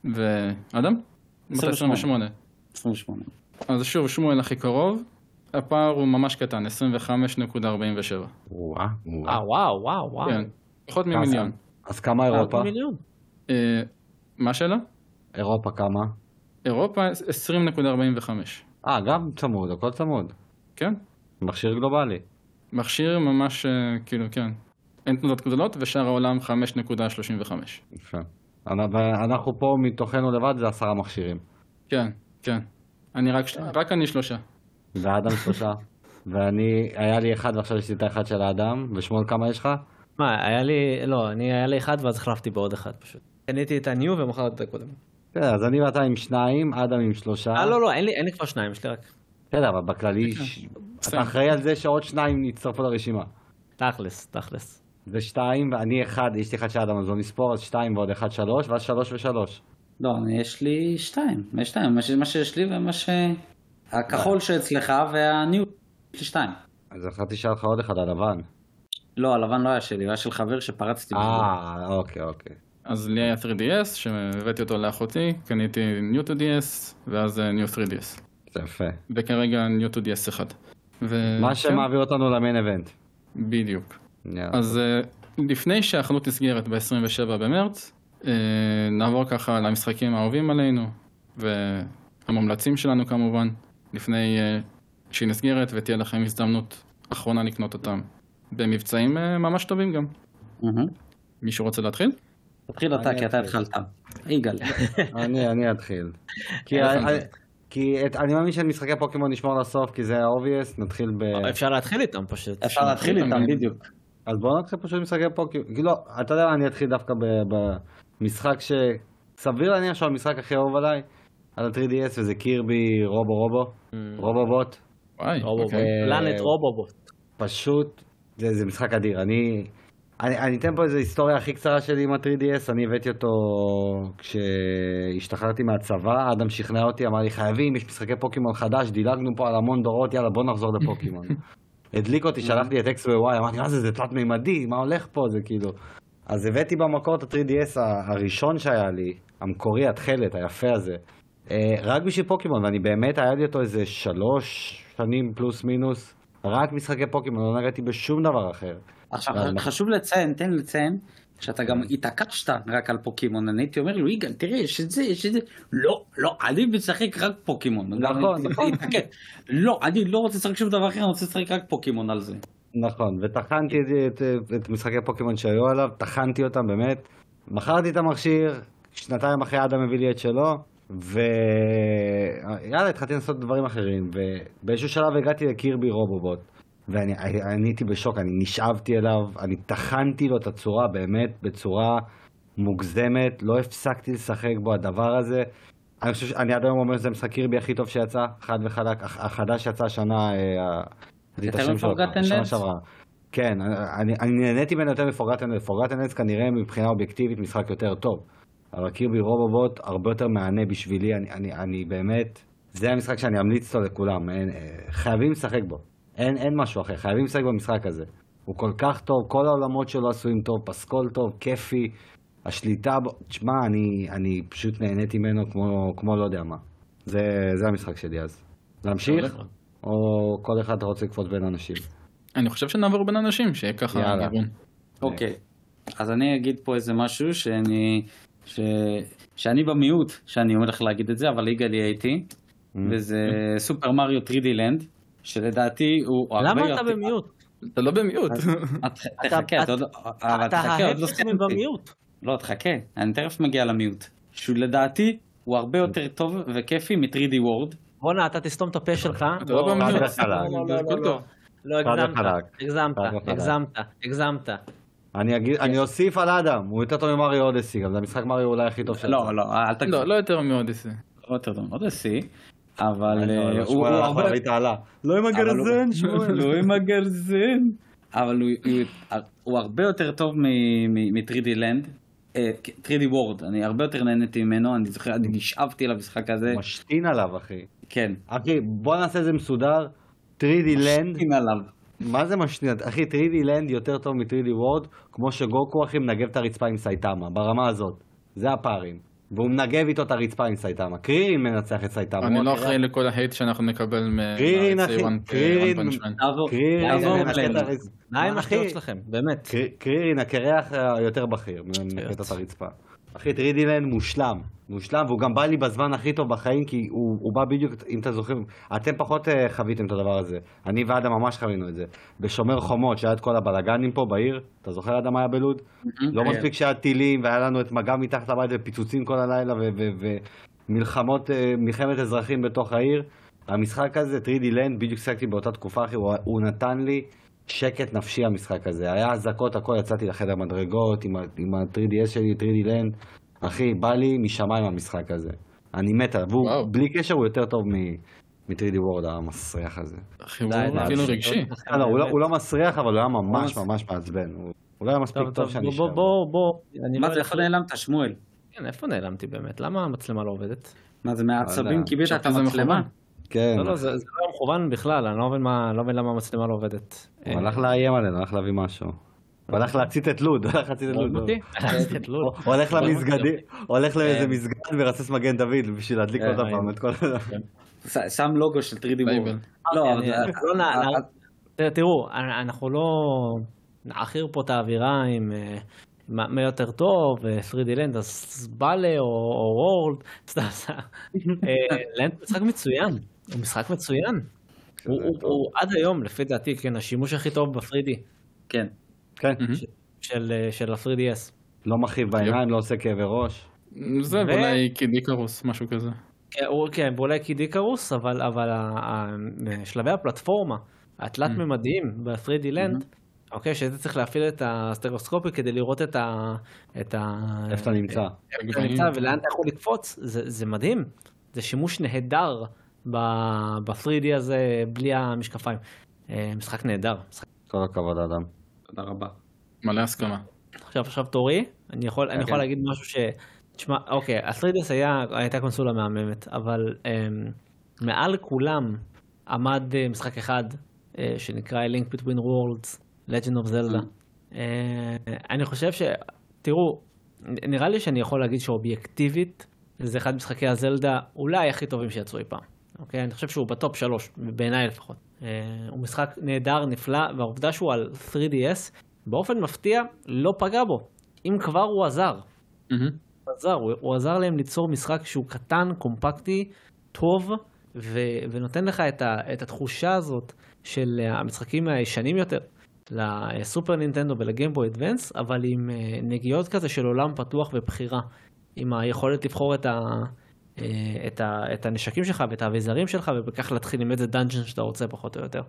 A: ואדם? מתי עשרים ושמונה.
D: עשרים ושמונה.
A: אז שוב, שמואל הכי קרוב. הפער הוא ממש קטן, עשרים וחמש נקודה ארבעים ושבע.
B: וואה, וואה.
C: אה, וואו, וואו, וואו.
A: כן, פחות ממיליון.
B: אז כמה אירופה?
C: ארבע מיליון.
A: אה, מה השאלה?
B: אירופה כמה?
A: אירופה עשרים נקודה ארבעים וחמש.
B: אה, גם צמוד, הכל צמוד.
A: כן?
B: מכשיר גלובלי.
A: מכשיר ממש, אה, כאילו, כן. אין תנודות גדולות, ושאר העולם חמש נקודה שלושים וחמש.
B: יפה. אנ- ואנחנו פה מתוכנו לבד זה עשרה מכשירים.
A: כן, כן. אני רק, של- רק אני שלושה.
B: ואדם שלושה. ואני, היה לי אחד ועכשיו יש לי את האחד של האדם. ושמואל כמה יש לך?
C: מה, היה לי, לא, אני היה לי אחד ואז החלפתי בעוד אחד פשוט. קניתי את הניו ומכרתי את הקודם.
B: כן, אז אני ואתה עם שניים, אדם עם שלושה.
C: אה, לא, לא, אין לי, אין לי כבר שניים, יש לי רק
B: בסדר, אבל בכללי, ש-
A: בסדר.
B: אתה אחראי על זה שעוד שניים יצטרפו לרשימה.
C: תכלס, תכלס.
B: זה שתיים, ואני אחד, יש לי אחד של האדם, אז לא נספור, אז שתיים ועוד אחד שלוש, ואז שלוש ושלוש.
D: לא, אני- יש לי שתיים. יש שתיים. מה ש- מה שיש לי ומה ש... הכחול שאצלך והניו. יש לי שתיים.
B: אז החלטתי שאל לך עוד אחד, הלבן.
D: לא, הלבן לא היה שלי, הוא היה של חבר שפרצתי. בו.
B: אה, אוקיי, אוקיי.
A: אז לי היה תרי די אס, שהבאתי אותו לאחותי, קניתי ניו טו די אס, ואז ניו תרי די אס.
B: זה יפה.
A: וכרגע ניו טו די אס אחד. ו-
B: מה
A: כן,
B: שמעביר אותנו למיין איבנט.
A: בדיוק.
B: יאללה.
A: אז אה, לפני שהחנות נסגרת ב-עשרים ושבעה במרץ, אה, נעבור ככה למשחקים האהובים עלינו, והמומלצים שלנו כמובן, לפני אה, שהיא נסגרת ותהיה לכם הזדמנות אחרונה לקנות אותם במבצעים אה, ממש טובים גם.
D: מהמם.
A: מישהו רוצה להתחיל?
D: תתחיל אתה,
B: אני
D: כי אתה
B: אתחיל.
D: התחלת. יגאל.
B: אני, אני אתחיל. כי,
A: איך
B: אני,
A: זה?
B: כי את, אני מאמין שאת משחקי פוקימון נשמור לסוף, כי זה obvious, נתחיל ב...
C: אפשר להתחיל איתם פשוט.
D: אפשר להתחיל איתם,
A: תמיד.
D: בדיוק.
B: אז בואו נתחיל פשוט משחקי פוקימון. כאילו, אתה יודע, אני אתחיל דווקא ב- במשחק שסביר להניח שהוא המשחק הכי אהוב עליי, על ה-תרי די אס, וזה קירבי רובו רובו, רובו בוט.
A: וואי,
C: רובובוט.
A: אוקיי.
C: פלנט רובובוט.
B: פשוט, זה, זה משחק אדיר. אני, אני, אני אתן פה איזו היסטוריה הכי קצרה שלי עם ה-תרי די אס, אני הבאתי אותו כשהשתחררתי מהצבא, אדם שכנע אותי, אמר לי חייבים, יש משחקי פוקימון חדש, דילגנו פה על המון דורות, יאללה בוא נחזור לפוקימון. הדליק אותי, שלח לי את אקס ווואי, אמרתי מה זה, זה תלת מימדי, מה הולך פה, זה כאילו. אז הבאתי במקור את ה-תרי די אס הראשון שהיה לי, המקורי, התכלת, היפה הזה, אה, רק בשביל פוקימון, ואני באמת, היה לי אותו איזה שלוש שנים פלוס מינוס, רק משחקי פוקימון, לא נגעתי בשום דבר אחר.
D: עכשיו,
B: ואז מה?
D: חשוב לציין, תן לציין, שאתה גם התעקשת רק על פוקימון. אני הייתי אומר לו, יגאל, תראה, יש את זה, יש את זה. לא, לא, אני משחק רק פוקימון.
B: נכון,
D: אני-
B: נכון.
D: התעקש. לא, אני לא רוצה לשחק שום דבר אחר, אני רוצה לשחק רק פוקימון על זה.
B: נכון, וטחנתי את, את, את משחקי פוקימון שהיו עליו, טחנתי אותם באמת, מכרתי את המכשיר, שנתיים אחרי אדם הביא לי את שלו, ויאללה, התחלתי לעשות דברים אחרים, ובאיזשהו שלב הגעתי לקירבי רובובוט, ואני אני הייתי בשוק, אני נשאבתי אליו, אני טחנתי לו את הצורה באמת בצורה מוגזמת, לא הפסקתי לשחק בו הדבר הזה. אני חושב שאני עד היום אומר שזה משחק קירבי הכי טוב שיצא, חד וחלק, החדש שיצא השנה,
D: יותר מפורגטן לנדס?
B: כן, אני, אני נהניתי ממנו יותר מפורגטן לנדס, פורגטן לנדס כנראה מבחינה אובייקטיבית משחק יותר טוב, אבל קירבי רובובוט הרבה יותר מענה בשבילי, אני, אני, אני באמת, זה המשחק שאני אמליץ לו לכולם, אין, חייבים לשחק בו, אין, אין משהו אחר, חייבים לשחק במשחק הזה, הוא כל כך טוב, כל העולמות שלו עשויים טוב, פסקול טוב, כיפי, השליטה בו, תשמע, אני, אני פשוט נהניתי ממנו כמו, כמו לא יודע מה, זה, זה המשחק שלי אז. להמשיך? או כל אחד רוצה לקפוץ בין אנשים?
A: אני חושב שנעבור בין אנשים, שיהיה ככה גיוון.
D: אוקיי, אז אני אגיד פה איזה משהו שאני, ש... שאני במיעוט, שאני הולך להגיד את זה, אבל יגאל יהיה איתי, וזה סופר מריו תרי די לנד, שלדעתי הוא הרבה יותר...
C: למה אתה במיעוט?
A: אתה לא במיעוט.
D: תחכה, אבל תחכה, עוד לא סיימתי.
C: במיעוט.
D: לא, תחכה, אני תכף מגיע למיעוט. שלדעתי הוא הרבה יותר טוב וכיפי מ-תרי די וורד.
C: בוא'נה, אתה תסתום את הפה שלך.
A: אתה לא במיעוט.
C: לא, הגזמת, הגזמת, הגזמת, הגזמת.
B: אני אוסיף על אדם, הוא יותר טוב ממריו אודיסי, גם זה המשחק מריו אולי הכי טוב שלך.
D: לא, לא, אל תגזים.
A: לא, לא יותר מאודיסי.
D: לא יותר טוב מאודיסי, אבל
B: הוא הרבה... לא עם הגרזן, שמואל.
D: לא עם הגרזן. אבל הוא הרבה יותר טוב מ-תרי די לנד. תרי די וורד, אני הרבה יותר נהניתי ממנו, אני זוכר, אני נשאבתי למשחק הזה.
B: משתין עליו, אחי.
D: כן.
B: אחי, בוא נעשה זה מסודר. תרי די לנד.
D: משתין עליו.
B: מה זה משתין? אחי, תרי די לנד יותר טוב מ-תרי די וורד, כמו שגוקו, אחי, מנגב את הרצפה עם סייטאמה, ברמה הזאת. זה הפערים. והוא מנגב איתו את הרצפה עם סייטאמה. קרירין מנצח את סייטאמה.
A: אני לא אחראי לכל ההייט שאנחנו נקבל מ...
B: קרירין, אחי. קרירין. קרירין.
C: מה עם השטויות שלכם? באמת.
B: קרירין, הקרח היותר בכיר. מנגב את הרצפה. אחי, תרי די לנד מושלם. מושלם, והוא גם בא לי בזמן הכי טוב בחיים, כי הוא, הוא בא בדיוק, אם אתה זוכרים, אתם פחות uh, חוויתם את הדבר הזה. אני ואדם ממש חווינו את זה. בשומר חומות, שהיה את כל הבלגנים פה בעיר, אתה זוכר אדם היה בלוד? לא מספיק שהיה טילים, והיה לנו את מגע מתחת לבית ופיצוצים כל הלילה, ומלחמות, מלחמת אזרחים בתוך העיר. המשחק הזה, תרי די לנד, בדיוק שחקתי באותה תקופה, אחי, הוא, הוא נתן לי שקט נפשי המשחק הזה. היה הזקות, הכל, יצאתי לחדר מדרגות, עם, עם ה-תרי די אס שלי, תרי די לנד. אחי, בא לי משמיים המשחק הזה. אני מת עליו, והוא בלי קשר הוא יותר טוב מ-תרי די וורד המסריח הזה.
A: אחי, הוא אפילו רגשי.
B: הוא לא מסריח, אבל הוא היה ממש ממש מעצבן. הוא לא היה מספיק טוב שאני אשאר.
C: בוא, בוא, בוא.
D: מה זה, איפה נעלמת, שמואל?
C: כן, איפה נעלמתי באמת? למה המצלמה לא עובדת?
D: מה זה, מהעצבים קיבלת את המצלמה?
B: כן.
C: לא, לא, זה לא מכוון בכלל, אני לא מבין למה המצלמה לא עובדת.
B: הוא הלך לאיים עלינו, הלך להביא משהו. הוא הלך להצית את לוד, הולך להצית את לוד. הוא הולך למסגדי, הולך לאיזה מסגד ורסס מגן דוד בשביל להדליק עוד הפעם את כל זה.
D: שם לוגו של תרי די וורד.
C: לא, תראו, אנחנו לא נעכיר פה את האווירה עם מה יותר טוב, תרי די לנד, אז באלה או וורלד, סתם, לנד משחק מצוין, הוא משחק מצוין. הוא עד היום, לפי דעתי, כן, השימוש הכי טוב ב-תרי די.
D: כן.
B: כן.
C: של ה-תרי די אס.
B: לא מכאיב בעיניים, לא עושה כאבי ראש.
A: זה ואולי קיד איקרוס, משהו כזה.
C: כן, ואולי קיד איקרוס, אבל שלבי הפלטפורמה, התלת ממדיים ב-תרי די לנד, אוקיי, שאתה צריך להפעיל את הסטרוסקופי כדי לראות את ה... איפה
B: אתה נמצא.
C: איפה אתה נמצא ולאן אתה יכול לקפוץ, זה מדהים. זה שימוש נהדר ב-תרי די הזה בלי המשקפיים. משחק נהדר.
B: כל הכבוד אדם.
D: תודה רבה.
A: מלא הסכמה.
C: עכשיו, עכשיו תורי, אני יכול, אני יכול להגיד משהו ש... תשמע, אוקיי, ה-תרי די אס היה, הייתה קונסולה מהממת, אבל um, מעל כולם עמד uh, משחק אחד uh, שנקרא Link Between Worlds, Legend of Zelda. Uh, אני חושב ש... תראו, נראה לי שאני יכול להגיד שאובייקטיבית, זה אחד משחקי הזלדה אולי הכי טובים שיצאו אי פעם. אוקיי? אני חושב שהוא בטופ שלוש, בעיניי לפחות. Uh, הוא משחק נהדר, נפלא, והעובדה שהוא על תרי די אס, באופן מפתיע, לא פגע בו. אם כבר הוא עזר. Mm-hmm. הוא עזר, הוא, הוא עזר להם ליצור משחק שהוא קטן, קומפקטי, טוב, ו, ונותן לך את, ה, את התחושה הזאת של המשחקים הישנים יותר, לסופר נינטנדו ולגיימבוי אדוונס, אבל עם נגיעות כזה של עולם פתוח ובחירה, עם היכולת לבחור את, ה, את, ה, את הנשקים שלך ואת האביזרים שלך, ובכך להתחיל עם איזה דאנג'ן שאתה רוצה פחות או יותר.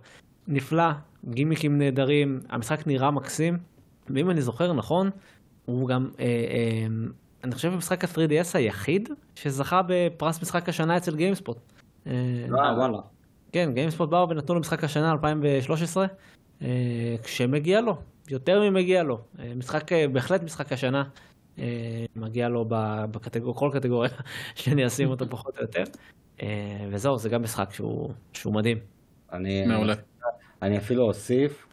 C: נפלא, גימיקים נהדרים, המשחק נראה מקסים, ואם אני זוכר נכון, הוא גם, אה, אה, אני חושב במשחק ה-תרי די אס היחיד שזכה בפרס משחק השנה אצל גיימספוט. אה,
D: וואלה.
C: כן, גיימספוט באו ונתנו לו משחק השנה אלפיים ושלוש עשרה, אה, כשמגיע לו, יותר ממגיע לו. אה, משחק, אה, בהחלט משחק השנה, אה, מגיע לו בקטגור, כל קטגוריה שאני אשים אותו פחות או יותר. אה, וזהו, זה גם משחק שהוא, שהוא מדהים.
B: אני,
A: מעולה.
B: אני אפילו אוסיף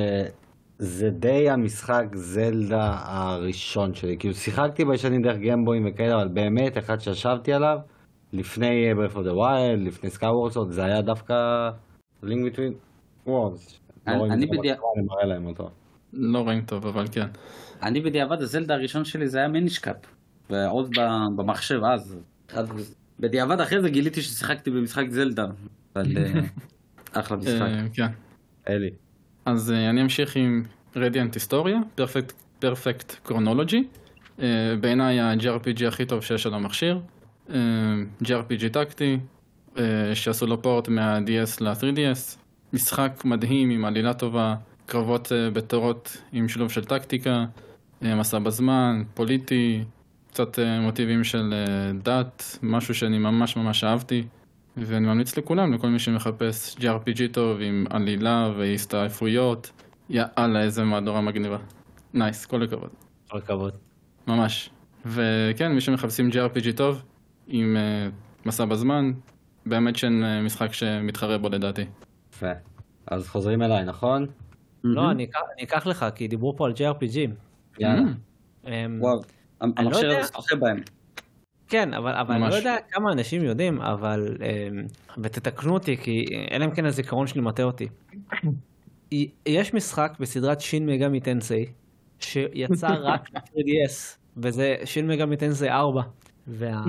B: שזה די המשחק זלדה הראשון שלי. כאילו שיחקתי בשנים דרך גיימבויים וכאלה, אבל באמת אחד שישבתי עליו לפני Breath of the Wild, לפני Skyward Sword, זה היה דווקא Link Between Worlds.
D: אני-
B: לא רואים
D: אני
B: אותו
D: בדיע-
B: בצורה, אני מראה להם אותו.
A: לא רואים טוב, אבל כן.
D: אני בדיעבד, הזלדה הראשון שלי זה היה מינישקאפ, ועוד ב- במחשב אז. אז בדיעבד אחרי זה גיליתי ששיחקתי במשחק זלדה, אבל אה, אחלה משחק.
A: אה, כן.
B: אלי.
A: אז אה, אני אמשיך עם רדיאנט היסטוריה, פרפקט פרפקט קרונולוגי. בעיניי ה-ג'י אר פי ג'י הכי טוב שיש על המכשיר. אה, ג'י אר פי ג'י טקטי, אה, שעשו לו פורט מה-די אס ל-תרי די אס. משחק מדהים עם עלילה טובה, קרבות אה, בתורות עם שילוב של טקטיקה, אה, מסע בזמן, פוליטי, קצת אה, מוטיבים של אה, דת, משהו שאני ממש ממש אהבתי. ואני ממליץ לכולם, לכל מי שמחפש ג'י אר פי ג'י טוב עם עלילה והסתעפויות, יאללה איזה מהדורה מגניבה. נייס, כל הכבוד.
C: כל הכבוד.
A: ממש. וכן, מי שמחפשים ג'י אר פי ג'י טוב עם uh, מסע בזמן, באמת שאין uh, משחק שמתחרה בו לדעתי.
B: יפה. אז חוזרים אליי, נכון?
C: לא, אני אקח- אני אקח לך, כי דיברו פה על ג'י אר פי ג'י.
B: יאללה.
C: אמ,
D: וואו,
C: אני לא
D: המכשיר
C: יודע-
D: הזה שוחה בהם.
C: כן, אבל, אבל אני
A: ממש.
C: לא יודע כמה אנשים יודעים, אבל, אמ, ותתקנו אותי, כי אלא אם כן הזיכרון שלי מטעה אותי. י- יש משחק בסדרת שין מגמי טנסי, שיצא רק ל-תרי די אס, וזה שין מגמי טנסי ארבע. וה...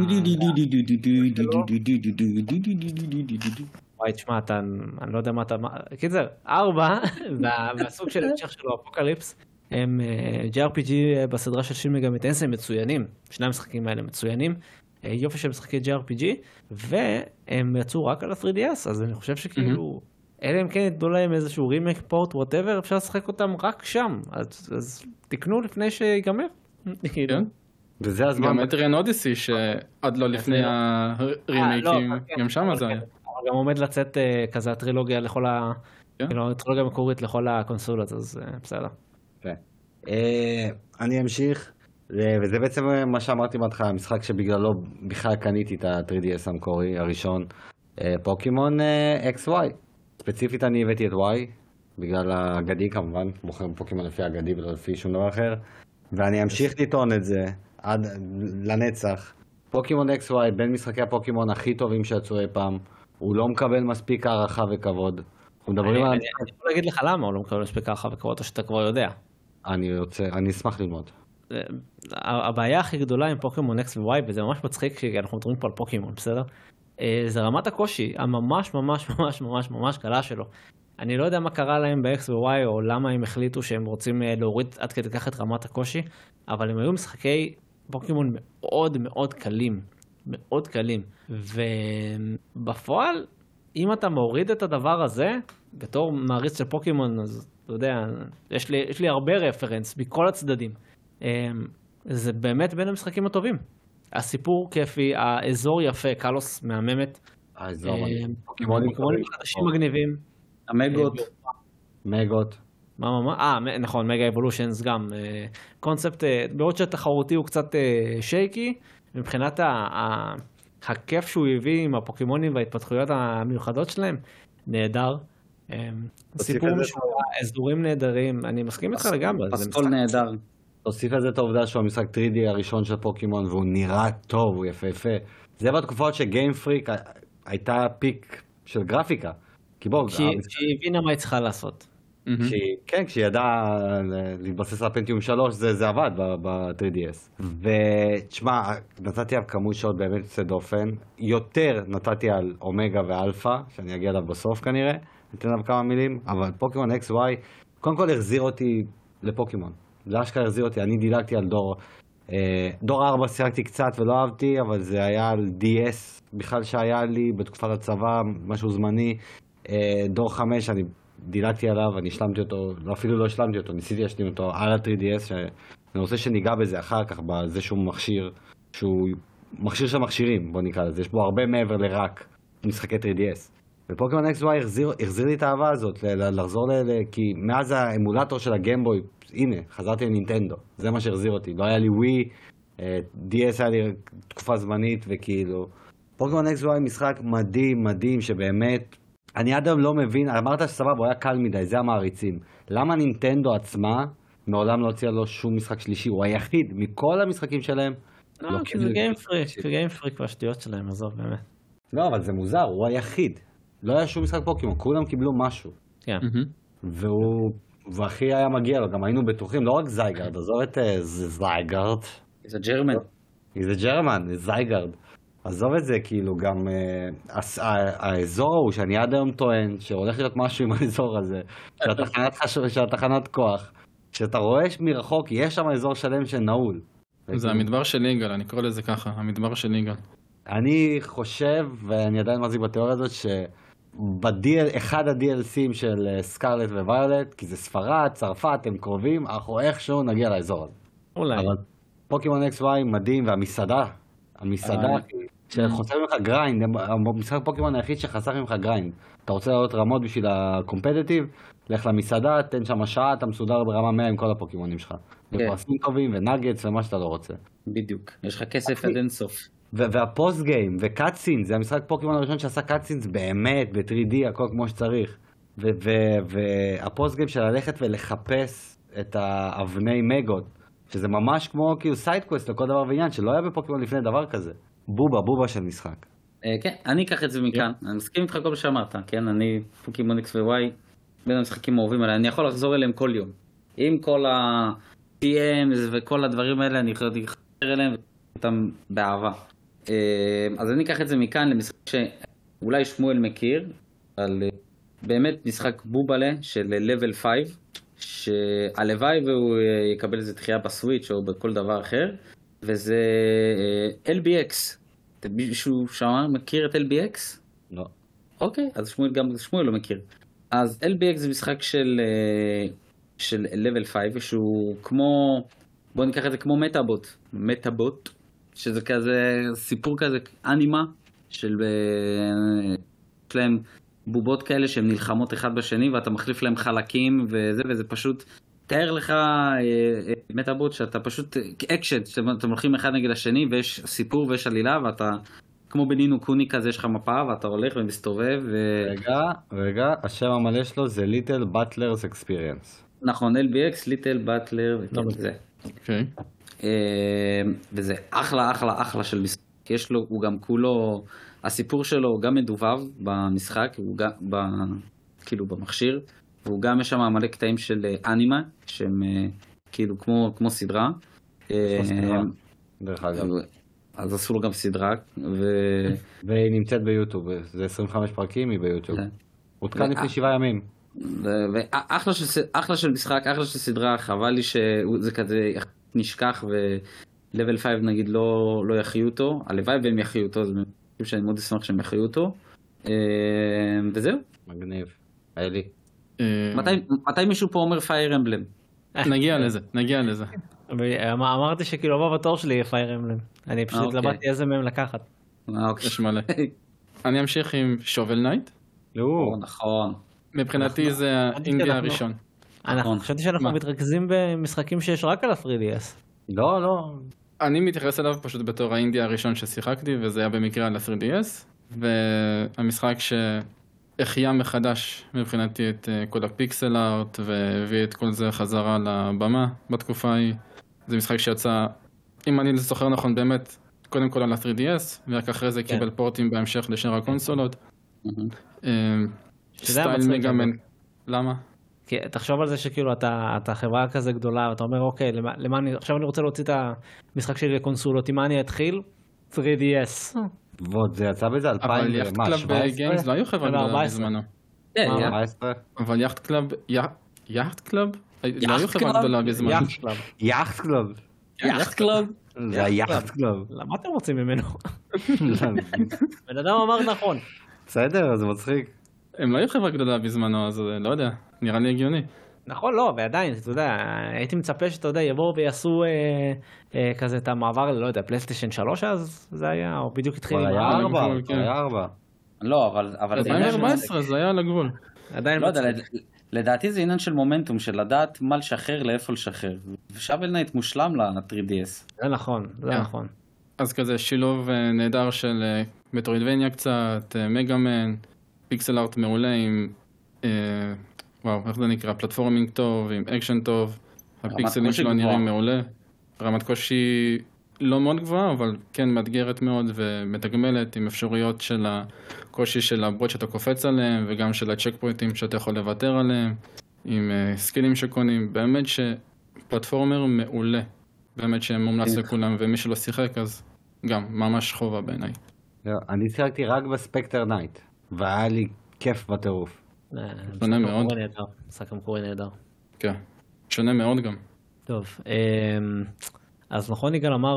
C: וואי, תשמע, אתה, אני לא יודע מה אתה, מה- קיצר, ארבע, וה- והסוג של המשך שלו, אפוקליפס, הם אה, ג'י אר פי ג'י בסדרה של שין מגמי טנסי מצוינים, שני המשחקים האלה מצוינים, אה, יופי של משחקי ג'י אר פי ג'י, והם יצאו רק על ה-תרי די אס, אז אני חושב שכאילו, אלא אם כן יתנו להם איזשהו רימייק פורט, whatever, אפשר לשחק אותם רק שם, אז, אז תקנו לפני שיגמר. כאילו.
A: כן.
B: וזה הזמן.
A: גם את רן אודיסי שעד לא לפני
C: אה,
A: הרימייקים,
C: לא, כן,
A: גם שם
C: אבל
A: זה
C: כן.
A: היה.
C: אבל גם עומד לצאת אה, כזה הטרילוגיה לכל ה...
A: כן.
C: כאילו, הטרילוגיה המקורית לכל הקונסולות, אז אה, בסדר.
B: אה, אני אמשיך, אה, וזה בעצם מה שאמרתי בהתחלה, המשחק שבגללו בכלל קניתי את ה-תרי די אס המקורי הראשון, אה, פוקימון אה, אקס וואי. ספציפית אני הבאתי את וואי, בגלל האגדי כמובן, בוחר פוקימון לפי האגדי ולא לפי שום דבר אחר, ואני אמשיך לטעון את זה עד לנצח. פוקימון אקס וואי בין משחקי הפוקימון הכי טובים שיצאו אי פעם, הוא לא מקבל מספיק הערכה וכבוד. אנחנו מדברים
C: אני
B: על...
C: אני- אני יכול להגיד לך למה הוא לא מקבל מספיק ככה וכבוד, או שאתה כבר יודע.
B: אני רוצה, אני אשמח ללמוד.
C: אה, הבעיה הכי גדולה עם פוקימון אקס ו-וואי, וזה ממש מצחיק שאנחנו מדברים פה על פוקימון, בסדר? אה, זה רמת הקושי הממש ממש ממש ממש ממש קלה שלו. אני לא יודע מה קרה להם ב-X ו-Y, או למה הם החליטו שהם רוצים אה, להוריד עד כדי כך את רמת הקושי, אבל הם היו משחקי פוקימון מאוד מאוד קלים, מאוד קלים. ובפועל, אם אתה מוריד את הדבר הזה, בתור מעריץ של פוקימון, אז אתה יודע, יש לי, יש לי הרבה רפרנס מכל הצדדים. אה, זה באמת בין המשחקים הטובים. הסיפור כיפי, האזור יפה, קלוס מהממת.
B: האזור,
C: אה,
B: פוקימונים
C: פוקימונים חדשים מגניבים.
D: המגות.
B: מגות.
C: מה מה מה? אה, מ- נכון, מגה אבולושנס גם. אה, קונספט, אה, בעוד שהתחרותי הוא קצת אה, שייקי, מבחינת ה- ה- הכיף שהוא הביא עם הפוקימונים וההתפתחויות המיוחדות שלהם, נהדר. אה, סיפור
B: את זה
C: משוגע, אזורים נהדרים, אני מסכים איתך לגמרי. זה
D: פסקול
C: משחק-
D: נהדר.
B: תוסיף לזה את העובדה שהוא המשחק תרי די הראשון של פוקימון והוא נראה טוב, הוא יפהפה. זה בתקופות שגיים פריק הייתה פיק של גרפיקה. כי בואו,
C: כשהיא כשהיא הבינה מה היא צריכה לעשות.
A: מהמם.
B: כשהיא- כן, כשהיא ידעה להתבסס על פנטיום שלוש, זה, זה עבד ב-תרי די אס. ותשמע, נתתי עליו כמות שעות באמת יוצא דופן. יותר נתתי על אומגה ואלפא, שאני אגיע אליו בסוף כנראה, ניתן עליו כמה מילים, אבל פוקימון אקס וואי, קודם כל החזיר אותי לפוקימון. זה אשכרה החזיר אותי, אני דילגתי על דור... אה, דור ארבע שיחקתי קצת ולא אהבתי, אבל זה היה על די אס בכלל שהיה לי בתקופת הצבא, משהו זמני. אה, דור חמש אני דילגתי עליו, אני השלמתי אותו, לא, אפילו לא השלמתי אותו, ניסיתי להשלים אותו על ה-תרי די אס, שאני רוצה שניגע בזה אחר כך, בזה שהוא מכשיר, שהוא מכשיר של מכשירים, בוא נקרא לזה, יש בו הרבה מעבר לרק משחקי תרי די אס. ופוקימון אקס וואי החזיר, החזיר לי את האהבה הזאת, לחזור ל... כי מאז האמולטור של הגיימבוי, הנה, חזרתי לנינטנדו, זה מה שהחזיר אותי, לא היה לי ווי, די אס היה לי תקופה זמנית, וכאילו, פוקימון אקס וואי משחק מדהים, מדהים, שבאמת, אני עד היום לא מבין, אמרת שסבבה, הוא היה קל מדי, זה המעריצים. למה נינטנדו עצמה מעולם לא הוציאה לו שום משחק שלישי? הוא היחיד מכל המשחקים שלהם.
C: לא, כי זה גיים פרי, זה גיים פרי כבר שטויות שלהם, עזוב באמת.
B: לא, אבל זה מוזר, הוא היחיד. לא היה שום משחק פוקימון, כולם קיבלו משהו.
C: כן.
B: והוא, והכי היה מגיע לו, גם היינו בטוחים, לא רק זייגרד, עזוב את זייגרד.
D: זה ג'רמן.
B: זה ג'רמן, זה זייגרד. עזוב את זה, כאילו גם אה, אה, האזור ההוא שאני עד היום טוען שהולך להיות משהו עם האזור הזה, שהתחנת, שהתחנת כוח, שאתה רואה מרחוק, יש שם אזור שלם שנעול.
A: זה המדבר של יגאל, אני קורא לזה ככה, המדבר של יגאל.
B: אני חושב, ואני עדיין מחזיק בתיאוריה הזאת, שבאחד ה-די אל סי'ים של סקארלט וויולט, כי זה ספרד, צרפת, הם קרובים, אנחנו איכשהו נגיע לאזור הזה.
C: אולי.
B: אבל פוקימון אקס וואי מדהים, והמסעדה, המסעדה שחוסר ממך גריינד, המשחק פוקימון היחיד שחסך ממך גריינד. אתה רוצה לעלות רמות בשביל הקומפטיטיב, לך למסעדה, תן שם שעה, אתה מסודר ברמה מאה עם כל הפוקימונים שלך. ופרסים טובים ונאגטס ומה שאתה לא רוצה.
D: בדיוק, יש לך כסף עד אינסוף.
B: והפוסט גיים וקאטסינס, זה המשחק פוקימון הראשון שעשה קאטסינס באמת ב-תרי די, הכל כמו שצריך. והפוסט גיים של ללכת ולחפש את האבני מגות, שזה ממש כמו כאילו סיידקווסט לכל דבר ועניין, שלא היה בפוקימון לפני דבר כזה. בובה, בובה של משחק.
D: כן, אני אקח את זה מכאן, אני מסכים איתך כל מה שאמרת, כן, אני פוקימון אקס ווואי, בין המשחקים האהובים עליי, אני יכול לחזור אליהם כל יום. עם כל ה-פי אמס וכל הדברים האלה, אני יכול לחזור אליהם ואותם באהבה. אז אני אקח את זה מכאן למשחק שאולי שמואל מכיר, על באמת משחק בובלה של לבל חמש, שהלוואי והוא יקבל איזה דחייה בסוויץ' או בכל דבר אחר, וזה אל בי אקס. מישהו שמע מכיר את אל בי אקס?
B: לא.
D: אוקיי, אז שמואל גם שמואל לא מכיר. אז אל בי אקס זה משחק של של לבל חמש, שהוא כמו, בוא ניקח את זה כמו מטאבוט, מטאבוט, שזה כזה סיפור כזה אנימה של יש להם בובות כאלה שהן נלחמות אחד בשני ואתה מחליף להם חלקים וזה, וזה פשוט תאר לך מטאבוט שאתה פשוט אקשן, שאתם הולכים אחד נגד השני ויש סיפור ויש עלילה ואתה כמו בנינו קוני כזה, יש לך מפה ואתה הולך ומסתובב ו...
B: רגע, רגע, השם המלא שלו זה Little Butler's Experience.
D: נכון, אל בי אקס, Little Butler, זה.
A: אוקיי.
D: וזה אחלה אחלה אחלה של משחק, יש לו, הוא גם כולו, הסיפור שלו גם מדובב במשחק, הוא גם, ב, כאילו במכשיר, והוא גם יש שם מלא קטעים של אנימה, שהם כאילו כמו, כמו סדרה.
B: דרך אגב.
D: אז עשו לו גם סדרה. ו...
B: והיא נמצאת ביוטיוב, זה עשרים וחמישה פרקים, היא ביוטיוב. הוא תקן לפני שבעה ימים.
D: ואחלה של, אחלה של משחק, אחלה של סדרה, חבל לי שזה כזה נשכח ולבל חמש נגיד לא, לא יחיו אותו, הלוואי והם יחיו אותו, זה משהו שאני מאוד אשמח שהם יחיו אותו, וזהו.
B: מגניב, היה לי.
D: מתי, מתי מישהו פה אומר פייר אמבלם?
A: נגיע לזה, נגיע לזה.
C: אמרתי שכאילו הבא בתור שלי יהיה פייר אמבלם, אני פשוט למדתי איזה מהם לקחת.
A: יש מלא. אני אמשיך עם שובל נייט.
D: נכון.
A: מבחינתי זה האינדיה הראשון.
C: אנחנו חשבתי שאנחנו מתרכזים במשחקים שיש רק על ה-תרי די אס.
B: לא, לא.
A: אני מתייחס אליו פשוט בתור האינדיה הראשון ששיחקתי, וזה היה במקרה על ה-תרי די אס, והמשחק שהחיה מחדש מבחינתי את כל הפיקסל ארט, והביא את כל זה חזרה לבמה בתקופה ההיא. זה משחק שיצא, אם אני זוכר נכון באמת, קודם כל על ה-תרי די אס, ורק אחרי זה קיבל פורטים בהמשך לשאר הקונסולות. סטייל מגאמן. למה?
C: כי תחשוב על זה שכאילו אתה, אתה חברה כזה גדולה, ואתה אומר, אוקיי, למה, למה אני, עכשיו אני רוצה להוציא את המשחק שלי לקונסולות, עם מה אני אתחיל? תרי די אס.
B: ועוד זה יצא בזה אלפיים,
A: אבל יאכט קלאב גיימס לא היו חברה גדולה בזמנו. אבל יאכט קלאב, יאכט קלאב? לא היו חברה גדולה בזמנו.
B: יאכט קלאב.
D: יאכט קלאב?
B: זה היאכט קלאב.
C: למה אתם רוצים ממנו? בן אדם אמר נכון.
B: בסדר, זה מצחיק.
A: הם לא היו חברה גדולה בזמנו, אז לא יודע, נראה לי הגיוני.
C: נכון, לא, ועדיין, אתה יודע, הייתי מצפה שאתה יודע, יבואו ויעשו אה, אה, כזה את המעבר, לא יודע, פלייסטיישן שלוש אז זה היה, או בדיוק התחיל עם
B: היה
C: ה-
B: ארבע,
A: כן.
B: היה ארבע.
D: לא, אבל... אבל זה עניין של-
A: אלפיים וארבע עשרה זה היה על הגבול.
C: עדיין
D: לא יודע,
C: מצחיק.
D: לד- לדעתי זה עניין של מומנטום, של לדעת מה לשחרר, לאיפה לשחרר. ושאבל נייט מושלם ל-תרי די אס.
C: זה נכון, זה
A: כן.
C: נכון.
A: אז כזה שילוב אה, נהדר של אה, מטרוידבניה קצת, אה, מגאמן, פיקסל ארט מעולה עם, אה, וואו, איך זה נקרא? פלטפורמינג טוב, עם אקשן טוב, הפיקסלים
D: קושי
A: שלו
D: גבוהה.
A: נראים מעולה. רמת קושי לא מאוד גבוהה, אבל כן מאתגרת מאוד ומתגמלת עם אפשרויות של הקושי של הבוט שאתה קופץ עליהם, וגם של הצ'ק פוינטים שאתה יכול לוותר עליהם, עם אה, סקילים שקונים, באמת שפלטפורמר מעולה. באמת שמומלץ לכולם, ומי שלא שיחק אז גם, ממש חובה בעיניי.
B: לא, אני שיחקתי רק בספקטר נייט, והיה לי כיף בטירוף.
C: אה,
A: שונה
C: משחק
A: מאוד.
C: המקורי נהדר, משחק המקורי נהדר.
A: כן, שונה מאוד גם.
C: טוב, אמ, אז נכון יגאל אמר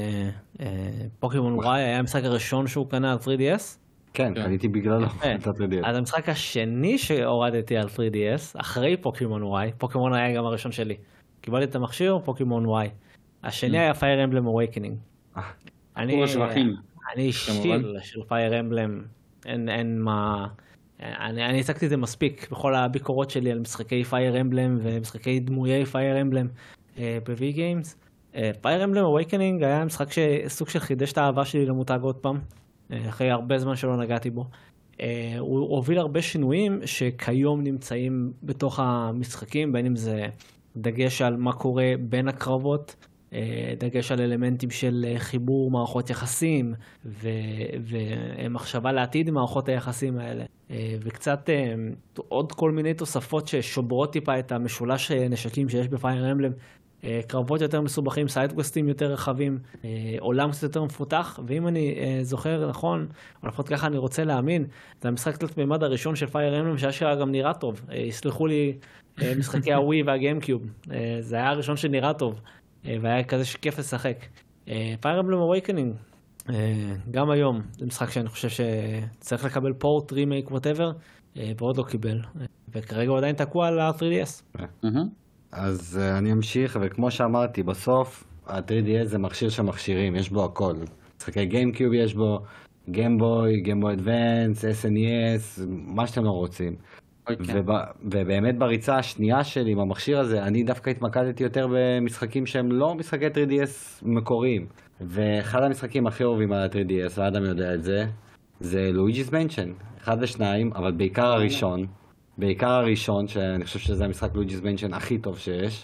C: שפוקימון וואי היה המשחק הראשון שהוא קנה על תרי די אס?
B: כן,
A: כן.
B: קניתי בגללו
C: כן.
B: את ה-תרי די אס.
C: אז המשחק השני שהורדתי על תרי די אס, אחרי פוקימון וואי, פוקימון היה גם הראשון שלי. קיבלתי את המכשיר, פוקימון וואי. השני היה פייר אמבלם אווייקנינג.
D: סיפור השבחים.
C: אני שיל של פייר אמבלם, אין, אין מה... אני, אני הצגתי את זה מספיק בכל הביקורות שלי על משחקי פייר אמבלם ומשחקי דמויי פייר אמבלם ב-V Games. פייר אמבלם אווייקנינג היה משחק שסוג של חידש את האהבה שלי למותג עוד פעם, אה, אחרי הרבה זמן שלא נגעתי בו. אה, הוא הוביל הרבה שינויים שכיום נמצאים בתוך המשחקים, בין אם זה דגש על מה קורה בין הקרבות, אה, דגש על אלמנטים של אה, חיבור מערכות יחסים ו- ומחשבה לעתיד עם מערכות היחסים האלה, אה, וקצת אה, עוד כל מיני תוספות ששוברות טיפה את המשולש אה, נשקים שיש בפייר אמבלם. אה, קרבות יותר מסובכים, סיידקווסטים יותר רחבים, אה, עולם קצת יותר מפותח, ואם אני אה, זוכר נכון, או לפחות ככה אני רוצה להאמין, זה המשחק תלת מימד הראשון של פייר אמבלם שאשכרה גם נראה טוב. אה, יסלחו לי אה, משחקי הווי והגיימקיוב, אה, זה היה הראשון שנראה טוב, אה, והיה כזה שכיף לשחק. פייר אמבלם אווייקנינג, גם היום, זה משחק שאני חושב שצריך לקבל פורט, רימייק, ווטאבר, ועוד לא קיבל, אה, וכרגע הוא עדיין תקוע על ה-תרי די אס.
D: מהמם.
B: אז uh, אני אמשיך, וכמו שאמרתי, בסוף ה-תרי די אס זה מכשיר של מכשירים, יש בו הכל. משחקי גיימקיוב יש בו, גיימבוי, גיימבוי אדוונס, אס אן אי אס, מה שאתם לא רוצים.
D: אוי, כן.
B: וב- ובאמת בריצה השנייה שלי עם המכשיר הזה, אני דווקא התמקדתי יותר במשחקים שהם לא משחקי תרי די אס מקוריים. ואחד המשחקים הכי אהובים על ה-תרי די אס, ואדם יודע את זה, זה לואיג'יס מנשן. אחד ושניים, אבל בעיקר הראשון. בעיקר הראשון, שאני חושב שזה המשחק לואיג'יס מנשן הכי טוב שיש.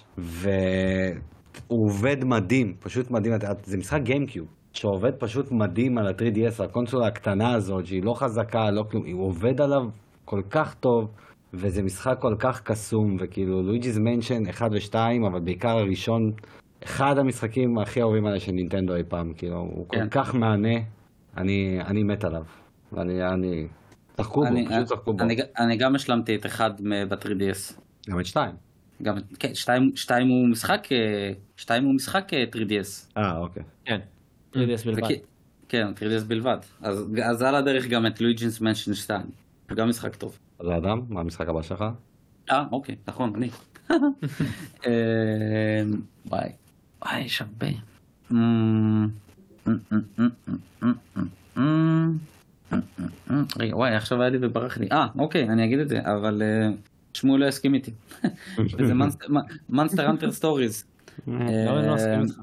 B: והוא עובד מדהים, פשוט מדהים. זה משחק גיימקיוב, שעובד פשוט מדהים על ה-תרי די אס, הקונסולה הקטנה הזאת, שהיא לא חזקה, לא כלום. הוא עובד עליו כל כך טוב. וזה משחק כל כך קסום, וכאילו לואיג'יס מנשן אחד ושתיים, אבל בעיקר הראשון, אחד המשחקים הכי אהובים עליי של נינטנדו אי פעם, כאילו, הוא
D: כן.
B: כל כך מענה, אני, אני מת עליו. ואני, אני, צחקו בו,
D: אני-
B: פשוט צחקו בו.
D: אני- אני גם השלמתי את אחד ב-תרי די אס.
B: גם את שתיים.
D: גם, כן, שתיים, שתיים הוא משחק, אה, שתיים הוא משחק אה, תרי די אס.
B: אה, אוקיי.
C: כן, תרי די אס בלבד.
D: וכי- כן, תרי די אס בלבד. אז, אז על הדרך גם את לואיג'יס מנשן שתיים. גם משחק טוב.
B: אז האדם, מה המשחק הבא שלך?
D: אה, אוקיי, נכון, אני. אה, וואי, וואי, יש הרבה. אמ, אמ, אמ, אמ, אמ, אמ, אמ, אמ, אמ. רגע, וואי, עכשיו היה לי וברח לי. אה, אוקיי, אני אגיד את זה, אבל אה, שמואל לא יסכים איתי. וזה מונסטר אנטר סטוריז.
C: לא, אני לא מסכים איתך.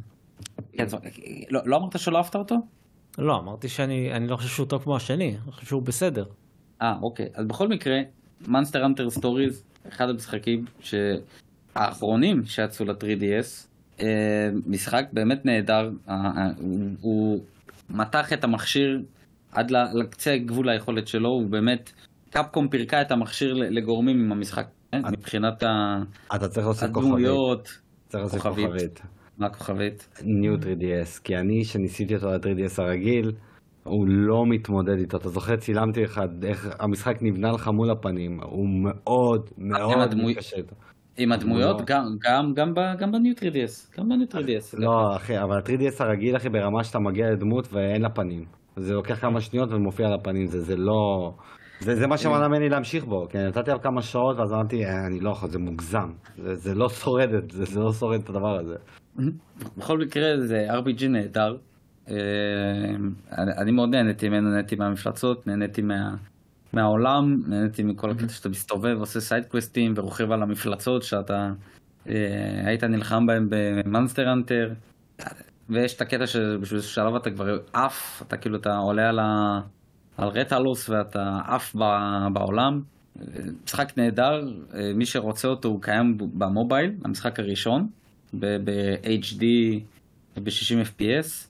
D: לא אמרת שלא אהבת אותו?
C: לא, אמרתי שאני אני לא חושב שהוא טוב כמו השני, אני חושב שהוא בסדר.
D: אה, אוקיי. אז בכל מקרה, מונסטר אנטר סטוריז, אחד המשחקים האחרונים שיצאו ל-תרי די אס, אה, משחק באמת נהדר. אה, אה, הוא, הוא מתח את המכשיר עד ל- לקצה גבול היכולת שלו, הוא באמת, קפקום פירקה את המכשיר לגורמים עם המשחק, אה, מבחינת ה-
B: אתה צריך להוסיף כוכבית.
D: הדמויות.
B: צריך להוסיף
D: כוכבית.
B: כוכבית.
D: מה הכוכבית?
B: ניו תרי די אס, כי אני, שניסיתי אותו ל-תרי די אס הרגיל, הוא לא מתמודד איתו. אתה זוכר, צילמתי לך איך המשחק נבנה לך מול הפנים, הוא מאוד מאוד
D: הדמוי-
B: מתקשה איתו.
D: עם הדמויות,
B: לא.
D: גם, גם, גם, ב- גם בניו תרי די אס. גם בניו תרי די אס.
B: לא, אחי, אבל ה-תרי די אס הרגיל, אחי, ברמה שאתה מגיע לדמות ואין לה פנים. זה לוקח כמה שניות ומופיע על הפנים, זה, זה לא... זה, זה מה שמנע ממני להמשיך בו, כי נתתי על כמה שעות ואז אמרתי, אה, אני לא יכול, זה מוגזם, זה, זה לא שורד, זה, זה לא שורד את הדבר הזה.
D: בכל מקרה זה אר פי ג'י נהדר. אה, אני, אני מאוד נהניתי ממנו, נהניתי מהמפלצות, נהניתי מה, מהעולם, נהניתי מכל הקטע שאתה מסתובב, עושה סייד קווסטים ורוכב על המפלצות שאתה אה, היית נלחם בהם במונסטר הנטר. ויש את הקטע שבשביל שלב אתה כבר עף, אתה כאילו אתה עולה על, ה... על רטלוס ואתה עף בעולם. משחק נהדר, מי שרוצה אותו הוא קיים במובייל, המשחק הראשון, ב-אייץ' די ב-שישים אף פי אס.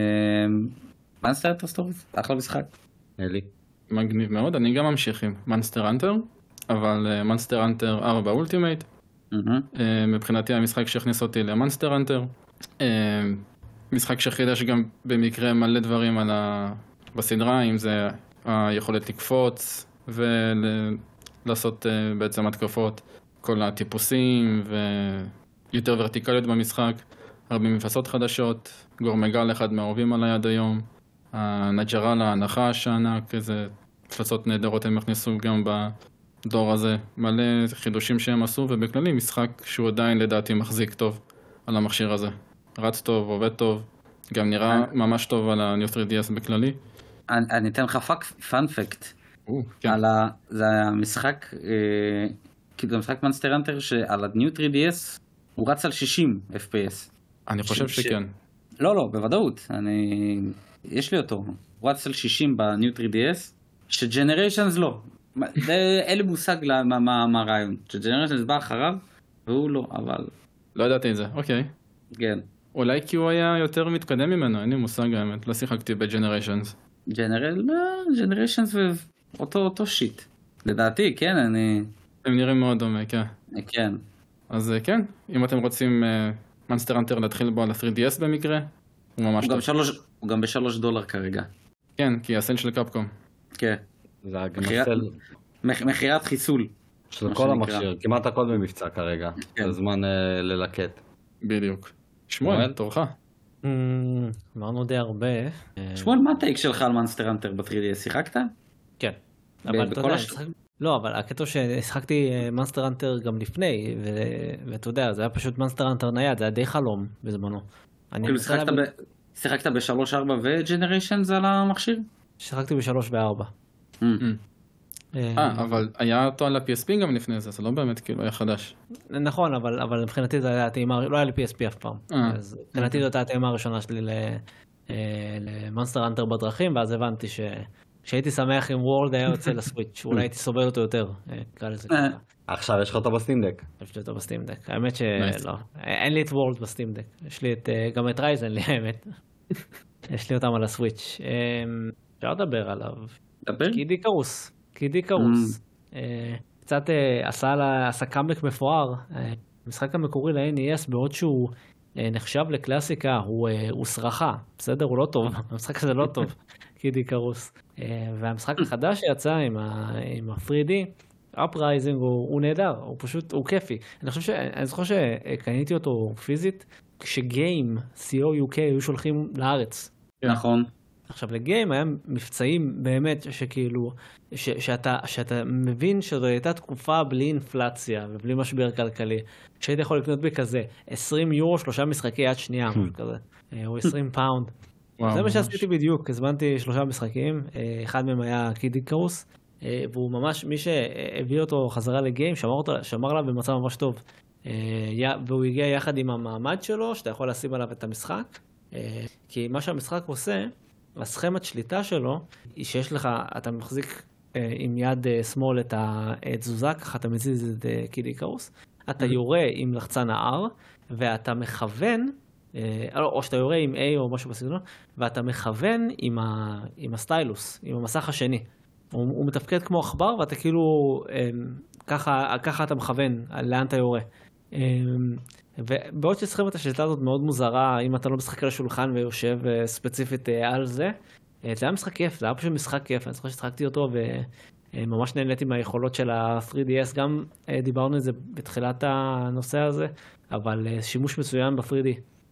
D: מונסטר הנטר סטוריז, אחלה משחק.
B: אלי.
A: מגניב מאוד, אני גם ממשיך עם מונסטר הנטר, אבל מונסטר הנטר ארבע אולטימייט. מבחינתי המשחק שהכניס אותי למונסטר הנטר. משחק שחידש גם במקרה מלא דברים על ה... בסדרה, אם זה היכולת לקפוץ ולעשות בעצם התקפות, כל הטיפוסים ויותר ורטיקליות במשחק, הרבה מפלצות חדשות, גורמגל אחד מהאהובים עליי עד היום, הנג'רלה, הנחש הענק, איזה מפלצות נהדרות הם הכניסו גם בדור הזה, מלא חידושים שהם עשו, ובכללי משחק שהוא עדיין לדעתי מחזיק טוב על המכשיר הזה. רץ טוב, עובד טוב, גם נראה ממש טוב על ה-New תרי די אס בכללי.
D: אני אתן לך פאנפקט. זה המשחק, כאילו זה משחק מונסטר הנטר שעל ה-New תרי די אס הוא רץ על שישים אף פי אס.
A: אני חושב שכן.
D: לא, לא, בוודאות. יש לי אותו. הוא רץ על שישים ב-New תרי די אס, שג'נריישנס לא. אין לי מושג מה הרעיון. שג'נריישנס בא אחריו, והוא לא, אבל...
A: לא ידעתי את זה, אוקיי.
D: כן.
A: אולי כי הוא היה יותר מתקדם ממנו, אין לי מושג האמת, לא שיחקתי בג'נריישנס.
D: ג'נריישנס ואותו אותו שיט. לדעתי, כן, אני...
A: הם נראים מאוד דומה, כן.
D: כן.
A: אז כן, אם אתם רוצים מונסטר הנטר להתחיל בו על ה-תרי די אס במקרה, הוא ממש טוב.
D: הוא גם בשלוש דולר כרגע.
A: כן, כי הסל של קפקום.
D: כן.
B: זה הגנסל...
D: מחירת חיסול.
B: של כל המכשיר, כמעט הכל במבצע כרגע. זה זמן ללקט.
A: בדיוק. שמואל, תורך.
C: אמרנו די הרבה.
D: שמואל, מה הטייק שלך על מונסטר הנטר ב-תרי די אס? שיחקת?
C: כן. אבל אתה יודע, לא, אבל הקטע ששיחקתי מונסטר הנטר גם לפני, ואתה יודע, זה היה פשוט מונסטר הנטר נייד, זה היה די חלום בזמנו.
D: כאילו שיחקת ב-שלוש ארבע וג'נריישנס על המכשיר?
C: שיחקתי ב-שלוש וארבע.
A: אה, אבל היה אותו על ה-פי אס פי גם לפני זה, זה לא באמת כאילו היה חדש.
C: נכון, אבל מבחינתי זה היה הטעימה, לא היה לי פי אס פי אף פעם. אז מבחינתי זו הייתה הטעימה הראשונה שלי למונסטר הנטר בדרכים, ואז הבנתי שהייתי שמח אם וורלד היה יוצא לסוויץ', אולי הייתי סובל אותו יותר.
B: עכשיו יש לך אותו בסטימדק.
C: יש לי אותו בסטימדק, האמת שלא. אין לי את וורלד בסטימדק, יש לי גם את רייזן לי האמת. יש לי אותם על הסוויץ'. אפשר לדבר עליו.
D: דבר?
C: קיד איקרוס. קיד איקרוס. קצת עשה קאמבק מפואר. המשחק המקורי ל-אן אי אס, בעוד שהוא נחשב לקלאסיקה, הוא סרחה. בסדר? הוא לא טוב. המשחק הזה לא טוב. קיד איקרוס. והמשחק החדש שיצא עם ה-תרי די, Uprising, הוא נהדר. הוא פשוט, הוא כיפי. אני חושב ש... אני זוכר שקניתי אותו פיזית, כשגיים, סי או יו קיי, היו שולחים לארץ.
D: נכון.
C: עכשיו לגיים היה מבצעים באמת שכאילו, ש, שאתה, שאתה מבין שזו הייתה תקופה בלי אינפלציה ובלי משבר כלכלי, שהיית יכול לקנות בכזה עשרים יורו, שלושה משחקי יד שנייה, כזה, או עשרים פאונד. זה מה שעשיתי בדיוק, הזמנתי שלושה משחקים, אחד מהם היה קיד איקרוס, והוא ממש, מי שהביא אותו חזרה לגיים, שמר, אותו, שמר עליו במצב ממש טוב, והוא הגיע יחד עם המעמד שלו, שאתה יכול לשים עליו את המשחק, כי מה שהמשחק עושה, הסכמת שליטה שלו היא שיש לך, אתה מחזיק אה, עם יד אה, שמאל את התזוזה, ככה אתה מזיז את אה, קיד איקרוס, אתה יורה עם לחצן ה-R, ואתה מכוון, אה, או שאתה יורה עם A או משהו בסגנון, ואתה מכוון עם, ה, עם הסטיילוס, עם המסך השני. הוא, הוא מתפקד כמו עכבר, ואתה כאילו, אה, ככה, ככה אתה מכוון לאן אתה יורה. אה, ובעוד שצריכים את השליטה הזאת מאוד מוזרה, אם אתה לא משחק על השולחן ויושב ספציפית על זה, זה היה משחק כיף, זה היה פשוט משחק כיף, אני זוכר ששחקתי אותו וממש נהניתי מהיכולות של ה-תרי די אס, גם דיברנו על זה בתחילת הנושא הזה, אבל שימוש מצוין ב-תרי די.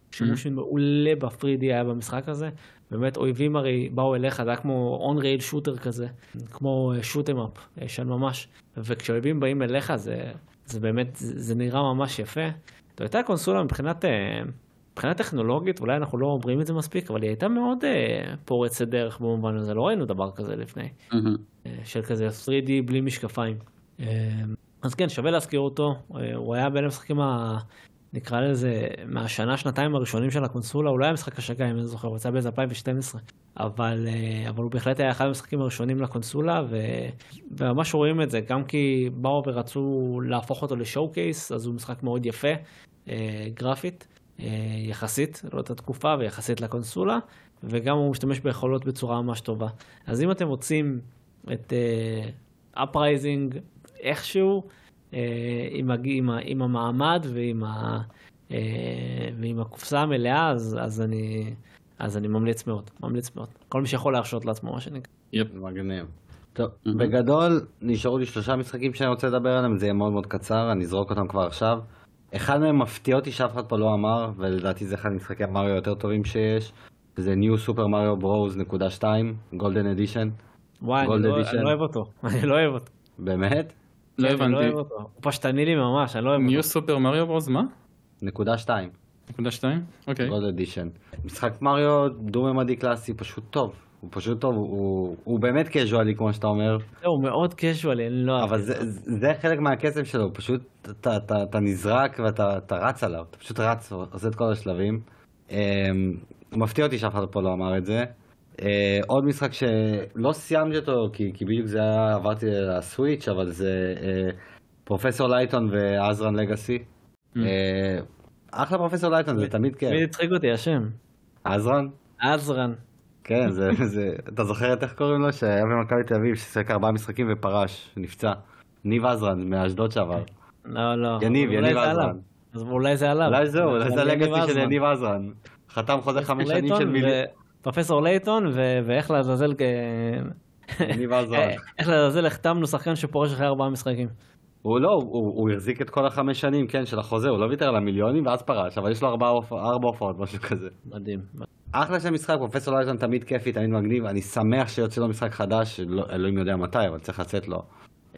C: שימוש מעולה ב-תרי די היה במשחק הזה. באמת אויבים הרי באו אליך, זה היה כמו on-rail shooter כזה, כמו shoot 'em up של ממש. וכשאויבים באים אליך זה, זה באמת, זה, זה נראה ממש יפה. זו הייתה קונסולה מבחינת, מבחינה טכנולוגית, אולי אנחנו לא אומרים את זה מספיק, אבל היא הייתה מאוד פורצת דרך במובן הזה, לא ראינו דבר כזה לפני. של כזה תרי די בלי משקפיים. אז כן, שווה להזכיר אותו, הוא היה בין המשחקים ה... נקרא לזה, מהשנה, שנתיים הראשונים של הקונסולה, הוא לא היה משחק השקה, אם אני זוכר, הוא יצא באיזה אלפיים ושתים עשרה, אבל, אבל הוא בהחלט היה אחד המשחקים הראשונים לקונסולה, ו... וממש רואים את זה, גם כי באו ורצו להפוך אותו לשואו-קייס, אז הוא משחק מאוד יפה, גרפית, יחסית לאותה תקופה ויחסית לקונסולה, וגם הוא משתמש ביכולות בצורה ממש טובה. אז אם אתם רוצים את אפרייזינג איכשהו, עם, עם, עם המעמד ועם, ה, ועם הקופסה המלאה, אז, אז, אני, אז אני ממליץ מאוד, ממליץ מאוד. כל מי שיכול להרשות לעצמו, מה שנקרא.
A: יפ.
B: מגניב. טוב, בגדול, נשארו לי שלושה משחקים שאני רוצה לדבר עליהם, זה יהיה מאוד מאוד קצר, אני אזרוק אותם כבר עכשיו. אחד מהם מפתיע אותי שאף אחד פה לא אמר, ולדעתי זה אחד משחקי המריו היותר טובים שיש, זה New Super Mario Bros. נקודה שתיים, Golden Edition.
C: וואי, אני לא, אני לא אוהב אותו, אני לא אוהב אותו.
B: באמת?
A: לא
C: אני לא
A: הבנתי.
C: אוהב אותו. הוא פשטני לי ממש, אני לא אוהב
A: ניו
C: אותו.
A: סופר מריו ברוז, מה?
B: נקודה שתיים.
A: נקודה שתיים? אוקיי.
B: גולד אדישן. משחק מריו דו-ממדי קלאסי, פשוט טוב. הוא פשוט טוב, הוא, הוא באמת קז'ואלי כמו שאתה אומר,
C: הוא מאוד קז'ואלי, אני לא אוהב
B: אבל
C: את
B: זה, זה חלק מהקסם שלו, פשוט אתה, אתה, אתה נזרק ואתה אתה רץ עליו, אתה פשוט רץ, עושה את כל השלבים. Um, מפתיע אותי שאף אחד פה לא אמר את זה. Uh, עוד משחק שלא סיימתי אותו, כי, כי בדיוק זה היה, עברתי לסוויץ', אבל זה uh, פרופסור לייטון ועזרן לגאסי.
A: Mm.
B: Uh, אחלה פרופסור לייטון, זה תמיד כיף.
C: מי הצחיק אותי, השם?
B: עזרן?
C: עזרן.
B: כן, זה, זה, אתה זוכר את איך קוראים לו? שהיה במכבי תל אביב, ששיחק ארבעה משחקים ופרש, נפצע. ניב עזרן, מאשדוד שעבר.
C: לא, לא.
B: יניב,
C: אולי
B: יניב
C: זה
B: עזרן.
C: עליו. אז אולי זה עליו.
B: אולי זהו, אולי זה
C: אבל יניב
B: הלגאסי של
C: עזרן.
B: יניב עזרן. חתם חוזה חמש שנים
C: לייטון
B: של מיליון.
C: ו- פרופסור לייטון, ו- ואיך לעזאזל...
B: יניב עזרן.
C: איך לעזאזל החתמנו שחקן שפורש אחרי ארבעה משחקים.
B: הוא לא, הוא, הוא החזיק את כל החמש שנים, כן, של החוזה, הוא לא ויתר על המיליונים ואז פרש, אבל יש לו ארבע ארבע הופעות, משהו כזה.
C: מדהים.
B: אחלה של משחק, פרופסור לייטון תמיד כיפי, תמיד מגניב, אני שמח שיוצא לו משחק חדש, לא, אלוהים יודע מתי, אבל צריך לצאת לו.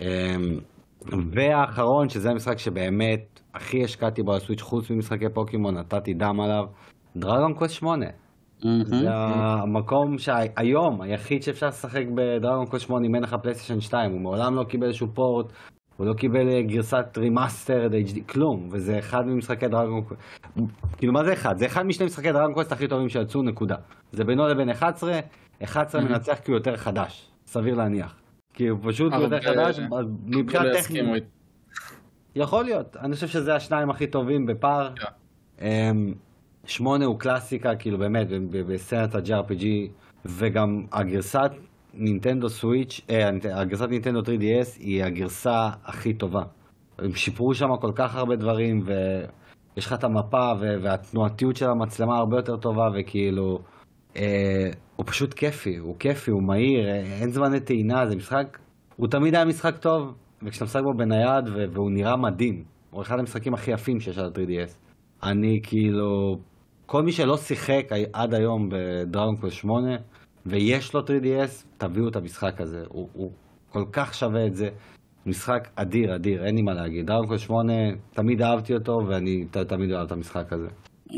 B: והאחרון, שזה המשחק שבאמת הכי השקעתי בו הסוויץ' חוץ ממשחקי פוקימון, נתתי דם עליו, דרגון קווסט שמונה. זה המקום שהיום היחיד שאפשר לשחק בדרגון קווסט שמונה אם אין לך פלייסטיישן שתיים, הוא מעולם לא קיבל איזשהו פורט, הוא לא קיבל גרסת רימאסטרד אייץ' די, כלום, וזה אחד ממשחקי דרגון קווסט, כאילו מה זה אחד? זה אחד משני משחקי דרגון קווסט הכי טובים שיצאו, נקודה. זה בינו לבין אחת עשרה, אחת עשרה מנצח כי הוא יותר חדש, סביר להניח. כי הוא פשוט יותר חדש, מבחינת טכנית. יכול להיות, אני חושב שזה השניים הכי טובים בפער. שמונה הוא קלאסיקה, כאילו באמת, בסצנת ה-ג'י אר פי ג'י, וגם הגרסת נינטנדו סוויץ', הגרסת נינטנדו תרי די אס היא הגרסה הכי טובה. הם שיפרו שם כל כך הרבה דברים, ויש לך את המפה, והתנועתיות של המצלמה הרבה יותר טובה, וכאילו, הוא פשוט כיפי, הוא כיפי, הוא מהיר, אין זמני טעינה, זה משחק, הוא תמיד היה משחק טוב, וכשאתה משחק בו בנייד, והוא נראה מדהים, הוא אחד המשחקים הכי יפים שיש על ה-תרי די אס. אני כאילו, כל מי שלא שיחק עד היום בדרגון קווסט שמונה, ויש לו תרי די אס, תביאו את המשחק הזה, הוא, הוא כל כך שווה את זה, משחק אדיר, אדיר, אין לי מה להגיד. דרגון קווסט שמונה, תמיד אהבתי אותו, ואני תמיד אוהב את המשחק הזה.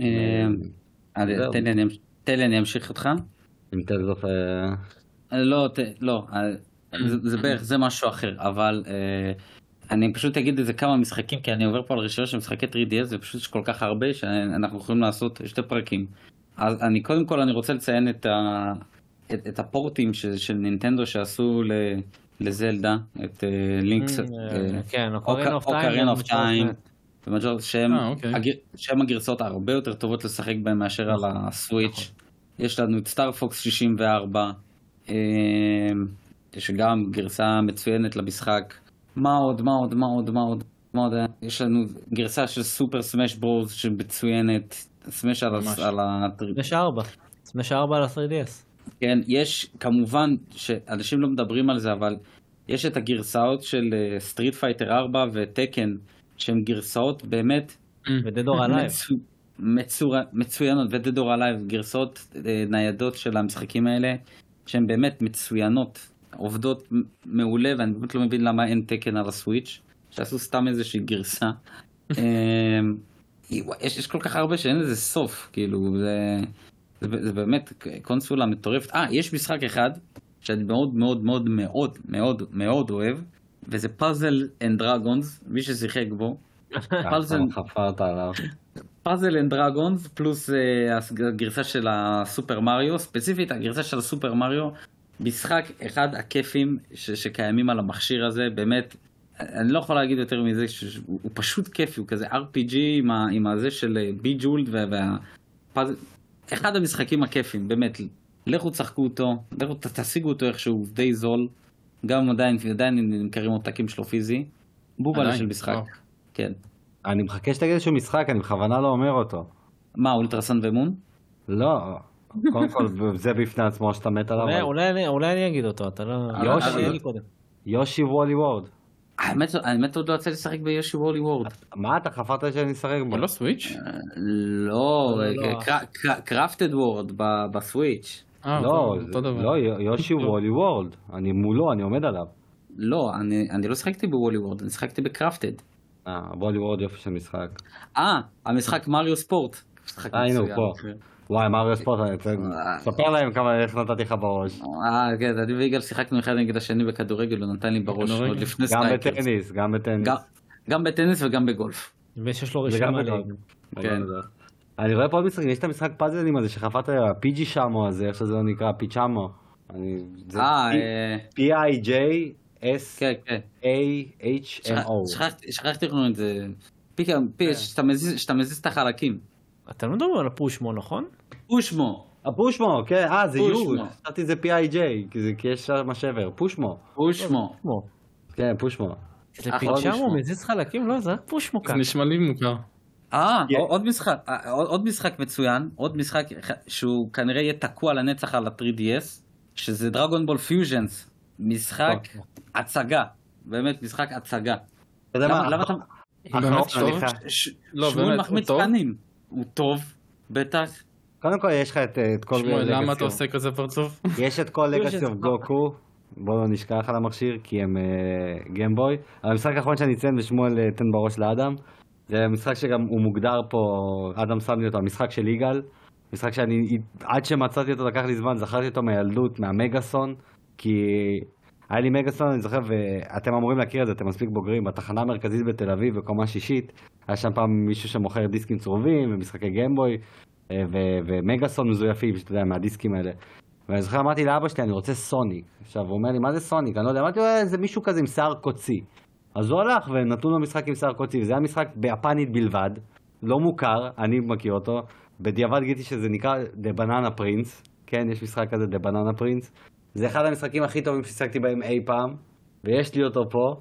D: תן לי, אני אמשיך אותך.
B: אם תן זאת...
D: לא, לא, זה בערך, זה משהו אחר, אבל אני פשוט אגיד איזה כמה משחקים, כי אני עובר פה על רשימה של משחקי תרי די אס, זה פשוט כל כך הרבה שאנחנו יכולים לעשות שתי פרקים. אז אני קודם כל אני רוצה לציין את, ה, את, את הפורטים של, של נינטנדו שעשו ל, לזלדה, את לינקס,
C: כן,
D: אוקרין אוף טיים, שהם הגרסאות הרבה יותר טובות לשחק בהם מאשר על הסוויץ'. יש לנו את סטארפוקס שישים וארבע, שגם גרסה מצוינת למשחק. מה עוד, מה עוד, מה עוד, מה עוד, מה עוד, יש לנו גרסה של סופר סמש ברוז שמצוינת, סמש על ה...
C: סמש ארבע, סמש ארבע על ה-תרי די אס.
D: כן, יש כמובן שאנשים לא מדברים על זה, אבל יש את הגרסאות של סטריט פייטר ארבע וטקן, שהן גרסאות באמת
C: ודד אור אלייב.
D: מצור... מצוינות, ו-Dead or Alive, גרסאות ניידות של המשחקים האלה, שהן באמת מצוינות, עובדות מעולה, ואני באמת לא מבין למה אין תקן על הסוויץ', שעשו סתם איזושהי גרסה. יש, יש כל כך הרבה שאין לזה סוף, כאילו, זה, זה, זה באמת קונסולה מטורפת. אה, יש משחק אחד שאני מאוד מאוד מאוד מאוד מאוד מאוד אוהב, וזה פאזל אנד דרגונס, מי ששיחק בו. פאזל
B: חפרת עליו.
D: פאזל אנד דרגונס פלוס הגרסה של הסופר מריו, ספציפית הגרסה של הסופר מריו, משחק אחד הכיפים ש- שקיימים על המכשיר הזה, באמת, אני לא יכול להגיד יותר מזה, שהוא פשוט כיפי, הוא כזה אר פי ג'י עם, ה- עם הזה של בי ג'ולד, והפאזל, אחד המשחקים הכיפים, באמת, לכו תשחקו אותו, לכו תשיגו אותו איכשהו, די זול, גם עדיין, עדיין נמכרים עותקים שלו פיזי, בובלה של משחק,
A: וואו.
D: כן.
B: אני מחכה שתגיד איזשהו משחק, אני בכוונה לא אומר אותו.
D: מה, אולטרסן ומון?
B: לא, קודם כל זה בפני עצמו שאתה מת עליו.
C: אולי-
B: אבל-
C: אולי אני- אולי אני אגיד אותו, אתה לא...
B: יושי.
C: אני אגיד קודם.
B: יושי וולי וורד.
D: האמת, האמת עוד לא יצא לשחק ביושי וולי וורד.
B: מה אתה חפרת שאני אשחק בו?
A: זה לא סוויץ'?
D: לא,
C: לא.
D: קראפטד וורד בסוויץ'.
A: אה,
B: לא,
A: אותו- אותו דבר.
B: לא, יושי וולי וורד. אני מולו, אני עומד עליו.
D: לא, אני, אני לא שיחקתי בוולי וורד, אני שיחקתי בקראפטד.
B: אה, וולי וורד יופי של משחק.
D: אה, המשחק מריו ספורט. משחק
B: אה, הנה הוא
D: מצוין.
B: פה. וואי, מריו ספורט, אני רוצה- ספר להם כמה איך נתתי לך בראש.
D: אה, כן, אני ויגאל שיחקנו אחד נגד השני בכדורגל, הוא נתן לי בראש
A: בכדורגל?
D: עוד לפני
B: גם
D: סטרייקרס.
B: בטניס, גם בטניס.
D: גם- גם בטניס וגם בגולף.
C: ויש לו
B: וגם
C: רשימה
B: בגולף.
C: לי.
D: כן.
B: אני רואה פה עוד משחקים, יש את המשחק פאזלים הזה שחפרת, הפיג'י שמו הזה, איך שזה לא נקרא, פיצ'אמו. אני... זה
D: אה,
B: P-
D: אה,
B: P-I-J-S-A-H-M-O.
D: כן, כן. שכח- שכחתי איך אומרים את זה. פיקה, פי- שאתה מזיז שאתה מזיז את החלקים.
C: אתם לא מדברים על הפושמו, נכון?
D: פושמו.
B: הפושמו, כן, אה, זה
D: פושמו.
B: יו, חשבתי זה פי-איי-ג'יי, כי זה- כי יש שם שבר, פושמו.
D: פושמו.
C: כמו.
B: כן, פושמו.
C: זה
D: אחלה
C: פיצ'אמו,
D: פושמו.
C: מזיז חלקים? לא, זה רק פושמו
A: זה
C: כאן.
A: נשמע לי מוכר.
D: אה,
B: כן.
D: עוד משחק, אה, עוד עוד משחק מצוין, עוד משחק שהוא כנראה יהיה תקוע לנצח על ה-תרי די אס, שזה דרגון בול פיוז'נס, משחק הצגה, באמת משחק הצגה.
B: אתה יודע
D: למה
B: מה,
D: למה אתה...
B: אחרון,
A: באמת
B: אני
A: טוב?
B: חייב-
D: ש-
A: לא,
D: שמואל
A: באמת,
D: מחמיץ
A: הוא טוב?
D: פנים, הוא טוב, בטח.
B: קודם כל יש לך את את כל
A: שמואל, למה
B: Legacy
A: אתה
B: of-
A: עושה כזה פרצוף?
B: יש את כל לגאסי
C: שזה
B: אוף
C: ככה.
B: גוקו, בואו לא נשכח על המכשיר כי הם גיימבוי. המשחק האחרון שאני אציין ושמואל אה, תן בראש לאדם, זה משחק שגם הוא מוגדר פה, אדם שם לי אותו, המשחק של יגאל, משחק שאני, עד שמצאתי אותו לקח לי זמן, זכרתי אותו מהילדות, מהמגאסון, כי היה לי מגאסון, אני זוכר, ואתם אמורים להכיר את זה, אתם מספיק בוגרים, בתחנה המרכזית בתל אביב, בקומה שישית, היה שם פעם מישהו שמוכר דיסקים צרובים ומשחקי גיימבוי, אה, ו- ומגאסון מזויפים, שאתה יודע, מהדיסקים האלה. ואני זוכר, אמרתי לאבא שלי, אני רוצה סוניק. עכשיו, הוא אומר לי, מה זה סוניק? אני לא יודע, אמרתי לו, "אה, זה מישהו כזה עם שיער קוצי. אז הוא הלך ונתנו לו משחק עם שיער קוצי, וזה היה משחק ביפנית בלבד, לא מוכר, אני מכיר אותו. בדיעבד גיליתי שזה נקרא The Banana Prince, כן, יש משחק כזה, The Banana Prince. זה אחד המשחקים הכי טובים ששיחקתי בהם אי פעם, ויש לי אותו פה,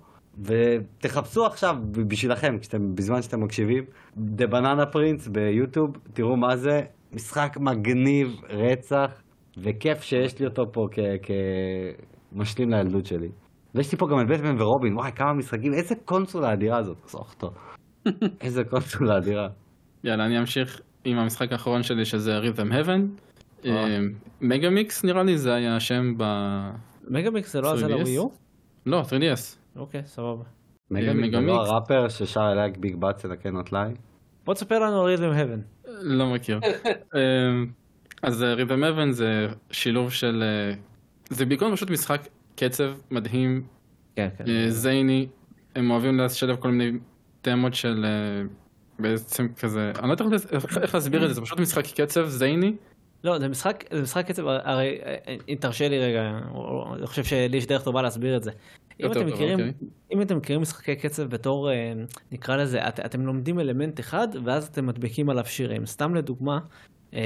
B: ותחפשו עכשיו בשבילכם, כשאתם, בזמן שאתם מקשיבים, The Banana Prince ביוטיוב, תראו מה זה, משחק מגניב, רצח, וכיף שיש לי אותו פה כ- כמשלים לילדות שלי. ויש לי פה גם את בטמן ורובין, וואי, כמה משחקים, איזה קונסולה אדירה הזאת, סוך טוב. איזה קונסולה אדירה.
A: יאללה, אני אמשיך עם המשחק האחרון שלי שזה Rhythm Heaven. מגה-מיקס נראה לי זה היה השם ב...
C: מגה-מיקס זה לא עזה
A: תרי די אס?
C: לוויו?
A: לא, תרי די אס.
C: אוקיי, סבבה.
B: מגה-מיקס זה
A: מגה-מיקס.
B: לא הראפר ששר אלייק ביג באץ and I cannot lie?
C: בוא תספר לנו על רית'ם האבן.
A: לא מכיר. אמ, אז אה, Rhythm Heaven זה שילוב של... אה, זה בעיקרון פשוט משחק קצב מדהים,
C: כן, כן.
A: אה, זייני. הם אוהבים לשלב כל מיני תמות של... אה, בעצם כזה... אני לא יודע איך- איך להסביר את זה, זה פשוט משחק קצב זייני.
C: לא, זה משחק, זה משחק קצב, הרי אם תרשה לי רגע, אני חושב שלי יש דרך טובה להסביר את זה. אם
A: יותר
C: אתם
A: טוב,
C: מכירים,
A: אוקיי.
C: אם אתם מכירים משחקי קצב בתור, אה, נקרא לזה, את, אתם לומדים אלמנט אחד ואז אתם מדבקים עליו שירים. סתם לדוגמה, אה,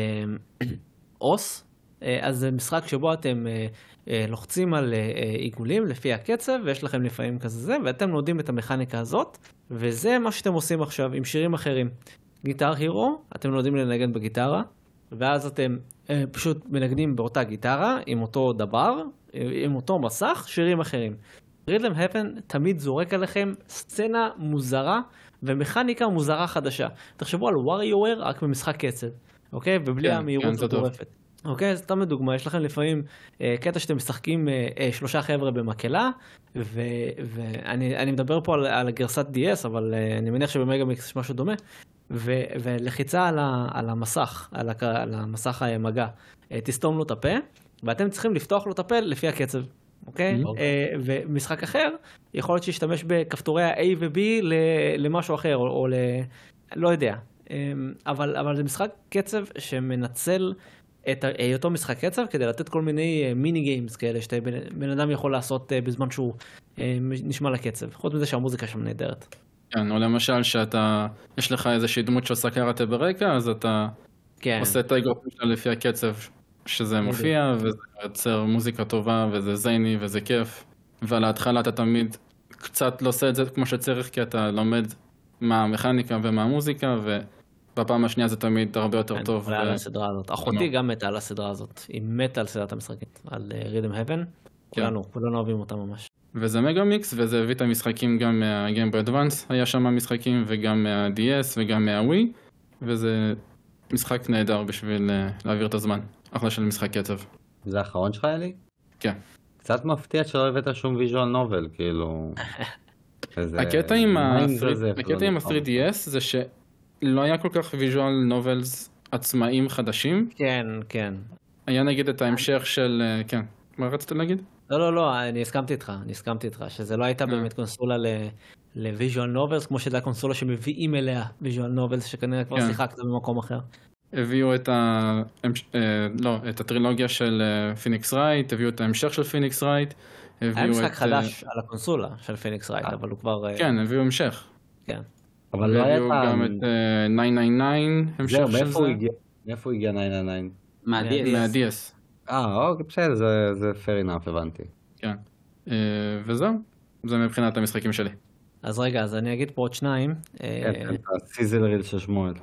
C: אוס, אה, אז זה משחק שבו אתם אה, אה, לוחצים על אה, אה, עיגולים לפי הקצב, ויש לכם לפעמים כזה זה, ואתם לומדים את המכניקה הזאת, וזה מה שאתם עושים עכשיו עם שירים אחרים. גיטר הירו, אתם לומדים לנגן בגיטרה, ואז אתם אה, פשוט מנגנים באותה גיטרה, עם אותו דבר, אה, עם אותו מסך, שירים אחרים. רית'ם האבן תמיד זורק עליכם סצנה מוזרה ומכניקה מוזרה חדשה. תחשבו על WarioWare רק במשחק קצב, אוקיי? ובלי
A: כן,
C: המהירות
A: כן,
C: המטורפת. אוקיי, אז סתם לדוגמה, יש לכם לפעמים אה, קטע שאתם משחקים אה, אה, שלושה חבר'ה במקהלה, ואני אני מדבר פה על, על גרסת די אס, אבל אה, אני מניח שבמגה-מיקס יש משהו דומה, ו, ולחיצה על, ה, על המסך, על, הק, על המסך המגע, אה, תסתום לו את הפה, ואתם צריכים לפתוח לו את הפה לפי הקצב. אוקיי?
B: אוקיי.
C: אה, ומשחק אחר, יכול להיות שישתמש בכפתורי ה-A ו-B ל- למשהו אחר, או, או ל... לא יודע. אה, אבל, אבל זה משחק קצב שמנצל את אותו משחק קצב כדי לתת כל מיני מיני גיימס כאלה שבן אדם יכול לעשות בזמן שהוא נשמע לקצב. חוץ מזה שהמוזיקה שם נהדרת.
A: כן, או למשל שאתה, יש לך איזושהי דמות שעושה קראטה ברקע, אז אתה
C: כן.
A: עושה את האגרופים שלה לפי הקצב שזה מופיע, וזה יוצר מוזיקה טובה, וזה זייני, וזה כיף. ועל ההתחלה אתה תמיד קצת לא עושה את זה כמו שצריך, כי אתה לומד מה המכניקה ומה המוזיקה, ובפעם השנייה זה תמיד הרבה יותר טוב.
C: אני על הסדרה הזאת. אחותי גם מתה על הסדרה הזאת. היא מתה על סדרת המשחקים, על Rhythm Heaven. כולנו, כולנו אוהבים אותה ממש.
A: וזה מגה מיקס, וזה הביא את המשחקים גם מה-Game Boy Advance, היה שם משחקים, וגם מה-די אס וגם מה-Wii, וזה משחק נהדר בשביל להעביר את הזמן. אחלה של משחק קצב.
B: זה האחרון שלך, אלי?
A: כן.
B: קצת מפתיע שלא הבאת שום ויז'ואל נובל, כאילו...
A: הקטע עם ה-תרי די אס זה שלא היה כל כך ויז'ואל נובלס עצמאיים חדשים.
C: כן, כן.
A: היה נגיד את ההמשך של... כן, מה רצית להגיד?
C: לא, לא, לא, אני הסכמתי איתך, אני הסכמתי איתך, שזה לא הייתה באמת קונסולה לוויז'ואל נובלס, כמו שזה הקונסולה שמביאים אליה ויז'ואל נובלס, שכנראה כבר שיחקת במקום אחר.
A: הביאו את ה... לא, את הטרילוגיה של פיניקס רייט, הביאו את ההמשך של פיניקס רייט.
C: היה משחק חדש על הקונסולה של פיניקס רייט, אבל הוא כבר...
A: כן, הביאו המשך.
C: כן.
B: אבל לא היה...
A: הביאו גם את תשע תשע תשע, המשך של זה.
B: מאיפה הוא הגיע תשע תשע תשע?
A: מה-די אס.
B: אה, אוקיי, בסדר, זה fair enough, הבנתי.
A: כן. וזהו, זה מבחינת המשחקים שלי.
C: אז רגע, אז אני אגיד פה עוד שניים.
B: כן, הסיזל ריל של שמואל.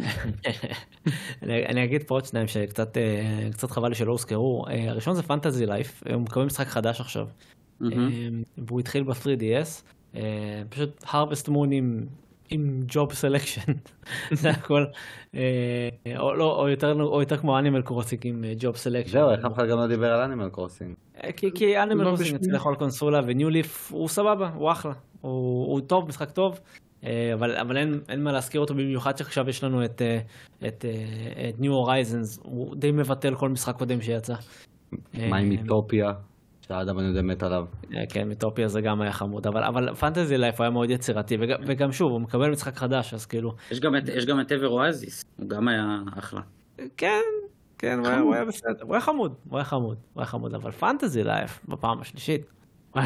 C: אני אגיד פה עוד שניים שקצת חבל לי שלא הוזכרו. הראשון זה פנטזי לייף, הוא מקבל משחק חדש עכשיו. והוא התחיל ב-תרי די אס. פשוט Harvest Moon עם... עם ג'וב סלקשן, זה הכל, או, לא, או, יותר, או יותר כמו אנימל קרוסינג עם ג'וב סלקשן.
B: זהו, איך אף אחד גם לא דיבר על אנימל קרוסינג?
C: כי, כי אנימל קרוסינג יצא לכל קונסולה, וניו ליף הוא סבבה, הוא אחלה, הוא, הוא טוב, משחק טוב, אבל, אבל אין, אין מה להזכיר אותו במיוחד שעכשיו יש לנו את, את, את ניו הורייזנס, הוא די מבטל כל משחק קודם שיצא.
B: מה עם מיטופיה? שהאדם אני יודע מת עליו.
C: כן, מיטופיה זה גם היה חמוד, אבל, אבל פנטזי לייף היה מאוד יצירתי, וגם, וגם שוב, הוא מקבל משחק חדש, אז כאילו...
D: יש גם את, יש גם את אבר אואזיס, הוא גם היה אחלה.
C: כן, כן, הוא היה, הוא היה בסדר, הוא היה חמוד, הוא היה חמוד, הוא היה חמוד, אבל פנטזי לייף, בפעם השלישית, הוא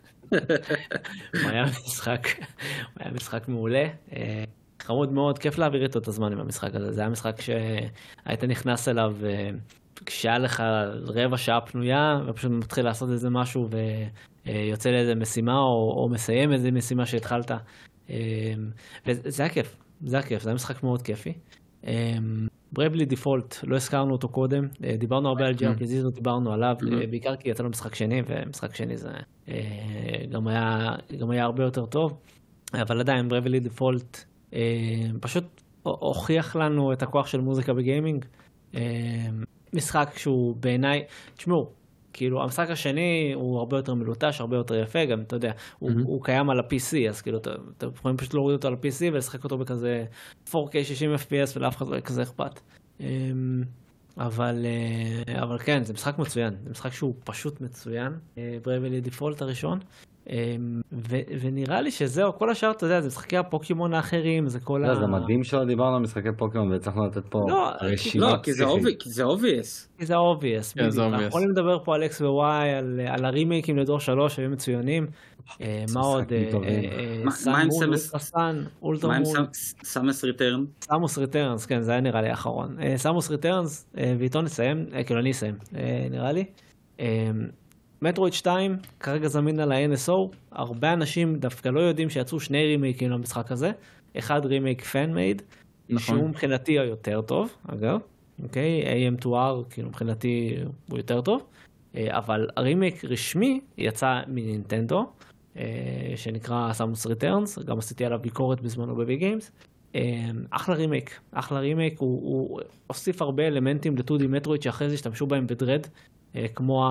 C: היה משחק, הוא היה משחק מעולה, חמוד מאוד, כיף להעביר איתו את הזמן עם המשחק הזה, זה היה משחק שהיית נכנס אליו, כשהיה לך רבע שעה פנויה, ופשוט מתחיל לעשות איזה משהו, ויוצא לאיזה משימה, או, או מסיים איזה משימה שהתחלת. וזה היה כיף, זה היה כיף, זה היה משחק מאוד כיפי. ברייבלי דיפולט, לא הזכרנו אותו קודם, דיברנו הרבה על ג'י אר פי ג'י, דיברנו עליו, בעיקר כי יצא לו משחק שני, ומשחק שני זה גם היה, גם היה הרבה יותר טוב, אבל עדיין ברייבלי דיפולט פשוט הוכיח לנו את הכוח של מוזיקה בגיימינג, משחק שהוא בעיניי, תשמעו, כאילו המשחק השני הוא הרבה יותר מלוטש, הרבה יותר יפה, גם אתה יודע, הוא, mm-hmm. הוא קיים על ה-פי סי, אז כאילו אתם יכולים פשוט להוריד אותו על ה-פי סי ולשחק אותו בכזה פור קיי שישים אף פי אס ולאף אחד לא כזה אכפת. אבל, אבל כן, זה משחק מצוין, זה משחק שהוא פשוט מצוין, ברייבלי דיפולט הראשון, ו- ונראה לי שזהו, כל השאר, אתה יודע, זה משחקי הפוקימון האחרים, זה כל ה...
B: זה מדהים שלא דיברנו על משחקי פוקימון, וצריכנו לתת פה רשימה
D: פסיכית. לא, כי זה obvious.
C: כי זה obvious, בדיוק. אנחנו יכולים לדבר פה על X ו-Y, על הרימייקים לדור שלוש, שהיו מצוינים. מה עוד? סאן, אולטרמון.
D: מה עם סאמוס ריטרן?
C: סאמוס ריטרנס, כן, זה היה נראה לי האחרון. סאמוס ריטרנס, ואיתו נסיים, כאילו אני אסיים, נראה לי. מטרויד שתיים, כרגע זמין על ה-אן אס או, הרבה אנשים דווקא לא יודעים שיצאו שני רימייקים למשחק הזה, אחד רימייק פן-מייד, שהוא מבחינתי היותר טוב, אגב, אוקיי, איי אם טו אר, כאילו מבחינתי הוא יותר טוב, אבל הרימייק רשמי יצא מנינטנדו, שנקרא סאמוס ריטרנס, גם עשיתי עליו ביקורת בזמנו בביג גיימס. אחלה רימייק, אחלה רימייק, הוא, הוא הוסיף הרבה אלמנטים ל-טו די מטרויד שאחרי זה השתמשו בהם בדרד, כמו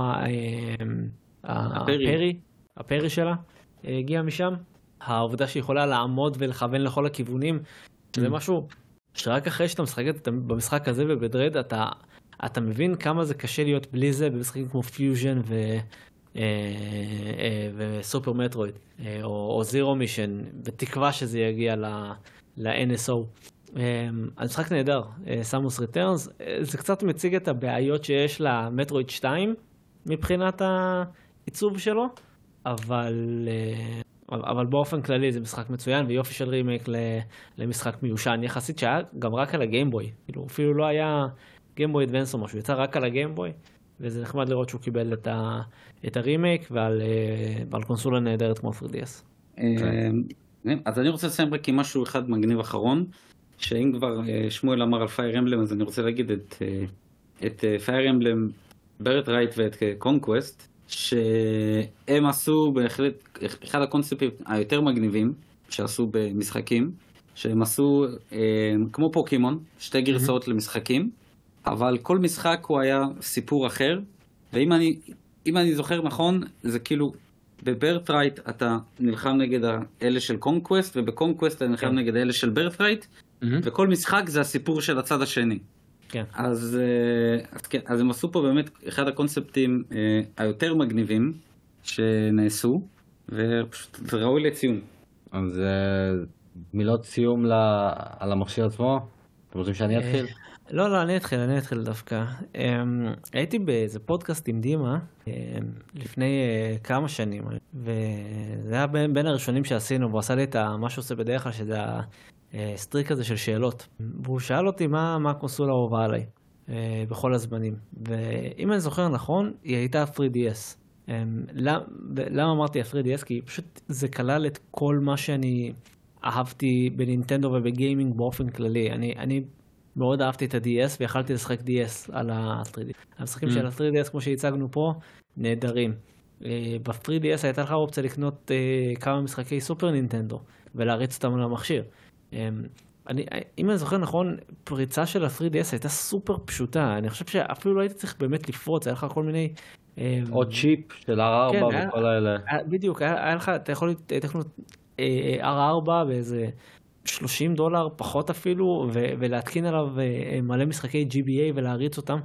C: הפרי, הפרי שלה הגיע משם. העובדה שיכולה לעמוד ולכוון לכל הכיוונים, זה משהו שרק אחרי שאתה משחק במשחק הזה ובדרד, אתה, אתה מבין כמה זה קשה להיות בלי זה במשחקים כמו פיוז'ן ו... וסופר מטרויד או זירו מישן, בתקווה שזה יגיע ל-אן אס או. המשחק נהדר, סאמוס ריטרנס, זה קצת מציג את הבעיות שיש למטרויד שתיים מבחינת העיצוב שלו, אבל אבל באופן כללי זה משחק מצוין ויופי של רימייק למשחק מיושן יחסית, שהיה גם רק על הגיימבוי, כאילו אפילו לא היה גיימבוי אדוונס או משהו, יצא רק על הגיימבוי, וזה נחמד לראות שהוא קיבל את, ה, את הרימייק ועל, ועל קונסולה נהדרת כמו פרי די אס.
D: אז אני רוצה לסיים רק עם משהו אחד מגניב אחרון, שאם כבר שמואל אמר על פייר אמבלם, אז אני רוצה להגיד את, את פייר אמבלם ברט-רייט ואת קונקווסט, שהם עשו בהחלט אחד הקונספטים היותר מגניבים שעשו במשחקים, שהם עשו כמו פוקימון, שתי גרסאות למשחקים, אבל כל משחק הוא היה סיפור אחר, ואם אני, אם אני זוכר נכון, זה כאילו, בברט-רייט אתה נלחם נגד האלה של קונקווסט, ובקונקווסט אתה נלחם נגד האלה של ברט-רייט, וכל משחק זה הסיפור של הצד השני.
C: כן.
D: אז, אז, כן, אז הם עשו פה באמת אחד הקונספטים היותר מגניבים שנעשו, ופשוט זה ראוי לציון.
B: אז מילות סיום על המכשיר עצמו? אתם רוצים שאני אתחיל?
C: לא, לא, אני אתחיל, אני אתחיל דווקא. הייתי באיזה פודקאסט עם דימה לפני כמה שנים, וזה היה בין הראשונים שעשינו, והוא עשה לי את מה שעושה בדרך כלל, שזה הסטריק הזה של שאלות. והוא שאל אותי מה, מה הקונסולה אהובה עליי בכל הזמנים. ואם אני זוכר נכון, היא הייתה פרי די אס. למה אמרתי פרי די אס? כי פשוט זה כלל את כל מה שאני אהבתי בנינטנדו ובגיימינג באופן כללי. אני, אני מאוד אהבתי את ה-די אס ויכלתי לשחק די אס על ה-פרי די אס. המשחקים של ה-פרי די אס כמו שהצגנו פה, נהדרים. ב-פרי די אס הייתה לך אופציה לקנות כמה משחקי סופר נינטנדו ולהריץ אותם על המכשיר. אני, אם אני זוכר נכון, פריצה של ה-פרי די אס הייתה סופר פשוטה. אני חושב שאפילו לא הייתי צריך באמת לפרוץ, היה לך כל מיני...
B: עוד צ'יפ של אר ארבע וכל האלה.
C: בדיוק, היה לך, אתה יכול לקנות אר ארבע באיזה שלושים דולר, פחות אפילו, ולהתקין עליו מלא משחקי ג'י בי איי ולהריץ אותם.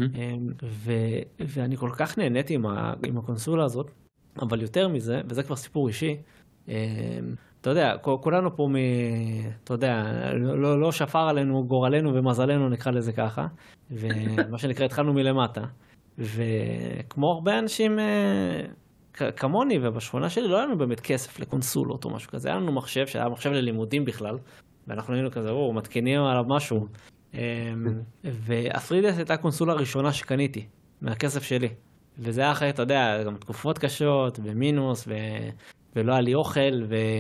C: ואני כל כך נהניתי עם הקונסולה הזאת, אבל יותר מזה, וזה כבר סיפור אישי, אתה יודע, כולנו פה, אתה יודע, לא, לא שפר עלינו גורלנו ומזלנו, נקרא לזה ככה, ומה שנקרא, התחלנו מלמטה. וכמו הרבה אנשים כמוני ובשכונה שלי, לא היה לנו באמת כסף לקונסולות או משהו כזה. היה לנו מחשב, שהיה מחשב ללימודים בכלל, ואנחנו היינו כזה, או, מתקינים עליו משהו. והפרי די אס הייתה הקונסולה הראשונה שקניתי, מהכסף שלי. וזה היה אחרי, אתה יודע, גם תקופות קשות, ומינוס, ו... ולא היה לי אוכל,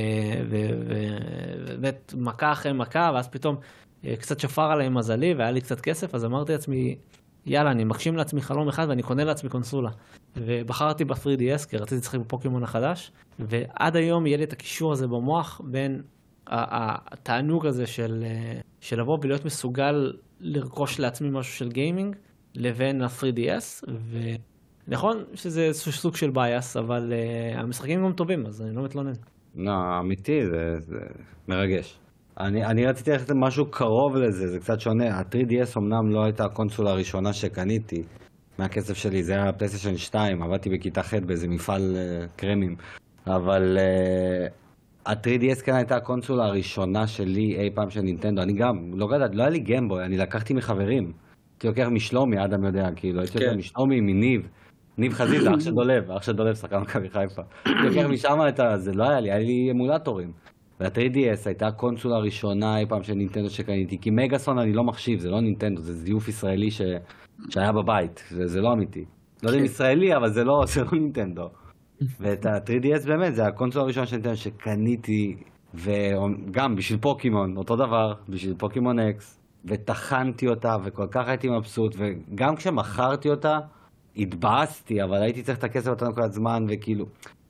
C: ובאמת מכה אחרי מכה, ואז פתאום קצת שפר עליי מזלי, והיה לי קצת כסף, אז אמרתי לעצמי, יאללה, אני מגשים לעצמי חלום אחד, ואני קונה לעצמי קונסולה. ובחרתי ב-פרי די אס, כי רציתי לשחק בפוקימון החדש, ועד היום יהיה לי את הקישור הזה במוח, בין התענוג הזה של, של לבוא ולהיות מסוגל לרכוש לעצמי משהו של גיימינג, לבין ה-פרי די אס, ו... נכון שזה סוג של בייס, אבל uh, המשחקים גם טובים, אז אני לא מתלונן.
B: לא, אמיתי, זה, זה מרגש. אני, אני רציתי ללכת משהו קרוב לזה, זה קצת שונה. ה-פרי די אס אמנם לא הייתה הקונסולה הראשונה שקניתי מהכסף שלי, זה היה פלייסטיישן שתיים, עבדתי בכיתה ח' באיזה מפעל uh, קרמים, אבל uh, ה-פרי די אס כן הייתה הקונסולה הראשונה שלי אי פעם של נינטנדו. אני גם, לא גדעת, לא היה לי גיימבוי, אני לקחתי מחברים. הייתי לוקח משלומי, אדם יודע, כאילו, הייתי לוקח משלומי, מניב. ניב חזיזה, אח של דולב, אח של דולב שחקן מכבי חיפה. לוקח משם את זה, לא היה לי, היה לי אמולטורים. וה-פרי די אס הייתה הקונסולה הראשונה אי פעם של נינטנדו שקניתי, כי מגאסון אני לא מחשיב, זה לא נינטנדו, זה זיוף ישראלי ש... שהיה בבית, זה, זה לא אמיתי. לא יודע אם ישראלי, אבל זה לא, זה לא נינטנדו. ואת ה-פרי די אס באמת, זה הקונסולה הראשונה של נינטנדו שקניתי, וגם בשביל פוקימון, אותו דבר, בשביל פוקימון אקס, וטחנתי אותה, וכל כך הייתי מבסוט, וגם כשמכרתי אותה, התבאסתי, אבל הייתי צריך את הכסף אותנו כל הזמן, וכאילו,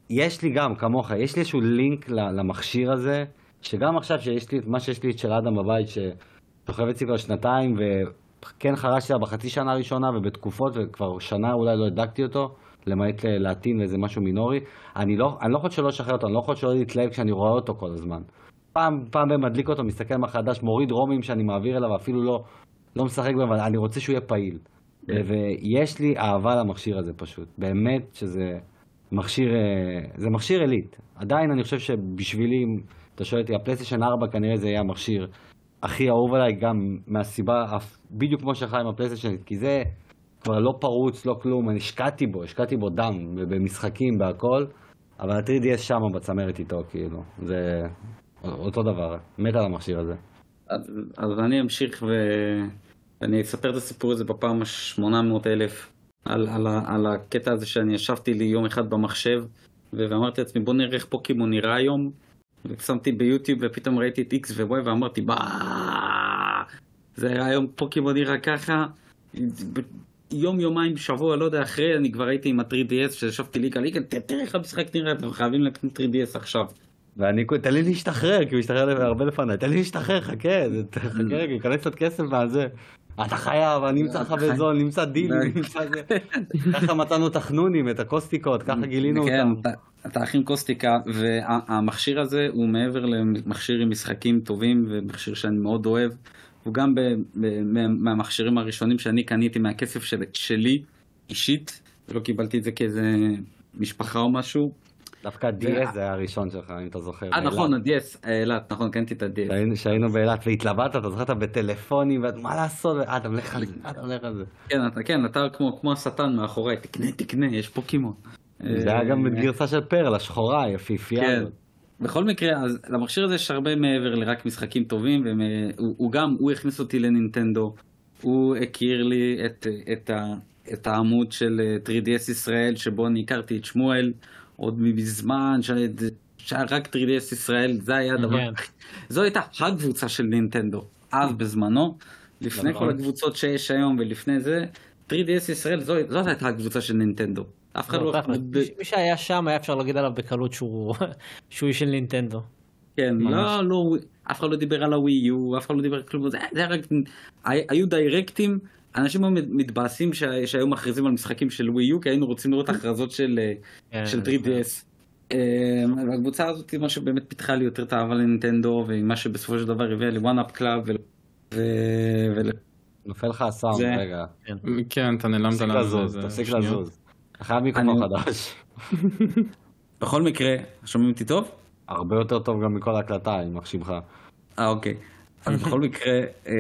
B: יש לי גם, כמוך, יש לי איזשהו לינק למכשיר הזה, שגם עכשיו שיש לי, מה שיש לי של אדם בבית, ששוכב אצלי כבר שנתיים, וכן חרשתי לה בחצי שנה הראשונה, ובתקופות, וכבר שנה אולי לא הדקתי אותו, למעט להתאים לאיזה משהו מינורי. אני לא, אני לא יכול שלא לשחרר אותו, אני לא יכול שלא להתלהב כשאני רואה אותו כל הזמן. פעם, פעם במדליק אותו, מסתכל מחדש, מוריד רומים שאני מעביר אליו, אפילו לא, לא משחק בהם, אבל אני רוצה שהוא יהיה פעיל. ויש לי אהבה למכשיר הזה פשוט. באמת שזה מכשיר, זה מכשיר אליט. עדיין אני חושב שבשבילי, אם אתה שואל אותי, הפלייסטיישן ארבע כנראה זה יהיה המכשיר הכי אהוב עליי, גם מהסיבה, בדיוק כמו שלך עם הפלייסטיישן, כי זה כבר לא פרוץ, לא כלום, אני השקעתי בו, השקעתי בו דם, במשחקים, בהכל, אבל ה-תרי די אס שם בצמרת איתו, כאילו. זה אותו דבר, מת על המכשיר הזה.
D: אז, אז אני אמשיך ו... ואני אספר את הסיפור הזה בפעם ה-שמונה מאות אלף על, על, על הקטע הזה שאני ישבתי לי יום אחד במחשב ואמרתי לעצמי בוא נראה איך פוקימון נראה היום, ושמתי ביוטיוב ופתאום ראיתי את X ו-Y ואמרתי באה, זה היה היום פוקימון נראה ככה. יום יומיים שבוע לא יודע אחרי אני כבר הייתי עם ה-תרי די אס שישבתי לי כאלה, תראה איך המשחק נראה, אתם חייבים לקנות תרי די אס עכשיו.
B: ואני, תן לי להשתחרר, כי הוא השתחרר הרבה לפני, תן לי להשתחרר, חכה, חכה רגע, ייכנס קצת כסף ועל זה. אתה חייב, אני נמצא לך בזול, נמצא דיל, נמצא זה. ככה מצאנו את החנונים, את הקוסטיקות, ככה גילינו אותם.
D: כן, אתה הכין קוסטיקה, והמכשיר הזה הוא מעבר למכשיר עם משחקים טובים, ומכשיר שאני מאוד אוהב. הוא גם מהמכשירים הראשונים שאני קניתי מהכסף שלי, אישית, ולא קיבלתי את זה כאיזה משפחה או משהו.
B: דווקא ה-די אס זה היה הראשון שלך, אם אתה זוכר.
D: אה, נכון, ה-די אס, אילת, נכון, קניתי את ה-די אס.
B: שהיינו באילת והתלבטת, אתה זוכרת בטלפונים, מה לעשות? אה, אתה הולך על זה, אתה הולך על זה.
D: כן, אתה כמו השטן מאחורי, תקנה, תקנה, יש פוקימון.
B: זה היה גם בגרסה של פרל, השחורה, יפיפייה.
D: כן. בכל מקרה, אז למכשיר הזה יש הרבה מעבר לרק משחקים טובים, והוא גם, הוא הכניס אותי לנינטנדו, הוא הכיר לי את, את, ה, את העמוד של תרי די אס ישראל, שבו אני הכרתי את שמואל, עוד מזמן, שהיה רק תרי די אס ישראל, זה היה הדבר, זו הייתה הקבוצה של נינטנדו, אז בזמנו, לפני כל הקבוצות שיש היום ולפני זה, תרי די אס ישראל, זאת הייתה הקבוצה של נינטנדו. אף אחד לא...
C: מי שהיה שם היה אפשר להגיד עליו בקלות שהוא איש של נינטנדו.
D: כן, לא, לא, אף אחד לא דיבר על הווי יו, אף אחד לא דיבר כלום, זה היה רק, היו דיירקטים, אנשים מתבאסים שהיו מכריזים על משחקים של ווי יו, כי היינו רוצים לראות הכרזות של תרי די אס. הקבוצה הזאת היא מה שבאמת פיתחה לי יותר את האהבה לנינטנדו, ומה שבסופו של דבר הביא לי וואן אפ קלאב.
B: נופל לך הסאונד, רגע.
A: כן, אתה נעלמת
B: לנו. תפסיק לזוז. אחרי מיקרופון חדש.
D: בכל מקרה, שומעים אותי טוב?
B: הרבה יותר טוב גם מכל ההקלטה, עם מחשיבך.
D: אה, אוקיי. אז בכל מקרה,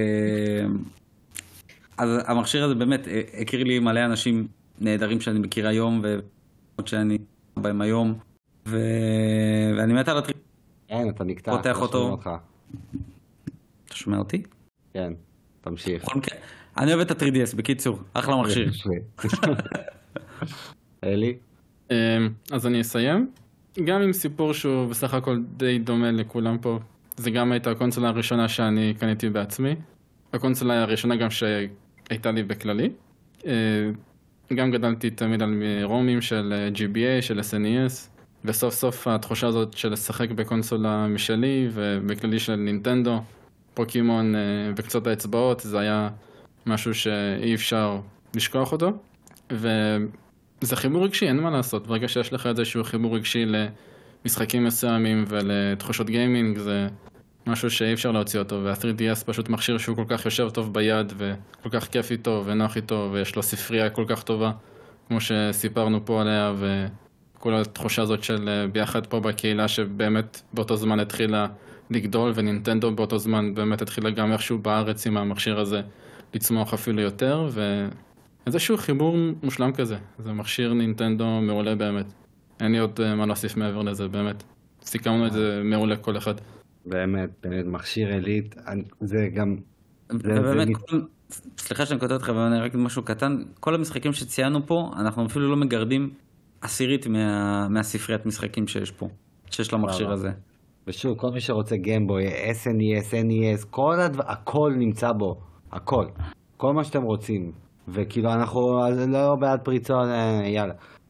D: אז המכשיר הזה באמת הכיר לי מלא אנשים נהדרים שאני מכיר היום, ועוד שאני בהם היום, ואני מת על הטריפ.
B: כן, אתה נקטע.
D: פותח אותו. אתה שומע אותי?
B: כן, תמשיך.
D: אני אוהב את ה-תרי די אס, בקיצור, אחלה מכשיר.
B: אלי?
A: אז אני אסיים. גם עם סיפור שהוא בסך הכל די דומה לכולם פה. זה גם הייתה הקונסולה הראשונה שאני קניתי בעצמי. הקונסולה הראשונה גם שהייתה לי בכללי. גם גדלתי תמיד על רומים של ג'י בי איי, של אס אן אי אס. וסוף סוף התחושה הזאת של לשחק בקונסולה משלי ובכללי של נינטנדו, פוקימון בקצות האצבעות, זה היה משהו שאי אפשר לשכוח אותו. וזה חיבור רגשי, אין מה לעשות. ברגע שיש לך איזשהו חיבור רגשי למשחקים מסוימים ולתחושות גיימינג, זה משהו שאי אפשר להוציא אותו. וה-תרי די אס פשוט מכשיר שהוא כל כך יושב טוב ביד וכל כך כיף איתו ונוח איתו, ויש לו ספרייה כל כך טובה, כמו שסיפרנו פה עליה, וכל התחושה הזאת של ביחד פה בקהילה שבאמת באותו זמן התחילה לגדול, ונינטנדו באותו זמן באמת התחילה גם איכשהו בארץ עם המכשיר הזה לצמוח אפילו יותר, ואיזשהו חיבור מושלם כזה. זה מכשיר נינטנדו מעולה באמת. אין לי עוד מה להוסיף מעבר לזה, באמת. סיכמנו את זה מעולה כל אחד.
B: באמת, באמת, מכשיר אליט, זה גם...
D: ובאמת, סליחה שאני כותב אותך, ואני רק משהו קטן, כל המשחקים שציינו פה, אנחנו אפילו לא מגרדים עשירית מהספריית משחקים שיש פה, שיש למכשיר הזה.
B: ושוב, כל מי שרוצה גיימבוי, אס אן אי אס, אן אי אס, כל הדבר, הכל נמצא בו, הכל. כל מה שאתם רוצים. וכאילו אנחנו לא בעד פריצות, יאללה.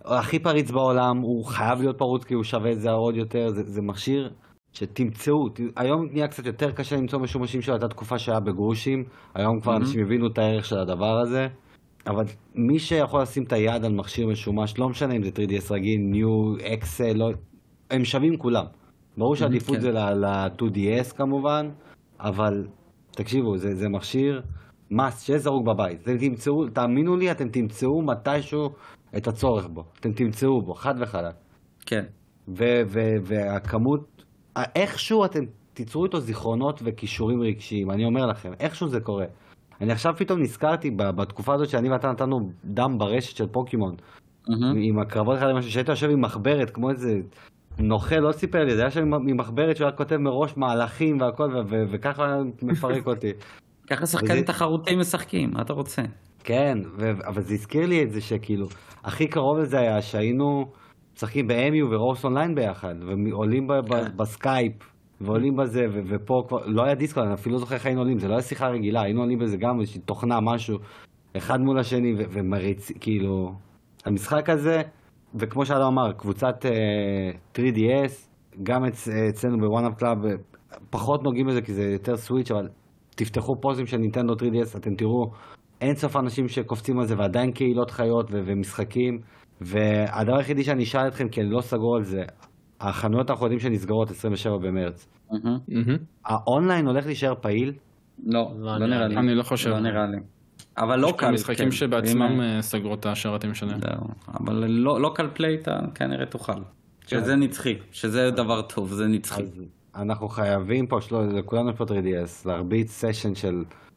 B: הכי פריץ בעולם, הוא חייב להיות פרוץ כי הוא שווה את זה עוד יותר, זה, זה מכשיר שתמצאו, ת- היום נהיה קצת יותר קשה למצוא משומשים שלו, הייתה תקופה שהיה בגרושים, היום כבר
D: מהמם.
B: אנשים הבינו את הערך של הדבר הזה, אבל מי שיכול לשים את היד על מכשיר משומש, לא משנה אם זה טרי די אס רגיל, ניו, אקסל, לא, הם שווים כולם. ברור שהעדיפות
D: כן.
B: זה ל-טו די אס כמובן, אבל תקשיבו, זה, זה מכשיר must, שיהיה זרוק בבית. אתם תמצאו, תאמינו לי, אתם תמצאו מתישהו את הצורך בו. אתם תמצאו בו, חד וחלק.
D: כן.
B: ו- ו- והכמות, איכשהו אתם תיצרו איתו זיכרונות וכישורים רגשיים, אני אומר לכם, איכשהו זה קורה. אני עכשיו פתאום נזכרתי ב- בתקופה הזאת שאני ואתה נתנו דם ברשת של פוקימון,
D: מהמם.
B: עם הקרבות אחד למשהו, שהיית יושב עם מחברת, כמו איזה נוכל, לא סיפר לי, זה היה יושב עם עם מחברת שהוא היה כותב מראש מהלכים והכל, ו- ו- וככה היה מפרק אותי.
D: ככה שחקנים
B: וזה-
D: תחרותיים משחקים, מה אתה רוצה?
B: כן, ו- אבל זה הזכיר לי את זה שכאילו, הכי קרוב לזה היה שהיינו משחקים ב-אם יו ורוס אונליין ביחד, ועולים ב- ב-
D: כן.
B: בסקייפ, ועולים בזה, ו- ופה כבר, לא היה דיסקו, אני אפילו לא זוכר איך היינו עולים, זה לא היה שיחה רגילה, היינו עולים בזה גם איזושהי תוכנה, משהו, אחד מול השני, ו- ומריץ, כאילו, המשחק הזה, וכמו שאדם אמר, קבוצת uh, טרי די אס, גם אצ- אצלנו בוואן-אפ קלאב, פחות נוגעים בזה כי זה יותר סוויץ', אבל תפתחו פוסטים של נינטנדו טרי די אס, אתם תראו אין סוף אנשים שקופצים על זה ועדיין קהילות חיות ו- ומשחקים, והדבר היחידי שאני אשאל אתכם, כי אני לא סגור על זה, החנויות אנחנו יודעים שנסגרות עשרים ושבעה במרץ,
D: מהמם.
A: מהמם.
B: האונליין הולך להישאר פעיל?
D: לא,
C: לא
D: לא
C: נראה
D: נראה
C: לי.
D: לי.
A: אני לא חושב.
D: לא נראה לי. אבל
A: יש
D: לא
A: פה
D: קל.
A: משחקים
D: כן.
A: שבעצמם
D: אם-
A: אה, סגרו את השרתים שלהם.
D: זהו. אבל לא לא קל פליי אתה כנראה תוכל. שזה נצחי, שזה דבר טוב, זה נצחי.
B: אז אנחנו חייבים פה, שלא, לכולנו פה טרי די אס, להרביץ סשן של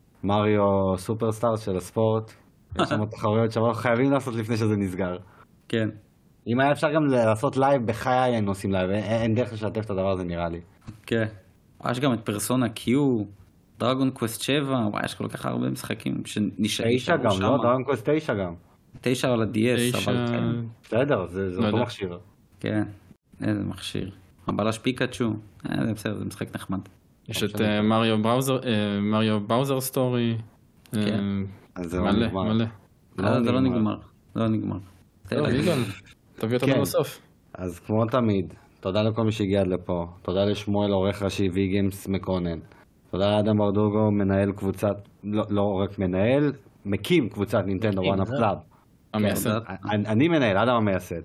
B: מריו סופרסטאר של הספורט, יש שם תחרויות שאנחנו חייבים לעשות לפני שזה נסגר.
D: כן.
B: אם היה אפשר גם לעשות לייב, בחיי היינו עושים לייב, אין, אין דרך לשתף את הדבר הזה נראה לי.
D: כן. יש גם את פרסונה קיו, דרגון קווסט שבע, וואי, יש כל כך הרבה משחקים שנשארו
B: תשע גם,
D: שם.
B: לא? דרגון קווסט תשע גם.
D: תשע על ה-די אס,
A: תשע...
D: אבל כן.
B: בסדר, זה, זה
A: לא
B: אותו
A: יודע.
B: מכשיר.
D: כן. איזה מכשיר. הבלש פיקאצ'ו, אה, זה בסדר, זה משחק נחמד.
A: יש את אה, מריו בראוזר, אה, מריו באוזר סטורי. אה,
D: כן.
B: אז זה לא
A: מלא,
B: נגמר.
A: מלא.
D: אה, זה לא נגמר. זה לא נגמר.
A: טוב, יגאל, תביא אותנו
B: כן.
A: לסוף.
B: אז כמו תמיד, תודה לכל מי שהגיע עד לפה, תודה לשמואל עורך ראשי ויגיימס מקונן, תודה לאדם ברדוגו, מנהל קבוצת, לא, לא רק מנהל, מקים קבוצת נינטנדו
C: מקים,
B: וואן-אפ
C: זהו.
B: קלאב.
A: המייסד.
D: תודה.
B: אני אני מנהל, אדם המייסד.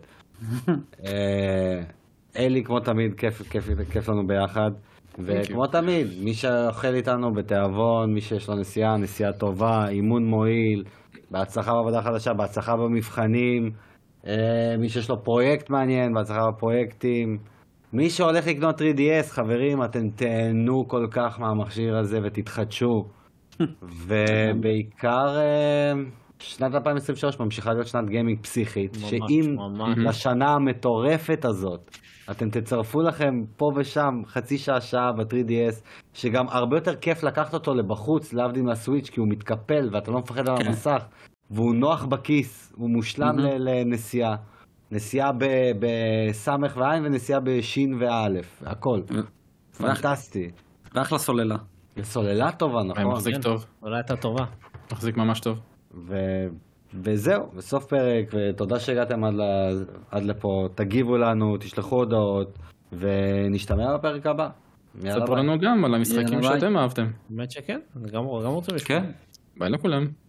B: אה, אלי, כמו תמיד, כיף, כיף, כיף לנו ביחד. וכמו תמיד, מי שאוכל איתנו בתיאבון, מי שיש לו נסיעה, נסיעה טובה, אימון מועיל, בהצלחה בעבודה חדשה, בהצלחה במבחנים, אה, מי שיש לו פרויקט מעניין, בהצלחה בפרויקטים. מי שהולך לקנות טרי די אס, חברים, אתם תהנו כל כך מהמכשיר הזה ותתחדשו. ובעיקר אה, שנת אלפיים עשרים ושלוש ממשיכה להיות שנת גיימינג פסיכית,
C: ממש,
B: שאם
C: ממש.
B: לשנה המטורפת הזאת אתם תצרפו לכם פה ושם חצי שעה שעה ב-טרי די אס, שגם הרבה יותר כיף לקחת אותו לבחוץ, להבדיל מהסוויץ', כי הוא מתקפל ואתה לא מפחד על
D: כן.
B: המסך, והוא נוח בכיס, הוא מושלם
D: מהמם.
B: ל- לנסיעה. נסיעה ב- בסמך ועין ונסיעה בשין ואלף, הכל. פנטסטי.
D: ואחלה סוללה.
B: וסוללה טובה,
A: אה,
B: נכון?
A: מחזיק טוב,
C: אולי הייתה טובה.
A: מחזיק ממש טוב.
B: ו... וזהו, בסוף פרק, ותודה שהגעתם עד, ל... עד לפה, תגיבו לנו, תשלחו הודעות, ונשתמע בפרק הבא. יאללה,
A: ספרו
B: ביי.
A: לנו גם על המשחקים
D: יאללה, ביי.
A: שאתם אהבתם.
C: באמת שכן, אני גם גם רוצה לשמוע.
D: כן.
A: ביי לכולם.